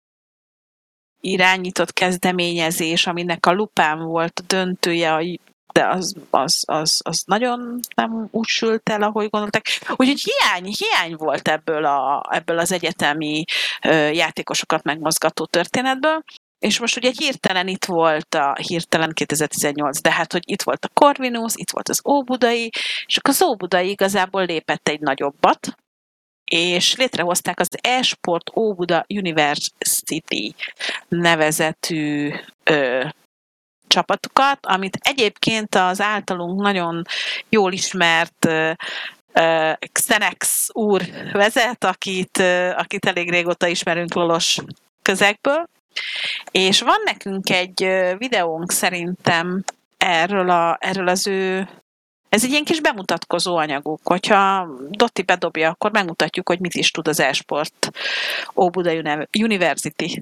irányított kezdeményezés, aminek a Lupán volt a döntője, de az, az, az, az nagyon nem úgy sült el, ahogy gondolták. Úgyhogy hiány, hiány volt ebből, a, ebből az egyetemi ö, játékosokat megmozgató történetből, és most ugye hirtelen itt volt a hirtelen kétezer-tizennyolc, de hát, hogy itt volt a Corvinus, itt volt az Óbudai, és akkor az Óbudai igazából lépett egy nagyobbat, és létrehozták az eSport Óbuda University nevezetű ö, csapatukat, amit egyébként az általunk nagyon jól ismert uh, uh, Xenex úr vezet, akit, uh, akit elég régóta ismerünk lolos közegből, és van nekünk egy uh, videónk szerintem erről, a, erről az ő, ez egy ilyen kis bemutatkozó anyaguk, hogyha Dotti bedobja, akkor megmutatjuk, hogy mit is tud az eSport Óbuda University.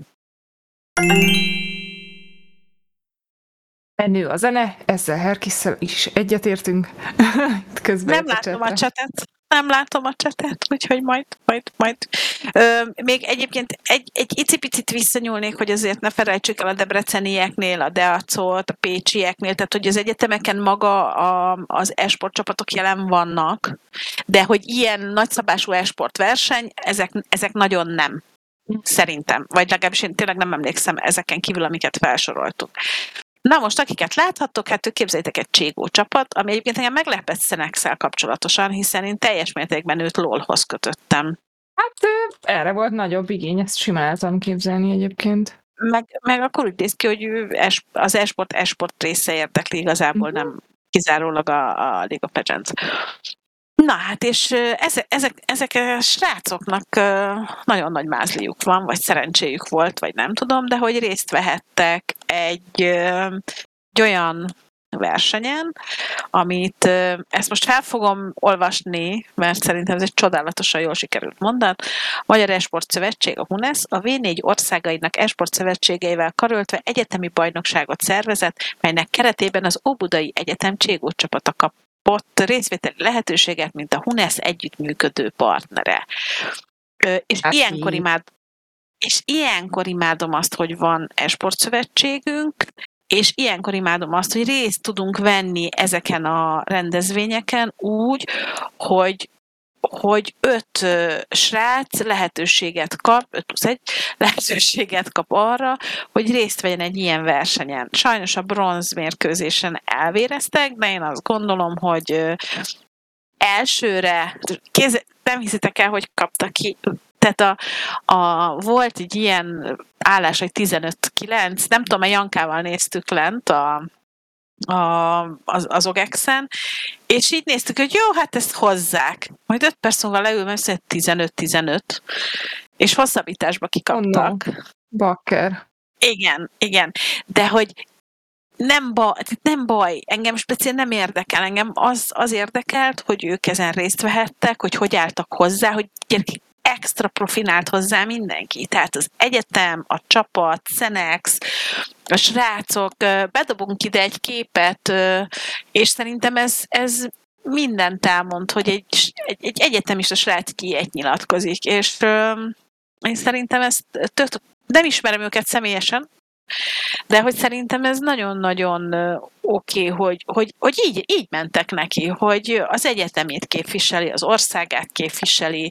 Menő a zene, ezzel Herkisszel is egyetértünk. Nem látom a csetet. nem látom a csetet, úgyhogy majd, majd, majd. Ö, még egyébként egy, egy icipicit visszanyúlnék, hogy azért ne felejtsük el a debrecenieknél, a Deacot, a pécsieknél, tehát hogy az egyetemeken maga a, az e-sport csapatok jelen vannak, de hogy ilyen nagyszabású e-sport verseny, ezek, ezek nagyon nem. Szerintem. Vagy legalábbis én tényleg nem emlékszem ezeken kívül, amiket felsoroltuk. Na most, akiket láthattok, hát ők képzeljétek egy Cségó csapat, ami egyébként engem meglepett Szenexszel kapcsolatosan, hiszen én teljes mértékben őt lolhoz kötöttem. Hát erre volt nagyobb igény, ezt simán el tudom képzelni egyébként. Meg, meg akkor úgy néz ki, hogy ő es, az e-sport e-sport része érdekli, igazából uh-huh. nem kizárólag a, a League of Legends. Na hát, és ezek, ezek, ezek a srácoknak nagyon nagy mázliuk van, vagy szerencséjük volt, vagy nem tudom, de hogy részt vehettek egy, egy olyan versenyen, amit ezt most fel fogom olvasni, mert szerintem ez egy csodálatosan jól sikerült mondat. A Magyar E-sport Szövetség, a HUNESZ, a vé négy országainak e-sport szövetségeivel karöltve egyetemi bajnokságot szervezett, melynek keretében az Óbudai Egyetem Cségó csapata kap ott részvételi lehetőséget, mint a HUNESZ együttműködő partnere. És hát ilyenkor, imád, és ilyenkor imádom azt, hogy van e-sport szövetségünk, és ilyenkor imádom azt, hogy részt tudunk venni ezeken a rendezvényeken úgy, hogy hogy öt srác lehetőséget kap, öt plusz egy lehetőséget kap arra, hogy részt vegyen egy ilyen versenyen. Sajnos a bronz mérkőzésen elvéreztek, de én azt gondolom, hogy elsőre, kéz, nem hiszitek el, hogy kapta ki, tehát a, a, volt egy ilyen állás, hogy tizenöt kilenc, nem tudom, a Jankával néztük lent a A, az, az Ogexen, és így néztük, hogy jó, hát ezt hozzák. Majd öt perc múlva leül, mert tizenöt tizenöt, és hosszabbításba kikaptak. Oh no. Bakker. Igen, igen. De hogy nem baj, nem baj, engem speciál nem érdekel, engem az, az érdekelt, hogy ők ezen részt vehettek, hogy hogy álltak hozzá, hogy extra profinált hozzá mindenki. Tehát az egyetem, a csapat, Szenex, a srácok, bedobunk ide egy képet, és szerintem ez, ez mindent elmond, hogy egy, egy, egy egyetemista srác ki ilyet nyilatkozik, és én szerintem ezt tök, nem ismerem őket személyesen, de hogy szerintem ez nagyon-nagyon oké, okay, hogy, hogy, hogy így, így mentek neki, hogy az egyetemét képviseli, az országát képviseli.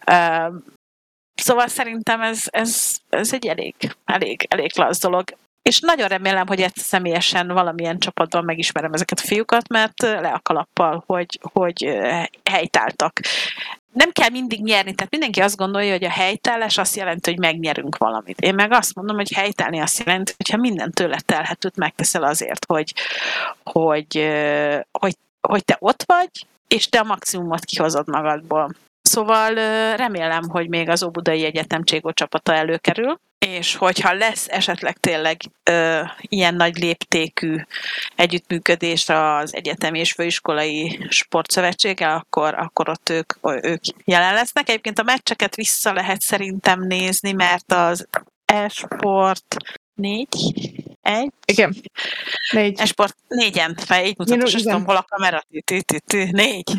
Szóval szerintem ez, ez, ez egy elég, elég, elég klassz dolog. És nagyon remélem, hogy ezt személyesen valamilyen csapatban megismerem ezeket a fiúkat, mert le a kalappal, hogy, hogy helytáltak. Nem kell mindig nyerni, tehát mindenki azt gondolja, hogy a helytállás azt jelenti, hogy megnyerünk valamit. Én meg azt mondom, hogy helytállni azt jelenti, hogyha minden tőle telhetőt megteszel azért, hogy, hogy, hogy, hogy te ott vagy, és te a maximumot kihozod magadból. Szóval remélem, hogy még az Óbudai Egyetem Cségó csapata előkerül, és hogyha lesz esetleg tényleg ö, ilyen nagy léptékű együttműködés az egyetemi és főiskolai sportszövetséggel, akkor, akkor ott ők, ők jelen lesznek. Egyébként a meccseket vissza lehet szerintem nézni, mert az e-sport négy, egy? Igen. Négy. E-sport négyen, fel így mutatos, azt tudom, hol a kamera? Négy.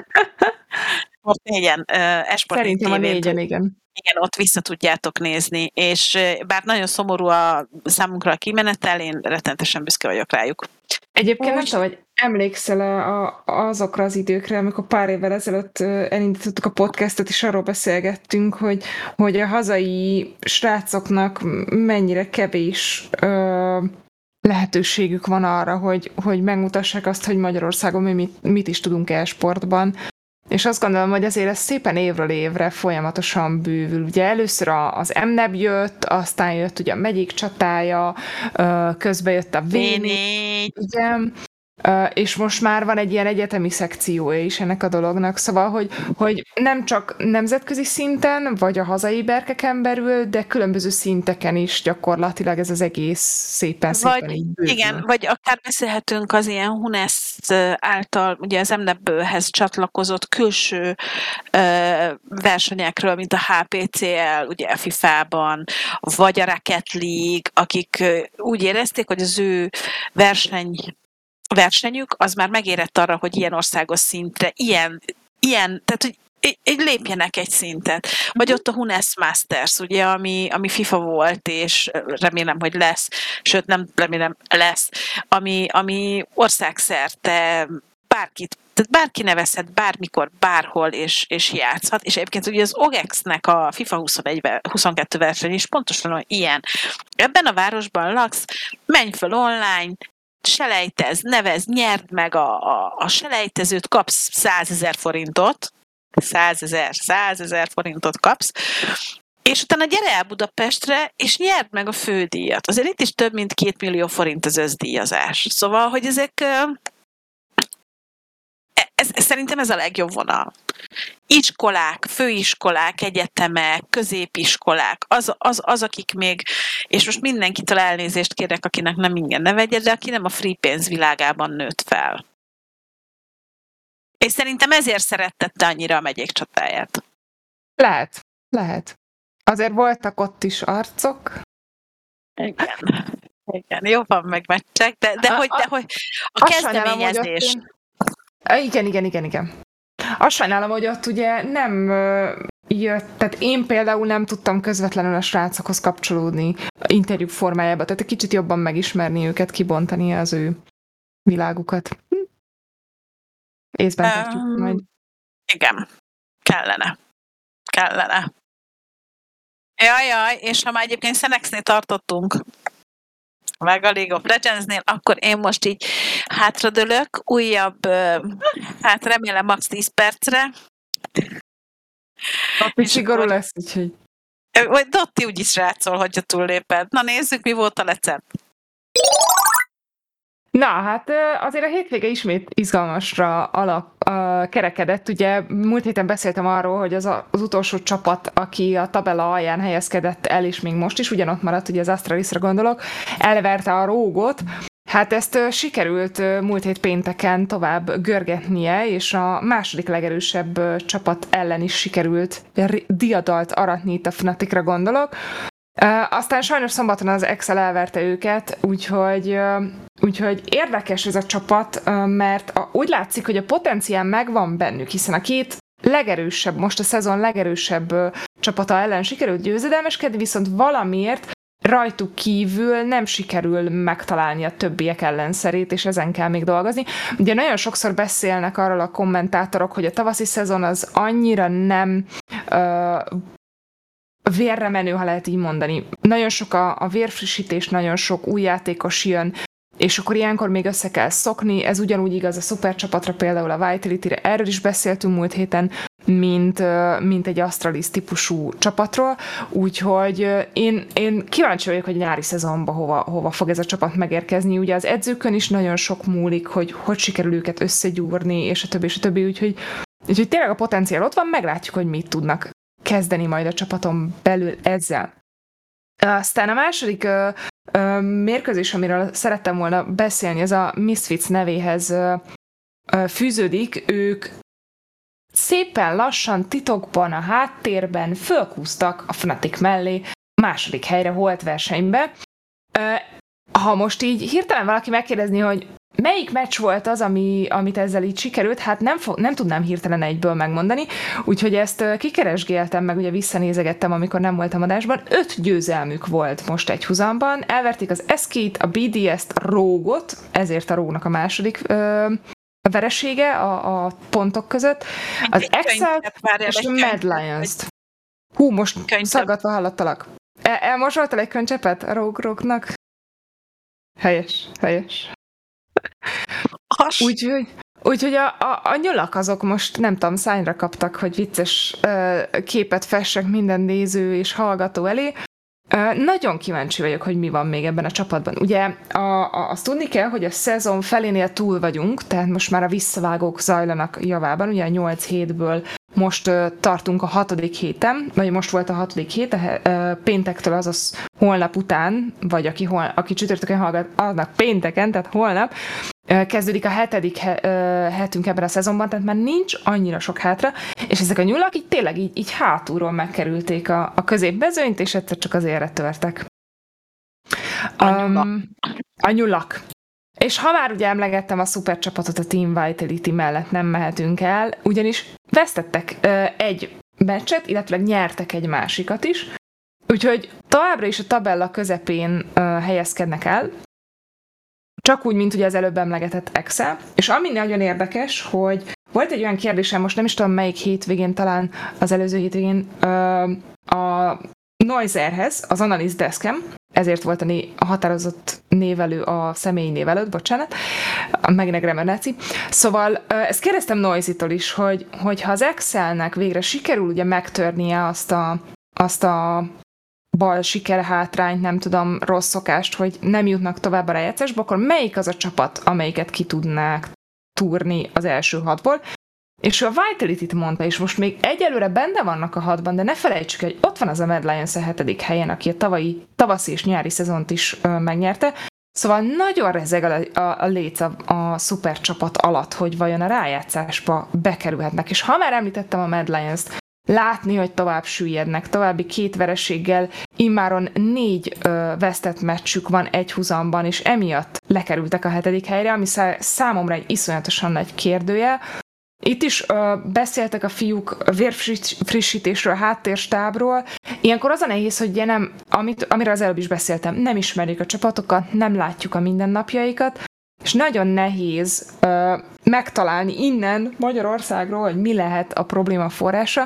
Most négyen. E-sport szerintem a négyen, igen. Igen, ott vissza tudjátok nézni, és bár nagyon szomorú a számunkra a kimenetel, én rettenetesen büszke vagyok rájuk. Egyébként nem tudom, hogy emlékszel a, azokra az időkre, amikor pár évvel ezelőtt elindítottuk a podcastot, és arról beszélgettünk, hogy, hogy a hazai srácoknak mennyire kevés ö, lehetőségük van arra, hogy, hogy megmutassák azt, hogy Magyarországon mi mit, mit is tudunk e-sportban. És azt gondolom, hogy azért ez szépen évről évre folyamatosan bővül. Ugye először az em neb jött, aztán jött ugye a Magic csatája, közben jött a vé négy, igen, és most már van egy ilyen egyetemi szekciója is ennek a dolognak, szóval, hogy, hogy nem csak nemzetközi szinten, vagy a hazai berkeken belül, de különböző szinteken is gyakorlatilag ez az egész szépen szépen vagy, így bővül. Igen, vagy akár beszélhetünk az ilyen HUNESZ által, ugye az em neb-hez csatlakozott külső ö, versenyekről, mint a há pé cé el, ugye a fifában, vagy a Rocket League, akik úgy érezték, hogy az ő verseny versenyük, az már megérett arra, hogy ilyen országos szintre, ilyen ilyen, tehát hogy így lépjenek egy szintet. Vagy ott a Hunes Masters, ugye, ami, ami FIFA volt, és remélem, hogy lesz, sőt nem remélem, lesz, ami, ami országszerte bárkit, tehát bárki nevezhet bármikor, bárhol, és, és játszhat, és egyébként ugye az o gé e iksz-nek a FIFA huszonegy, huszonkettő verseny is pontosan ilyen. Ebben a városban laksz, menj fel online, selejtez, nevez, nyerd meg a, a, a selejtezőt, kapsz százezer forintot, százezer, százezer forintot kapsz, és utána gyere el Budapestre, és nyerd meg a fődíjat. Azért itt is több mint két millió forint az összdíjazás. Szóval, hogy ezek ez, ez, szerintem ez a legjobb vonal. Iskolák, főiskolák, egyetemek, középiskolák, az, az, az, akik még, és most mindenkitől elnézést kérek, akinek nem ingyen ne vegye, de aki nem a free pénz világában nőtt fel. És szerintem ezért szerettette annyira a megyék csatáját. Lehet, lehet. Azért voltak ott is arcok. Igen. Igen, jobban megmeccsek, de, de, a, hogy, de hogy a kezdeményezés... Sajnálom, én... Igen, igen, igen, igen. Azt sajnálom, hogy ott ugye nem jött, tehát én például nem tudtam közvetlenül a srácokhoz kapcsolódni interjúk formájában, tehát egy kicsit jobban megismerni őket, kibontani az ő világukat. Észben tartjuk um, majd. Igen, kellene. Kellene. Jaj, jaj, és ha már egyébként Szenexnél tartottunk, meg a League of Legendsnél, akkor én most így hátradőlök, újabb, hát remélem max tíz percre. Dotti szigorú lesz, úgyhogy... Vagy Dotti úgyis rátszol, hogyha túlléped. Na nézzük, mi volt a recept. Na, hát azért a hétvége ismét izgalmasra alap, uh, kerekedett. Ugye múlt héten beszéltem arról, hogy az, a, az utolsó csapat, aki a tabella alján helyezkedett el, és még most is ugyanott maradt, ugye az Astralisra gondolok, elverte a Rogue-ot. Hát ezt uh, sikerült uh, múlt hét pénteken tovább görgetnie, és a második legerősebb uh, csapat ellen is sikerült diadalt aratni, itt a Fnaticra gondolok. Uh, aztán sajnos szombaton az Excel elverte őket, úgyhogy, uh, úgyhogy érdekes ez a csapat, uh, mert a, úgy látszik, hogy a potenciál megvan bennük, hiszen a két legerősebb, most a szezon legerősebb uh, csapata ellen sikerült győzedelmeskedni, viszont valamiért rajtuk kívül nem sikerül megtalálni a többiek ellenszerét, és ezen kell még dolgozni. Ugye nagyon sokszor beszélnek arról a kommentátorok, hogy a tavaszi szezon az annyira nem... Uh, vérre menő, ha lehet így mondani. Nagyon sok a, a vérfrissítés, nagyon sok új játékos jön, és akkor ilyenkor még össze kell szokni. Ez ugyanúgy igaz a szupercsapatra, például a Vitality-re, erről is beszéltünk múlt héten, mint, mint egy Astralis típusú csapatról, úgyhogy én, én kíváncsi vagyok, hogy nyári szezonban hova, hova fog ez a csapat megérkezni. Ugye az edzőkön is nagyon sok múlik, hogy hogy sikerül őket összegyúrni, és a többi, és a többi, úgyhogy, úgyhogy tényleg a potenciál ott van, meglátjuk, hogy mit tudnak kezdeni majd a csapaton belül ezzel. Aztán a második ö, ö, mérkőzés, amiről szerettem volna beszélni, ez a Misfits nevéhez ö, ö, fűződik. Ők szépen lassan, titokban, a háttérben fölkúztak a Fnatic mellé második helyre holt versenybe. Ö, ha most így hirtelen valaki megkérdezni, hogy melyik meccs volt az, ami, amit ezzel így sikerült, hát nem, fog, nem tudnám hirtelen egyből megmondani, úgyhogy ezt kikeresgéltem, meg ugye visszanézegettem, amikor nem voltam adásban. Öt győzelmük volt most egy huzamban, elverték az es ká-t, a bé dé es-t, a Rogue-ot, ezért a Rogue-nak a második ö, a veresége a, a pontok között, az Excel és a Mad Lions-t. Hú, most szaggatva hallottalak. El, elmosoltál egy könycsepet a Rogue-nak? Helyes, helyes. Úgyhogy, úgyhogy a, a, a nyulak azok most, nem tudom, szányra kaptak, hogy vicces uh, képet fessek minden néző és hallgató elé. Uh, nagyon kíváncsi vagyok, hogy mi van még ebben a csapatban. Ugye a, a, azt tudni kell, hogy a szezon felénél túl vagyunk, tehát most már a visszavágók zajlanak javában, ugye a nyolc hétből most uh, tartunk a hatodik héten, vagy most volt a hatodik hét, a uh, péntektől, azaz holnap után, vagy aki, hol, aki csütörtökön hallgat, annak pénteken, tehát holnap, uh, kezdődik a hetedik he, uh, hetünk ebben a szezonban, tehát már nincs annyira sok hátra, és ezek a nyulak így tényleg így, így hátulról megkerülték a, a középmezőnyt, és egyszer csak az élre törtek. Um, a nyulak. És ha már ugye emlegettem a szupercsapatot, a Team Vitality mellett nem mehetünk el, ugyanis vesztettek uh, egy meccset, illetve nyertek egy másikat is, úgyhogy továbbra is a tabella közepén uh, helyezkednek el, csak úgy, mint ugye az előbb emlegetett Excel. És ami nagyon érdekes, hogy volt egy olyan kérdésem, most nem is tudom melyik hétvégén, talán az előző hétvégén, uh, a Noiserhez, az Analyst Deskem, ezért volt a, né- a határozott névelő a személyi név előtt, bocsánat, megint egy Gremernáci. Szóval ezt kérdeztem Noisy-tól is, hogy, hogy ha az Excelnek végre sikerül ugye megtörnie azt a, azt a bal sikerhátrányt, nem tudom, rossz szokást, hogy nem jutnak tovább a rájátszásba, akkor melyik az a csapat, amelyiket ki tudnák túrni az első hatból? És ő a Vitality-t mondta, és most még egyelőre benne vannak a hatban, de ne felejtsük, hogy ott van az a Mad Lions a hetedik helyen, aki a tavalyi, tavaszi és nyári szezont is ö, megnyerte. Szóval nagyon rezeg a, a, a léc a, a szupercsapat alatt, hogy vajon a rájátszásba bekerülhetnek. És ha már említettem a Mad Lions-t, látni, hogy tovább süllyednek, további két vereséggel, immáron négy ö, vesztett meccsük van egy húzamban, és emiatt lekerültek a hetedik helyre, ami szá- számomra egy iszonyatosan nagy kérdőjel. Itt is ö, beszéltek a fiúk vérfrissítésről, háttérstábról. Ilyenkor az a nehéz, hogy ugye nem, amit, amiről az előbb is beszéltem, nem ismerjük a csapatokat, nem látjuk a mindennapjaikat, és nagyon nehéz ö, megtalálni innen Magyarországról, hogy mi lehet a probléma forrása.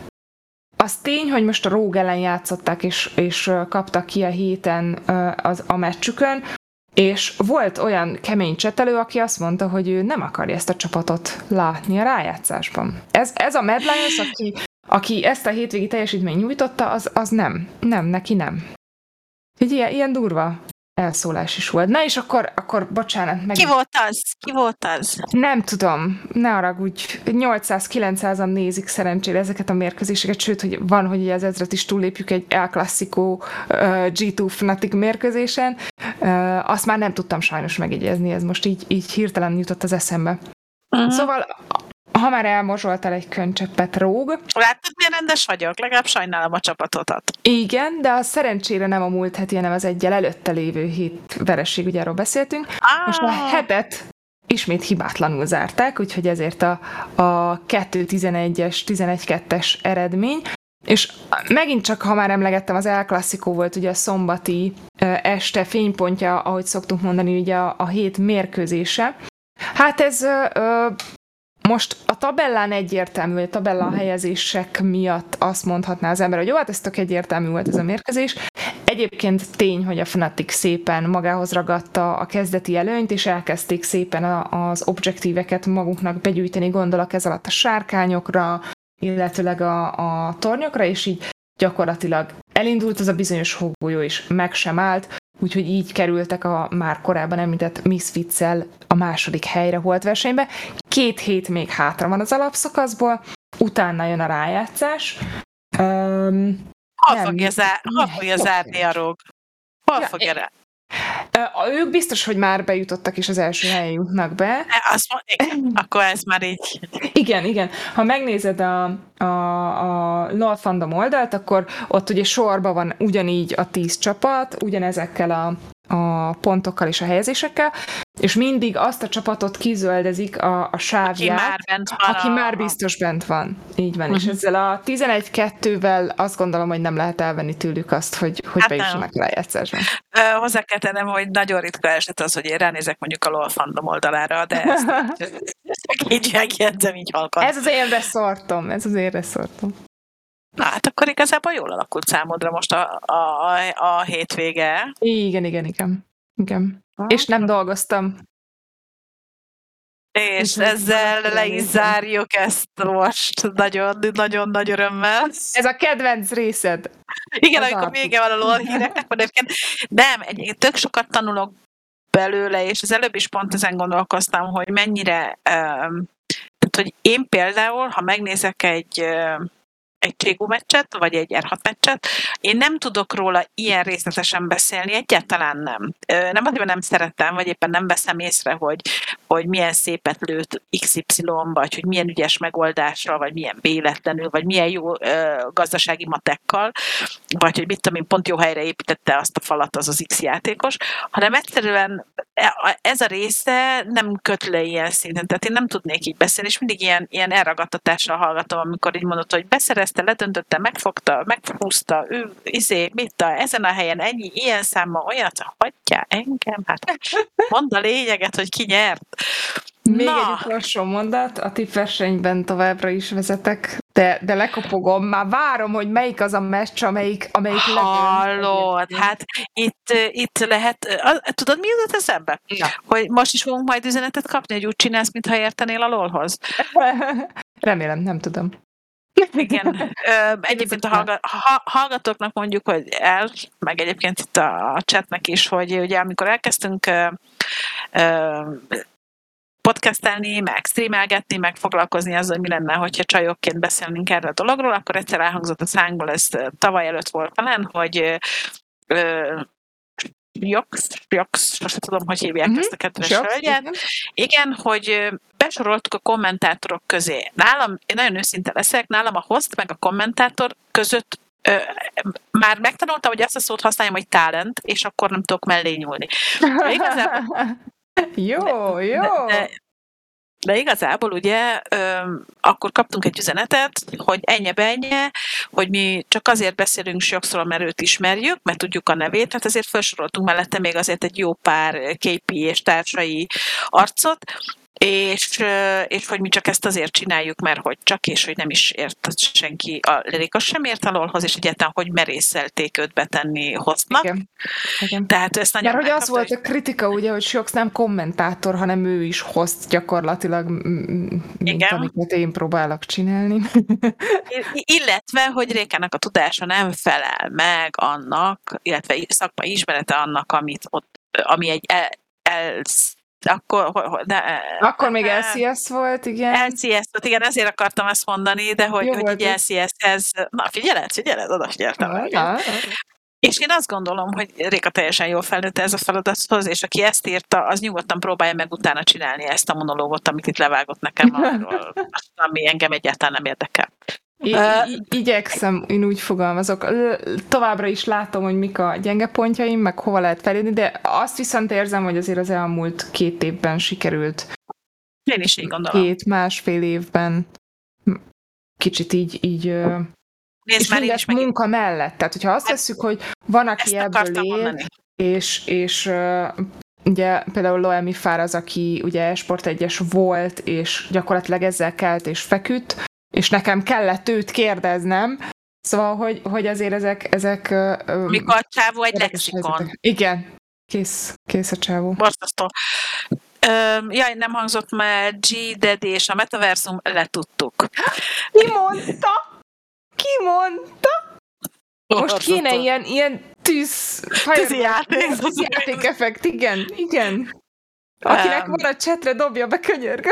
Az tény, hogy most a Rogue ellen játszották, és, és kaptak ki a héten ö, az, a meccsükön, és volt olyan kemény csetelő, aki azt mondta, hogy ő nem akarja ezt a csapatot látni a rájátszásban. Ez, ez a Mad Lions, aki, aki ezt a hétvégi teljesítményt nyújtotta, az, az nem. Nem, neki nem. Úgyhogy ilyen, ilyen durva elszólás is volt. Na és akkor, akkor bocsánat. Meg... Ki volt az? Ki volt az? Nem tudom. Ne haragudj. nyolcszáz-kilencszázan nézik szerencsére ezeket a mérkőzéseket, sőt, hogy van, hogy az ezret is túllépjük egy El Clasico uh, gé kettő Fnatic mérkőzésen. Uh, azt már nem tudtam sajnos megjegyezni, ez most így, így hirtelen jutott az eszembe. Uh-huh. Szóval, ha már elmozsoltál egy könycseppet, Rogue. Látod, milyen rendes vagyok? Legalább sajnálom a csapatotat. Igen, de az szerencsére nem a múlt heti, hanem az egyel előtte lévő hét veresség, ugye arról beszéltünk. Ah. Most a hetet ismét hibátlanul zárták, úgyhogy ezért a, a kettő tizenegyes, tizenegy kettes eredmény. És megint csak, ha már emlegettem, az El Clasico volt ugye a szombati uh, este fénypontja, ahogy szoktunk mondani, ugye a, a hét mérkőzése. Hát ez uh, most a tabellán egyértelmű, vagy a tabellán helyezések miatt azt mondhatná az ember, hogy jó, hát ez tök egyértelmű volt ez a mérkőzés. Egyébként tény, hogy a Fnatic szépen magához ragadta a kezdeti előnyt, és elkezdték szépen a, az objektíveket maguknak begyűjteni, gondolok ez alatt a sárkányokra, illetőleg a, a tornyokra, és így gyakorlatilag elindult az a bizonyos hógolyó, és meg sem állt, úgyhogy így kerültek a már korábban említett Misfits-szel a második helyre holt versenybe. Két hét még hátra van az alapszakaszból, utána jön a rájátszás. Um, hol fogja, zár, hol fogja zárni a Rogue? Hol ja, fogja rá? Ők biztos, hogy már bejutottak, és az első helyen jutnak be. Azt mondom, akkor ez már így. Igen, igen. Ha megnézed a, a, a LoL Fandom oldalt, akkor ott ugye sorban van ugyanígy a tíz csapat, ugyanezekkel a, a pontokkal és a helyezésekkel, és mindig azt a csapatot kizöldezik a, a sávját, aki már bent van. Aki a... már biztos bent van. Így van. Uh-huh. És Mhm. ezzel a tizenegy kettővel azt gondolom, hogy nem lehet elvenni tőlük azt, hogy, hogy Hát bejussanak a rájátszásban. Ö, hozzá kell tennem, hogy nagyon ritka eset az, hogy én ránézek mondjuk a LoL Fandom oldalára, de ezt így, így megjegyzem, így halkan. Ez az én reszortom, ez az én reszortom. Na hát akkor igazából jól alakult számodra most a, a, a, a hétvége. Igen, igen, igen. igen. És nem dolgoztam. És ezzel le is zárjuk ezt most nagyon-nagyon nagy örömmel. Ez a kedvenc részed. Igen, az amikor vége van a LoL híreknek, nem, egy, tök sokat tanulok belőle, és az előbb is pont ezen gondolkoztam, hogy mennyire, um, tehát, hogy én például, ha megnézek egy, egy Cségó meccset, vagy egy er hat meccset. Én nem tudok róla ilyen részletesen beszélni, egyáltalán nem. Nem azért, nem szeretem, vagy éppen nem veszem észre, hogy, hogy milyen szépet lőtt iksz ipszilon, vagy hogy milyen ügyes megoldással, vagy milyen véletlenül, vagy milyen jó ö, gazdasági matekkal, vagy hogy mit tudom én, pont jó helyre építette azt a falat az az X játékos, hanem egyszerűen ez a része nem köt le ilyen szinten, tehát én nem tudnék így beszélni, és mindig ilyen, ilyen elragadtatással hallgatom, amikor így mondod, hogy beszerezte, ledöntötte, megfogta, meghúzta, ő, izé, mit a, ezen a helyen ennyi, ilyen számmal, olyat, hagyjál engem, hát mondd a lényeget, hogy ki nyert. Még Na. egy utolsó mondat, a tippversenyben továbbra is vezetek, de, de lekopogom, már várom, hogy melyik az a meccs, amelyik, amelyik Hallod, hát itt, itt lehet, tudod, mi jutott eszembe? Ja. Hogy most is fogunk majd üzenetet kapni, hogy úgy csinálsz, mintha értenél a lolhoz. Remélem, nem tudom. Igen. Ö, egyébként a hallga- ha- hallgatóknak mondjuk, hogy el, meg egyébként itt a chatnek is, hogy ugye amikor elkezdtünk ö, ö, podcastelni, meg streamelgetni, meg foglalkozni azzal, hogy mi lenne, hogyha csajokként beszélnénk erről a dologról, akkor egyszer elhangzott a szánkból, ez tavaly előtt volt talán, hogy ö, Jox, Jox, most tudom, hogy hívják mm-hmm. ezt a kedves hölgyet. Igen, hogy besoroltuk a kommentátorok közé. Nálam, én nagyon őszinte leszek, nálam a host meg a kommentátor között ö, már megtanultam, hogy ezt a szót használjam, hogy talent, és akkor nem tudok mellé nyúlni. De igazából, jó, de, jó. De, de, de igazából ugye ö, akkor kaptunk egy üzenetet, hogy ennye-bennye, hogy mi csak azért beszélünk Joxról, mert őt ismerjük, mert tudjuk a nevét, hát ezért felsoroltunk mellette még azért egy jó pár ká pé és társai arcot, és, és hogy mi csak ezt azért csináljuk, mert hogy csak, és hogy nem is ért senki, a Lérika sem ért a lolhoz, és egyáltalán, hogy merészelték őt betenni hoznak. Igen. Igen. Tehát ezt nagyon mert hogy az volt a kritika, ugye, hogy Jox nem kommentátor, hanem ő is host gyakorlatilag, mint amiket én próbálok csinálni. Illetve, hogy Rékának a tudása nem felel meg annak, illetve szakmai ismerete annak, amit ott, ami egy el, el Akkor, de, Akkor még el cé es volt, igen. el cé es volt, igen, ezért akartam ezt mondani, de hogy, hogy így el cé eshez, na figyeled, figyeled, odafigyeltem. És én azt gondolom, hogy Réka teljesen jól felnőtte ez a feladathoz, és aki ezt írta, az nyugodtan próbálja meg utána csinálni ezt a monológot, amit itt levágott nekem arról, ami engem egyáltalán nem érdekel. I- i- igyekszem, én úgy fogalmazok. Továbbra is látom, hogy mik a gyenge pontjaim, meg hova lehet fejlődni, de azt viszont érzem, hogy azért az elmúlt két évben sikerült. Én is így gondolom. Két, másfél évben kicsit így, így Nézd, és mindez munka meg... mellett. Tehát, hogyha azt vesszük, hogy van, aki ebből él, és, és uh, ugye például Loemi Fár az, aki ugye e-sport egyes volt, és gyakorlatilag ezzel kelt és feküdt, és nekem kellett őt kérdeznem, szóval, hogy, hogy azért ezek... ezek Mikor a csávó egy lexikon. Helyzetek. Igen, kész, kész a csávó. Borzasztó. Jaj, nem hangzott már G-Daddy és a Metaversum, letudtuk. Ki mondta? Ki mondta? Most kéne ilyen, ilyen tűz... Tűzi játék. Játékeffekt, igen, igen. Akinek um, van a csetre, dobja be, könyörgöm.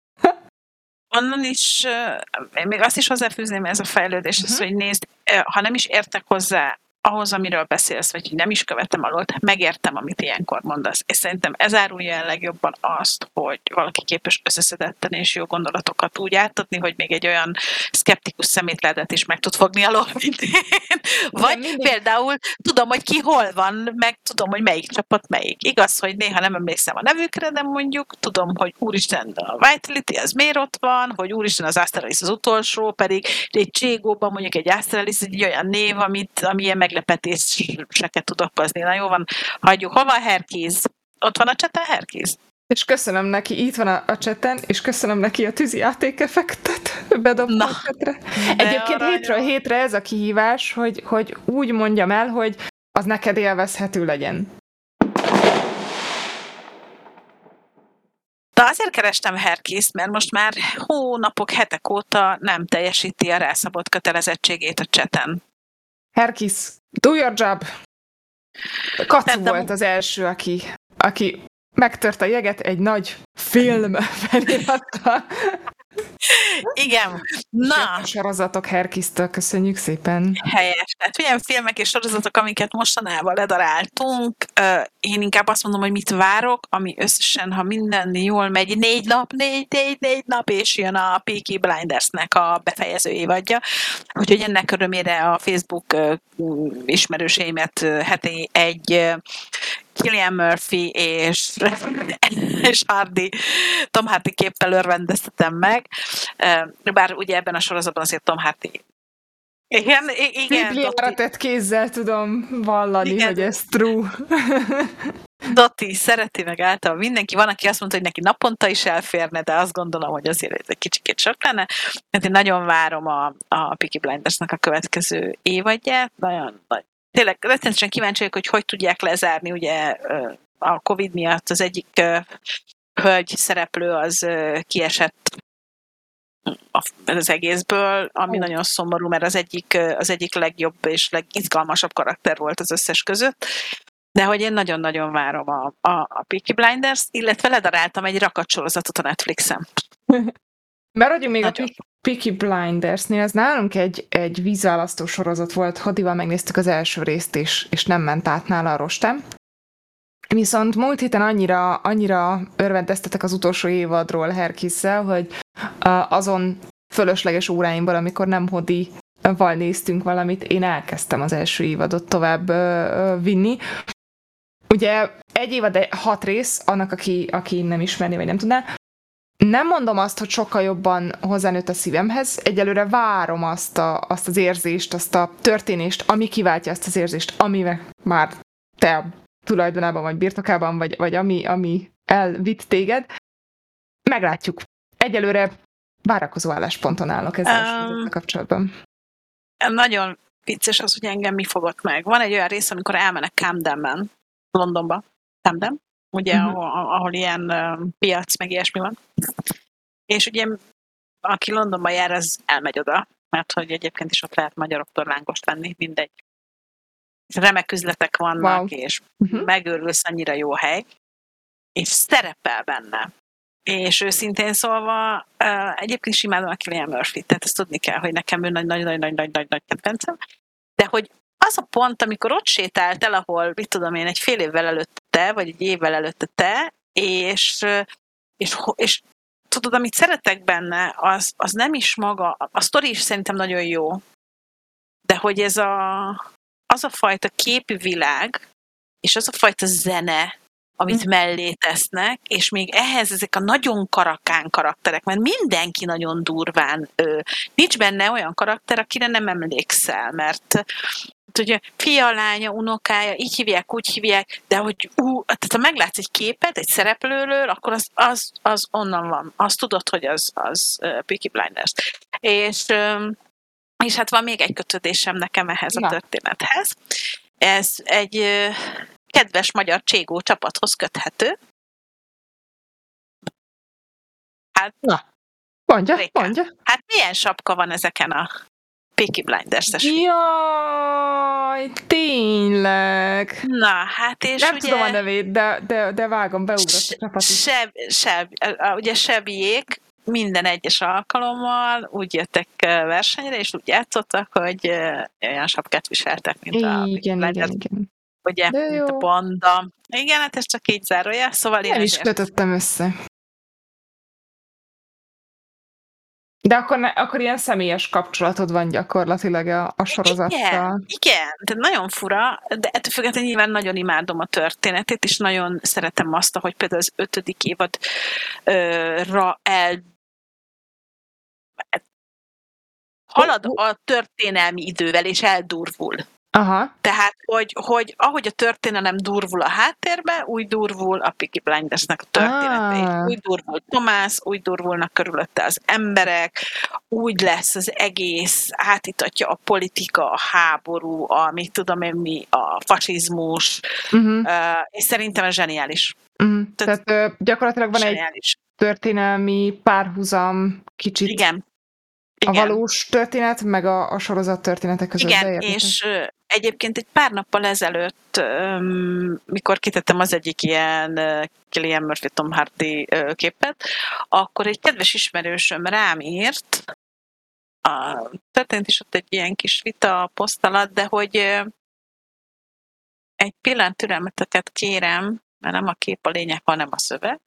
Onnan is, én még azt is hozzáfűzném ez a fejlődés, uh-huh. az, hogy nézd, ha nem is értek hozzá ahhoz, amiről beszélsz, vagy hogy nem is követem alól, megértem, amit ilyenkor mondasz. És szerintem ez árulja el legjobban azt, hogy valaki képes összeszedetten és jó gondolatokat úgy átadni, hogy még egy olyan szkeptikus szemétládat is meg tud fogni alól, mint én. Vagy mindig... például tudom, hogy ki hol van, meg tudom, hogy melyik csapat melyik. Igaz, hogy néha nem emlékszem a nevükre, de mondjuk tudom, hogy úristen, a Vitality az miért ott van, hogy úristen, az Astralis az utolsó, pedig egy Cségóban mondjuk egy Astralis egy olyan név, amit, ami ilyen meglepetéseket tud okozni. Na jó van, hagyjuk. Hova a Herkéz? Ott van a cseten Herkéz? És köszönöm neki, itt van a, a cseten, és köszönöm neki a tűzi játékeffektet, bedobta a csetre. Egyébként hétről hétre ez a kihívás, hogy, hogy úgy mondjam el, hogy az neked élvezhető legyen. De azért kerestem Herkészt, mert most már hónapok, hetek óta nem teljesíti a rászabott kötelezettségét a cseten. Herkész, do your job! Kacu volt az első, aki, aki megtört a jeget egy nagy film felirattal. Igen. Na. A sorozatok Herkisztől, köszönjük szépen. Helyes. Tehát olyan filmek és sorozatok, amiket mostanában ledaráltunk, én inkább azt mondom, hogy mit várok, ami összesen, ha minden jól megy, négy nap, négy, négy, négy nap, és jön a Peaky Blindersnek a befejező évadja. Úgyhogy ennek örömére a Facebook ismerőseimet heti egy Cillian Murphy és, és Hardy, Tom Hardy képpel örvendeztetem meg. Bár ugye ebben a sorozatban azért Tom Hardy igen, igen. Bibliára tett kézzel tudom vallani, igen. Hogy ez true. Dotti szereti meg általában mindenki. Van, aki azt mondta, hogy neki naponta is elférne, de azt gondolom, hogy azért ez egy kicsikét sok lenne. Hát én nagyon várom a, a Peaky Blindersnek a következő évadját. Nagyon, nagyon. Tényleg rettenetesen kíváncsi vagyok, hogy hogy tudják lezárni ugye a Covid miatt. Az egyik hölgy szereplő az kiesett az egészből, ami oh. nagyon szomorú, mert az egyik, az egyik legjobb és legizgalmasabb karakter volt az összes között. De hogy én nagyon-nagyon várom a, a, a Peaky Blinders, illetve ledaráltam egy rakatsorozatot a Netflixen. Maradjunk még nagyon. A Peaky Blindersnél, ez nálunk egy, egy vízválasztó sorozat volt, Hodival megnéztük az első részt is, és nem ment át nála a rostám. Viszont múlt héten annyira, annyira örvendeztetek az utolsó évadról Herkisszel, hogy azon fölösleges óráimból, amikor nem Hodival néztünk valamit, én elkezdtem az első évadot tovább vinni. Ugye egy évad, hat rész, annak, aki, aki nem ismerné, vagy nem tudná. Nem mondom azt, hogy sokkal jobban hozzánőtt a szívemhez, egyelőre várom azt, a, azt az érzést, azt a történést, ami kiváltja azt az érzést, amivel már te tulajdonában vagy birtokában, vagy, vagy ami, ami elvitt téged. Meglátjuk. Egyelőre várakozó állásponton állok ezzel um, kapcsolatban. Nagyon vicces az, hogy engem mi fogott meg. Van egy olyan rész, amikor elmenek Camdenben, Londonba, Camden, ugye, uh-huh. ahol, ahol ilyen uh, piac, meg ilyesmi van. És ugye, aki Londonba jár, az elmegy oda, mert hogy egyébként is ott lehet magyaroktól lángost venni, mindegy. Remek üzletek vannak, wow. és uh-huh. megőrülsz, annyira jó hely, és szerepel benne. És őszintén szólva, uh, egyébként is imádom a Cillian Murphy-t, tehát ezt tudni kell, hogy nekem ő nagy-nagy-nagy-nagy-nagy kedvencem. De hogy az a pont, amikor ott sétált el, ahol, mit tudom én, egy fél évvel előtte te, vagy egy évvel előtte te, és, és, és tudod, amit szeretek benne, az, az nem is maga, a sztori is szerintem nagyon jó, de hogy ez a, az a fajta képi világ, és az a fajta zene, amit mellé tesznek, és még ehhez ezek a nagyon karakán karakterek, mert mindenki nagyon durván, ö, nincs benne olyan karakter, akire nem emlékszel, mert ugye fia, lánya, unokája, így hívják, úgy hívják, de hogy ú, tehát ha meglátsz egy képet, egy szereplőről, akkor az, az, az onnan van. Azt tudod, hogy az, az uh, Peaky Blinders. És, um, és hát van még egy kötődésem nekem ehhez Na. a történethez. Ez egy uh, kedves magyar cségó csapathoz köthető. Hát, Na, mondja, Réka. mondja. Hát milyen sapka van ezeken a Peaky Blinders-es. Jaj, tényleg. Na, hát és nem ugye... tudom a nevét, de, de, de vágom, beugrott a csapat is. Seb, seb, ugye Sebiék minden egyes alkalommal úgy jöttek versenyre, és úgy játszottak, hogy olyan sapkát viseltek, mint igen, a igen, igen, igen. Ugye, de mint jó. a banda. Igen, hát ez csak így zárója, szóval én is kötöttem össze. De akkor, ne, akkor ilyen személyes kapcsolatod van gyakorlatilag a, a sorozattal. Igen, igen, de nagyon fura, de ettől függetlenül nyilván nagyon imádom a történetét, és nagyon szeretem azt, hogy például az ötödik évadra el halad a történelmi idővel, és eldurvul. Aha. Tehát, hogy, hogy ahogy a történelem durvul a háttérbe, úgy durvul a Peaky Blindersnek a története. Ah. Úgy durvul Tomás, úgy durvulnak körülötte az emberek, úgy lesz az egész, átítatja a politika, a háború, a mit tudom én mi, a fasizmus, uh-huh. uh, és szerintem ez zseniális. Uh-huh. Tehát, Tehát uh, gyakorlatilag van zseniális. Egy történelmi párhuzam kicsit. Igen. A Igen. valós történet, meg a, a sorozat története között. Igen, és egyébként egy pár nappal ezelőtt, mikor kitettem az egyik ilyen Cillian Murphy Tom Hardy képet, akkor egy kedves ismerősöm rám írt, a, történt is ott egy ilyen kis vita a poszt alatt, de hogy egy pillanat türelmeteket kérem, mert nem a kép a lényeg, hanem a szöveg.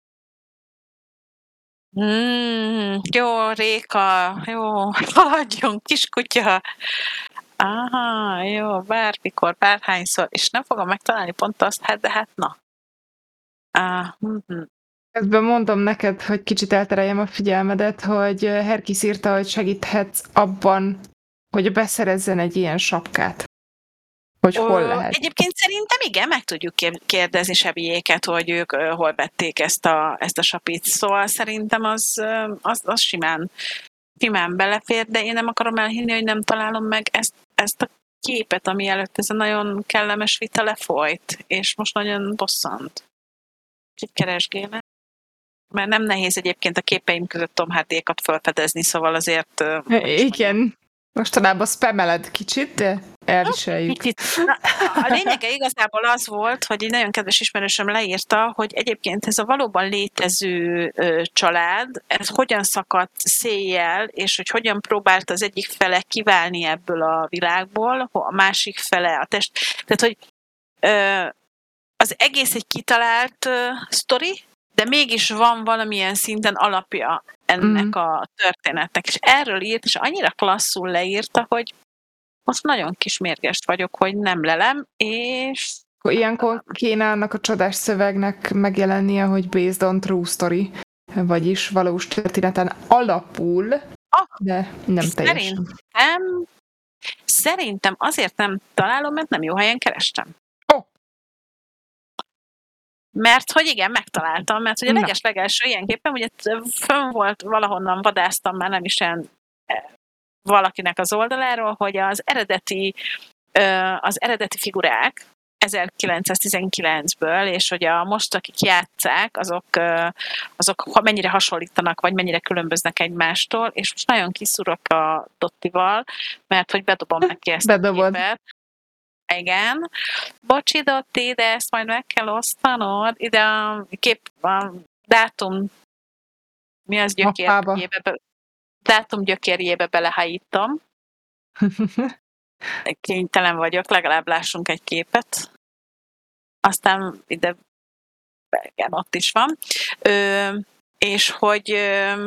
Mm, jó, Réka, jó, haladjunk, kiskutya. Aha, jó, bármikor, bárhányszor, és nem fogom megtalálni pont azt, hát de hát na. Ah, mm-hmm. Közben mondom neked, hogy kicsit eltereljem a figyelmedet, hogy Herkis írta, hogy segíthetsz abban, hogy beszerezzen egy ilyen sapkát. Hogy hol Ö, lehet. Egyébként szerintem igen, meg tudjuk kérdezni Sebiéket, hogy ők ö, hol vették ezt a, ezt a sapit. Szóval szerintem az, ö, az, az simán, simán belefér, de én nem akarom elhinni, hogy nem találom meg ezt, ezt a képet, ami előtt ez a nagyon kellemes vita lefolyt, és most nagyon bosszant. Kicsit keresgélek. Mert nem nehéz egyébként a képeim között Tom Hardy-ékat felfedezni, szóval azért... ö, hogy is Igen. mondjam. Mostanában spameled kicsit, de elviseljük. Kicsit. Na, a lényege igazából az volt, hogy egy nagyon kedves ismerősöm leírta, hogy egyébként ez a valóban létező ö, család, ez hogyan szakadt széjjel, és hogy hogyan próbált az egyik fele kiválni ebből a világból, a másik fele a test. Tehát, hogy ö, az egész egy kitalált ö, sztori, de mégis van valamilyen szinten alapja ennek mm. a történetnek. És erről írt, és annyira klasszul leírta, hogy most nagyon kis mérgest vagyok, hogy nem lelem, és... Ilyenkor kéne annak a csodás szövegnek megjelennie, hogy based on true story, vagyis valós történeten alapul, ah, de nem teljesen. Szerintem, szerintem azért nem találom, mert nem jó helyen kerestem. Oh. Mert hogy igen, megtaláltam, mert hogy a leges-legelső ilyenképpen, ugye fönn volt, valahonnan vadásztam, már nem is ilyen valakinek az oldaláról, hogy az eredeti, az eredeti figurák ezerkilencszáztizenkilencből, és hogy a most, akik játsszák, azok, azok mennyire hasonlítanak, vagy mennyire különböznek egymástól, és most nagyon kiszúrok a Dottival, mert hogy bedobom neki ezt Bedobod. a képet. Igen. Bocsi, Dotti, de ezt majd meg kell osztanod. Ide a kép, a dátum, mi az gyökérjébe, be, dátum gyökérjébe belehájítom. Kénytelen vagyok, legalább lássunk egy képet. Aztán ide, igen, ott is van. Ö, és hogy ö,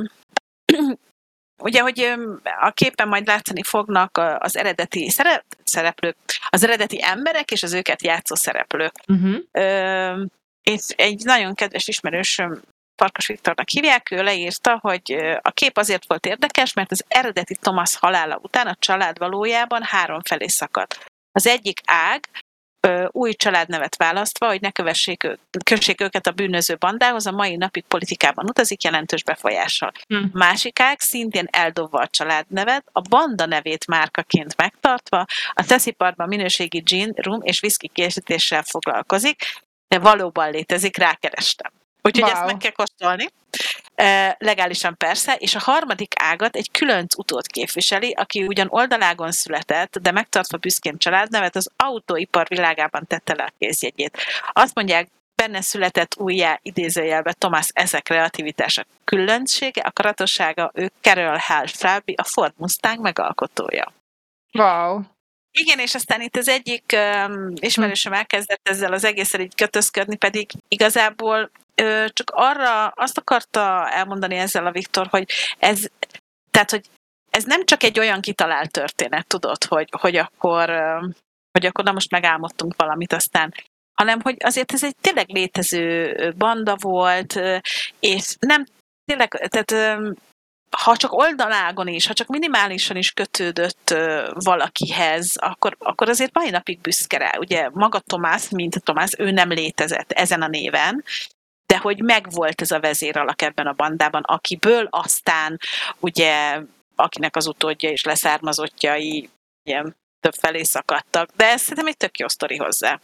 ugye, hogy a képen majd látszani fognak az eredeti szereplők, az eredeti emberek és az őket játszó szereplők. Uh-huh. Ö, és egy nagyon kedves ismerősöm, Farkas Viktornak hívják, ő leírta, hogy a kép azért volt érdekes, mert az eredeti Thomas halála után a család valójában három felé szakadt. Az egyik ág új családnevet választva, hogy ne kövessék, kössék őket a bűnöző bandához, a mai napig politikában utazik jelentős befolyással. Hmm. Másik ág szintén eldobva a családnevet, a banda nevét márkaként megtartva, a tesziparban minőségi gin, rum és whisky készítéssel foglalkozik, de valóban létezik, rákerestem. Úgyhogy wow. Ezt meg kell kóstolni. E, legálisan persze, és a harmadik ágat egy különc utód képviseli, aki ugyan oldalágon született, de megtartva büszkén családnevet, az autóipar világában tette le a kézjegyét. Azt mondják, benne született újjá idézőjelbe Thomas Ezek kreativitása különbsége, a karatossága, ő Carroll Hal Fralby, a Ford Mustang megalkotója. Wow! Igen, és aztán itt az egyik um, ismerősöm elkezdett ezzel az egészen így kötözködni, pedig igazából ö, csak arra azt akarta elmondani ezzel a Viktor, hogy ez, tehát, hogy ez nem csak egy olyan kitalált történet, tudod, hogy, hogy akkor, hogy akkor na most megálmodtunk valamit aztán, hanem hogy azért ez egy tényleg létező banda volt, és nem tényleg, tehát ha csak oldalágon is, ha csak minimálisan is kötődött uh, valakihez, akkor, akkor azért mai napig büszke rá. Ugye maga Tomás, mint Tomás, ő nem létezett ezen a néven, de hogy megvolt ez a vezéralak ebben a bandában, akiből aztán ugye, akinek az utódja és leszármazottjai ilyen több felé szakadtak. De ez szerintem egy tök jó sztori hozzá.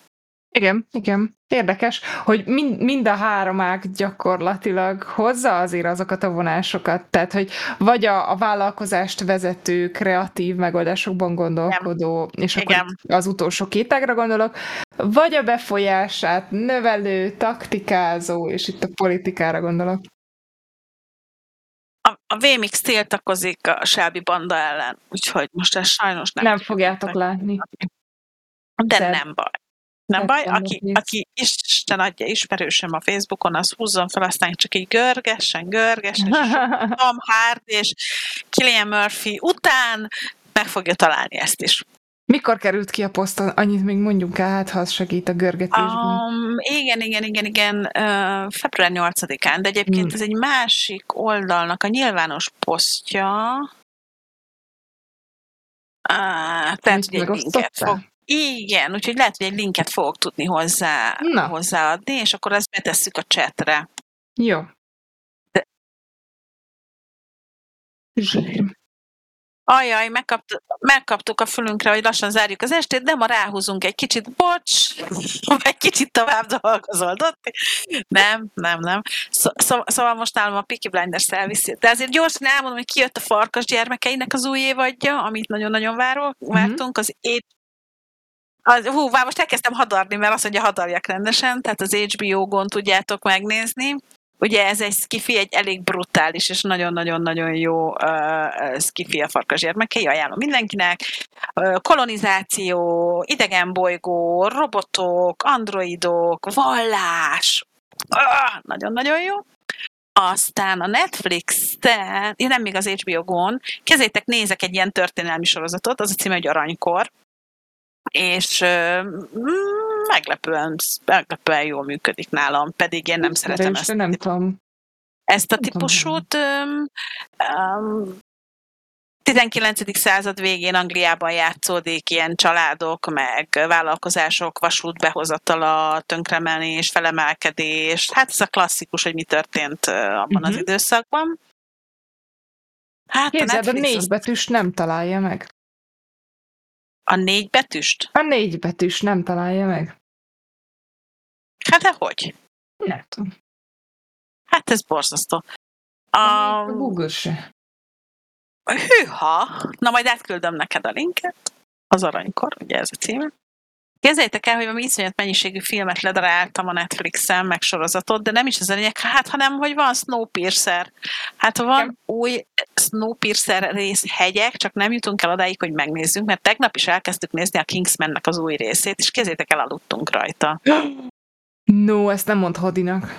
Igen, igen. Érdekes, hogy mind, mind a három ág gyakorlatilag hozza azért azokat a vonásokat, tehát, hogy vagy a, a vállalkozást vezető, kreatív megoldásokban gondolkodó, igen. És igen. Akkor az utolsó két ágra gondolok, vagy a befolyását növelő, taktikázó, és itt a politikára gondolok. A, a vé em iksz tiltakozik a Shelby banda ellen, úgyhogy most ezt sajnos nem. Nem fogjátok látni. De Szed. nem baj. Nem baj, aki, aki Isten adja ismerősöm a Facebookon, az húzzon fel, aztán csak így görgessen, görgessen, és Tom Hardy és Cillian Murphy után meg fogja találni ezt is. Mikor került ki a poszt? Annyit még mondjunk el, hát ha az segít a görgetésben. Um, igen, igen, igen, igen, uh, február nyolcadikán, de egyébként hmm. ez egy másik oldalnak a nyilvános posztja. Uh, tehát, hogy egy linket fog. Igen, úgyhogy lehet, hogy egy linket fogok tudni hozzá, hozzáadni, és akkor ezt betesszük a chatre. Jó. De... Ajaj, megkaptuk, megkaptuk a fülünkre, hogy lassan zárjuk az estét, de ma ráhúzunk egy kicsit, bocs, egy kicsit tovább dolgozol, Dotti. Nem, nem, nem. Szó, szó, szóval most nálam a Peaky Blinders elviszi. De azért gyorsan elmondom, hogy kijött a Farkas gyermekeinek az új évadja, amit nagyon-nagyon várunk, vártunk, az é Az, hú, már most elkezdtem hadarni, mert azt mondja, hadarjak rendesen, tehát az há bé ó-gon tudjátok megnézni. Ugye ez egy skifi, egy elég brutális és nagyon-nagyon-nagyon jó uh, skifi a Farkas gyermekei, ajánlom mindenkinek. Uh, kolonizáció, idegenbolygó, robotok, androidok, vallás, uh, nagyon-nagyon jó. Aztán a Netflix-en, ja, nem még az há bé ó-gon, kezdjétek, nézek egy ilyen történelmi sorozatot, az a címe, hogy Aranykor, és uh, meglepően, meglepően jól működik nálam, pedig én nem szeretem ezt, nem tudom. ezt a típusút. Um, um, tizenkilencedik század végén Angliában játszódik, ilyen családok, meg vállalkozások, vasút behozatala, tönkremenés, felemelkedés. Hát ez a klasszikus, hogy mi történt abban uh-huh. az időszakban. Hát Képzeld, a, a négy betűs nem találja meg. A négy betűst? A négy betűs nem találja meg. Hát de hogy? Nem tudom. Hát ez borzasztó. A, a Google se. Hűha! Na majd átküldöm neked a linket. Az Aranykor, ugye ez a címe. Képzeljétek el, hogy valami iszonyat mennyiségű filmet ledaráltam a Netflixen, meg sorozatot, de nem is az a lényeg, hát, hanem, hogy van Snowpiercer. Hát van ja. új Snowpiercer rész Hegyek, csak nem jutunk el odáig, hogy megnézzünk, mert tegnap is elkezdtük nézni a Kingsmannek az új részét, és képzeljétek el, aludtunk rajta. No, ezt nem mondd Hadinak.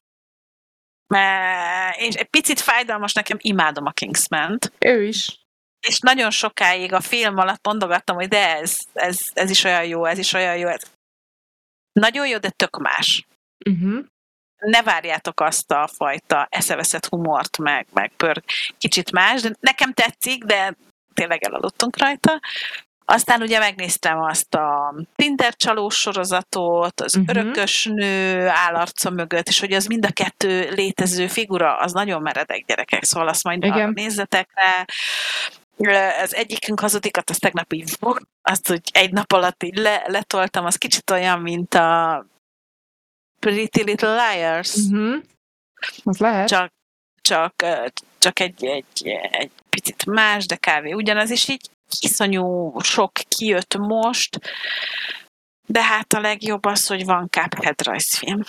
És egy picit fájdalmas, nekem imádom a Kingsman-t. Ő is. És nagyon sokáig a film alatt mondogattam, hogy de ez, ez, ez is olyan jó, ez is olyan jó. Ez. Nagyon jó, de tök más. Uh-huh. Ne várjátok azt a fajta eszeveszett humort, meg, meg pör kicsit más, de nekem tetszik, de tényleg elaludtunk rajta. Aztán ugye megnéztem azt a Tinder csalós sorozatot, az uh-huh. örökös nő állarca mögött, és hogy az mind a kettő létező figura, az nagyon meredek, gyerekek, szóval azt majd arra nézzetek rá. Az egyikünk hazudikot, azt tegnap így azt, hogy egy nap alatt így le, letoltam, az kicsit olyan, mint a Pretty Little Liars. Uh-huh. Az lehet. Csak, csak, csak egy, egy, egy picit más, de kávé ugyanaz, és így iszonyú sok kijött most, de hát a legjobb az, hogy van Cuphead rajzfilm.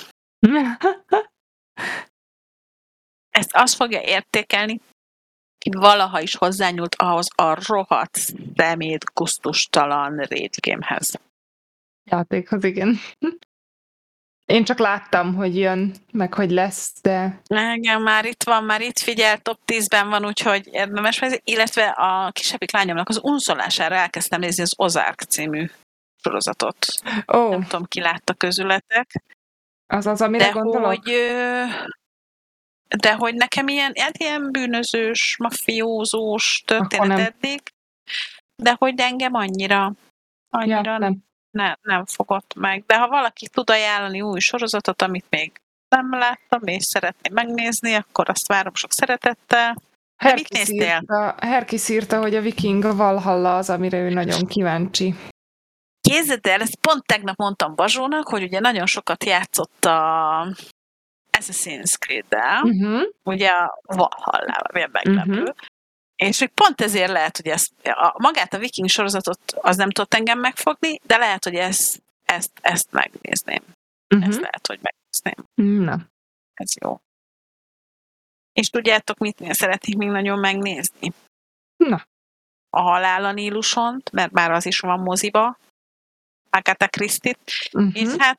Ezt azt fogja értékelni, valaha is hozzányúlt ahhoz a rohadt szemét gusztustalan Rage Game-hez. Játékhoz, igen. Én csak láttam, hogy jön, meg hogy lesz, de... Igen, már itt van, már itt figyel, top tízben van, úgyhogy érdemes, illetve a kisebbik lányomnak az unszolására elkezdtem nézni az Ozark című sorozatot. Oh. Nem tudom, ki látta közületek. Az az, amire de gondolok? Hogy, de hogy nekem ilyen, ilyen bűnözős, mafiózós történet eddig, de hogy engem annyira, annyira ja, nem. Ne, nem fogott meg. De ha valaki tud ajánlani új sorozatot, amit még nem láttam, és szeretném megnézni, akkor azt várom sok szeretettel. De mit néztél? Herkis írta, hogy a Viking Valhalla az, amire ő nagyon kíváncsi. Képzeld el, ezt pont tegnap mondtam Bazsónak, hogy ugye nagyon sokat játszott a Assassin's Creed-del, uh-huh. ugye a Valhalla-val, milyen meglepő. Uh-huh. És hogy pont ezért lehet, hogy ezt, a, magát a Viking sorozatot az nem tudott engem megfogni, de lehet, hogy ezt, ezt, ezt megnézném. Uh-huh. Ezt lehet, hogy megnézném. Na. Ez jó. És tudjátok, mit szeretnék még nagyon megnézni? Na. A Halál a Níluson, mert már az is van moziba, Agatha Christie-t, uh-huh. és hát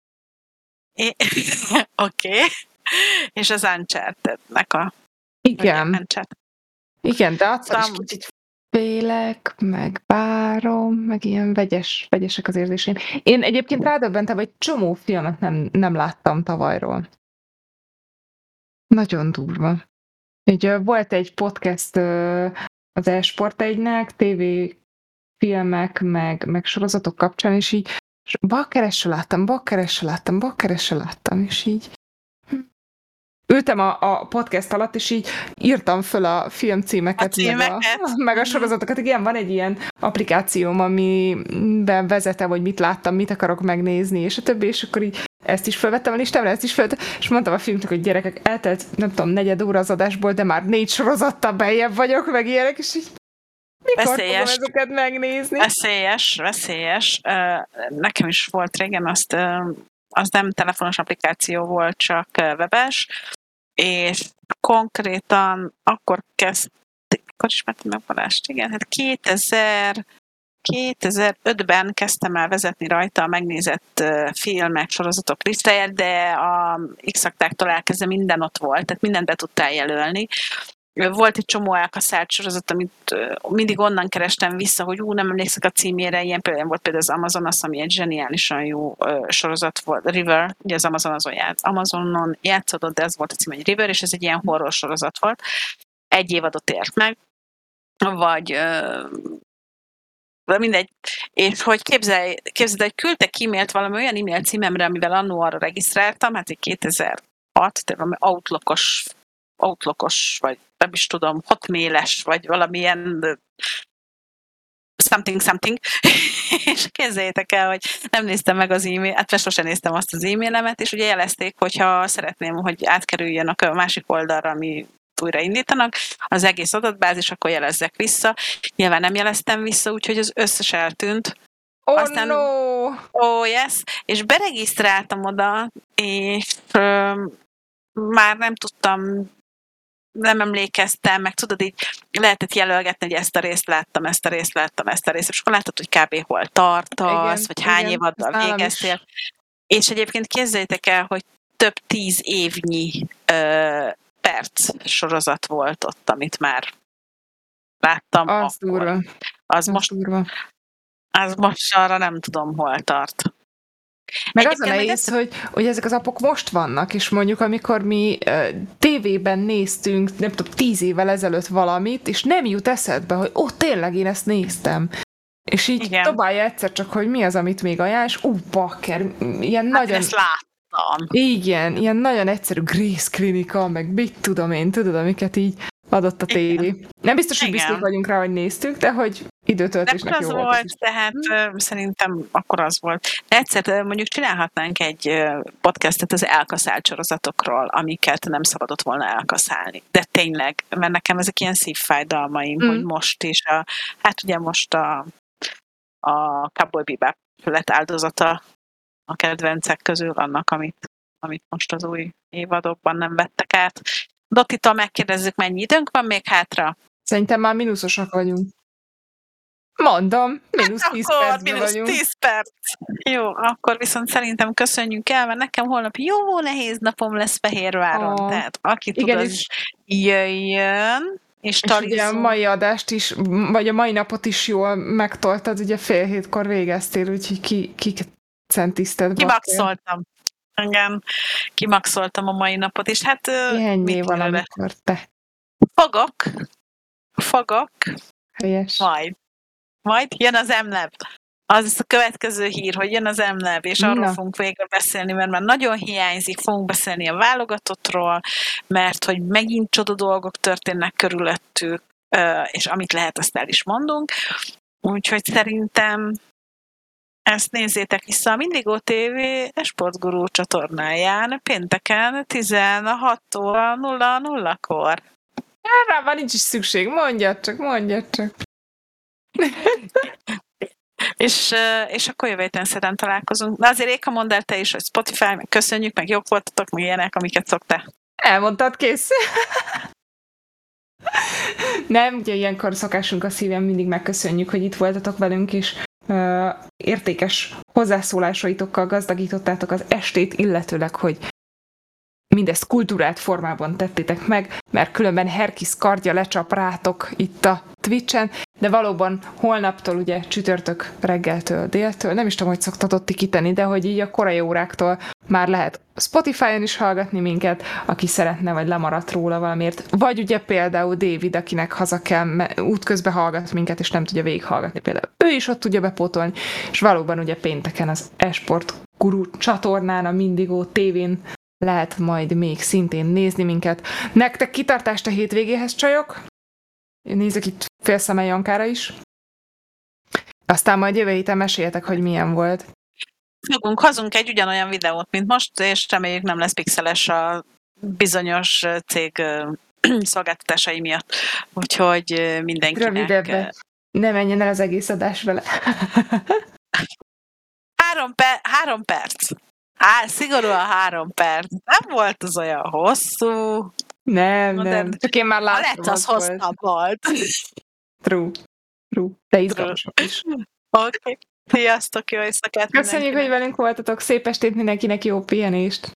oké, okay. és az Uncharted-nek a igen. Uncharted. Igen, de attól is kicsit félek, meg várom, meg ilyen vegyes, vegyesek az érzéseim. Én egyébként rádöbbentem, hogy csomó filmet nem, nem láttam tavalyról. Nagyon durva. Így, volt egy podcast az e-sport egynek, tévéfilmek, meg, meg sorozatok kapcsán, és így bakkeresre láttam, bakkeresre láttam, bakkeresre láttam, és így ültem a, a podcast alatt, és így írtam föl a filmcímeket, a meg, a, meg a sorozatokat. Igen, van egy ilyen applikációm, amiben vezetem, hogy mit láttam, mit akarok megnézni, és a többi, és akkor így ezt is felvettem a listámra, ezt is felvettem, és mondtam a filmnek, hogy gyerekek, eltelt, nem tudom, negyed óra az adásból, de már négy sorozattal beljebb vagyok, meg ilyenek, és így mikor veszélyes. Fogom ezeket megnézni? Veszélyes, veszélyes. Nekem is volt régen, azt, az nem telefonos applikáció volt, csak webes, és konkrétan akkor kezdték, akkor ismertem meg Balást, igen, hát kétezer, kétezer-ötben kezdtem el vezetni rajta a megnézett filmek, sorozatok listáját, de a X-aktáktól elkezdve minden ott volt, tehát mindent be tudtál jelölni. Volt egy csomó elkaszált sorozat, amit mindig onnan kerestem vissza, hogy ú, nem emlékszek a címére, ilyen például volt például az Amazonas, ami egy zseniálisan jó sorozat volt, River, ugye az Amazon azon ját, Amazonon játszódott, de ez volt a cím, egy River, és ez egy ilyen horror sorozat volt. Egy évadot ért meg, vagy mindegy, és hogy képzelj, képzeld, hogy küldtek e-mailt valami olyan e-mail címemre, amivel annó arra regisztráltam, hát egy kétezer-hat, tehát valami outlookos, outlookos, vagy nem is tudom, hotmail-es, vagy valamilyen something, something, és képzeljétek el, hogy nem néztem meg az e-mail, hát sosem néztem azt az e-mailemet, és ugye jelezték, hogyha szeretném, hogy átkerüljön a másik oldalra, ami újra indítanak, az egész adatbázis, akkor jelezzek vissza. Nyilván nem jeleztem vissza, úgyhogy az összes eltűnt. Oh Aztán, no! Oh yes! És beregisztráltam oda, és um, már nem tudtam, nem emlékeztem, meg tudod, így lehetett jelölgetni, hogy ezt a részt láttam, ezt a részt láttam, ezt a részt, és akkor láttad, hogy kb. Hol tartasz, igen, vagy hány igen, évaddal végeztél. És egyébként képzeljétek el, hogy több tíz évnyi uh, perc sorozat volt ott, amit már láttam. Az durva. Az, az most durva. Az most arra nem tudom, hol tart. Meg az a nehéz, hogy, hogy ezek az appok most vannak, és mondjuk amikor mi uh, tévében néztünk, nem tudom, tíz évvel ezelőtt valamit, és nem jut eszedbe, hogy ó, tényleg én ezt néztem. És így igen. Dobálja egyszer csak, hogy mi az, amit még ajánl, és ú, bakker, ilyen hát nagyon... ezt láttam. Igen, ilyen nagyon egyszerű Grace Klinika, meg mit tudom én, tudod, amiket így adott a tévé. Igen. Nem biztos, hogy biztos vagyunk rá, hogy néztük, de hogy időtöltésnek jó volt. volt. volt tehát hmm. szerintem akkor az volt. De egyszer mondjuk csinálhatnánk egy podcastet az elkaszált sorozatokról, amiket nem szabadott volna elkaszálni. De tényleg, mert nekem ezek ilyen szívfájdalmaim, hmm. hogy most is, a, hát ugye most a, a Cowboy Bebop lett áldozata a kedvencek közül annak, amit, amit most az új évadokban nem vettek át. Dotitól megkérdezzük, mennyi időnk van még hátra? Szerintem már mínuszosak vagyunk. Mondom, mínusz tíz akkor, percben mínusz vagyunk. tíz perc. Jó, akkor viszont szerintem köszönjük el, mert nekem holnap jó nehéz napom lesz Fehérváron. Oh. Tehát aki tud, igen, az jöjjön. És, és ugye a mai adást is, vagy a mai napot is jól megtoltad, ugye fél hétkor végeztél, úgyhogy ki, kicentiszted. Kimaxoltam. Igen, kimaxoltam a mai napot, és hát... Ennyi valamikor te. Fogok. Fogok. Helyes. Majd. Majd jön az emlab. Az a következő hír, hogy jön az emlab, és arról Na. fogunk végre beszélni, mert már nagyon hiányzik, fogunk beszélni a válogatottról, mert hogy megint csoda dolgok történnek körülöttük, és amit lehet, azt el is mondunk. Úgyhogy szerintem Ezt nézzétek vissza a Mindigó té vé Sportgurú csatornáján pénteken tizenhat óra nulla nullakor. Rá már nincs is szükség, mondjad csak, mondjad csak. és, és akkor jövő héten szerdán találkozunk. De azért Éka, mondd el te is, hogy Spotify, meg köszönjük, meg jók voltatok, meg ilyenek, amiket szoktál. Elmondtad, kész. Nem, ugye ilyenkor szokásunk a szívem, mindig megköszönjük, hogy itt voltatok velünk, és uh, értékes hozzászólásaitokkal gazdagítottátok az estét, illetőleg, hogy mindezt kultúrált formában tettétek meg, mert különben Herkis kardja lecsap rátok itt a Twitchen, de valóban holnaptól, ugye csütörtök reggeltől, déltől, nem is tudom, hogy szoktatott ti kitenni, de hogy így a korai óráktól már lehet Spotify-on is hallgatni minket, aki szeretne, vagy lemaradt róla valamiért. Vagy ugye például David, akinek haza kell, útközben hallgat minket, és nem tudja végighallgatni például. Ő is ott tudja bepótolni, és valóban ugye pénteken az Esport Guru csatornán, a Mindigó té vén lehet majd még szintén nézni minket. Nektek kitartást a hétvégéhez, csajok? Én nézek itt félszeme Jankára is. Aztán majd jövő héten meséljetek, hogy milyen volt. Fogunk, hozunk egy ugyanolyan videót, mint most, és reméljük nem lesz pixeles a bizonyos cég szolgáltatásai miatt. Úgyhogy mindenkinek... Rövidebben. Ne menjen el az egész adás vele. három, per, három perc. Há, szigorúan három perc. Nem volt az olyan hosszú. Nem, no, nem. Csak én már láttam. A lett az hosszabb volt. True. True. De izgalmasabb is. Oké. Okay. Sziasztok, jó éjszakát. Köszönjük, hogy velünk voltatok. Szép estét mindenkinek, jó pihenést.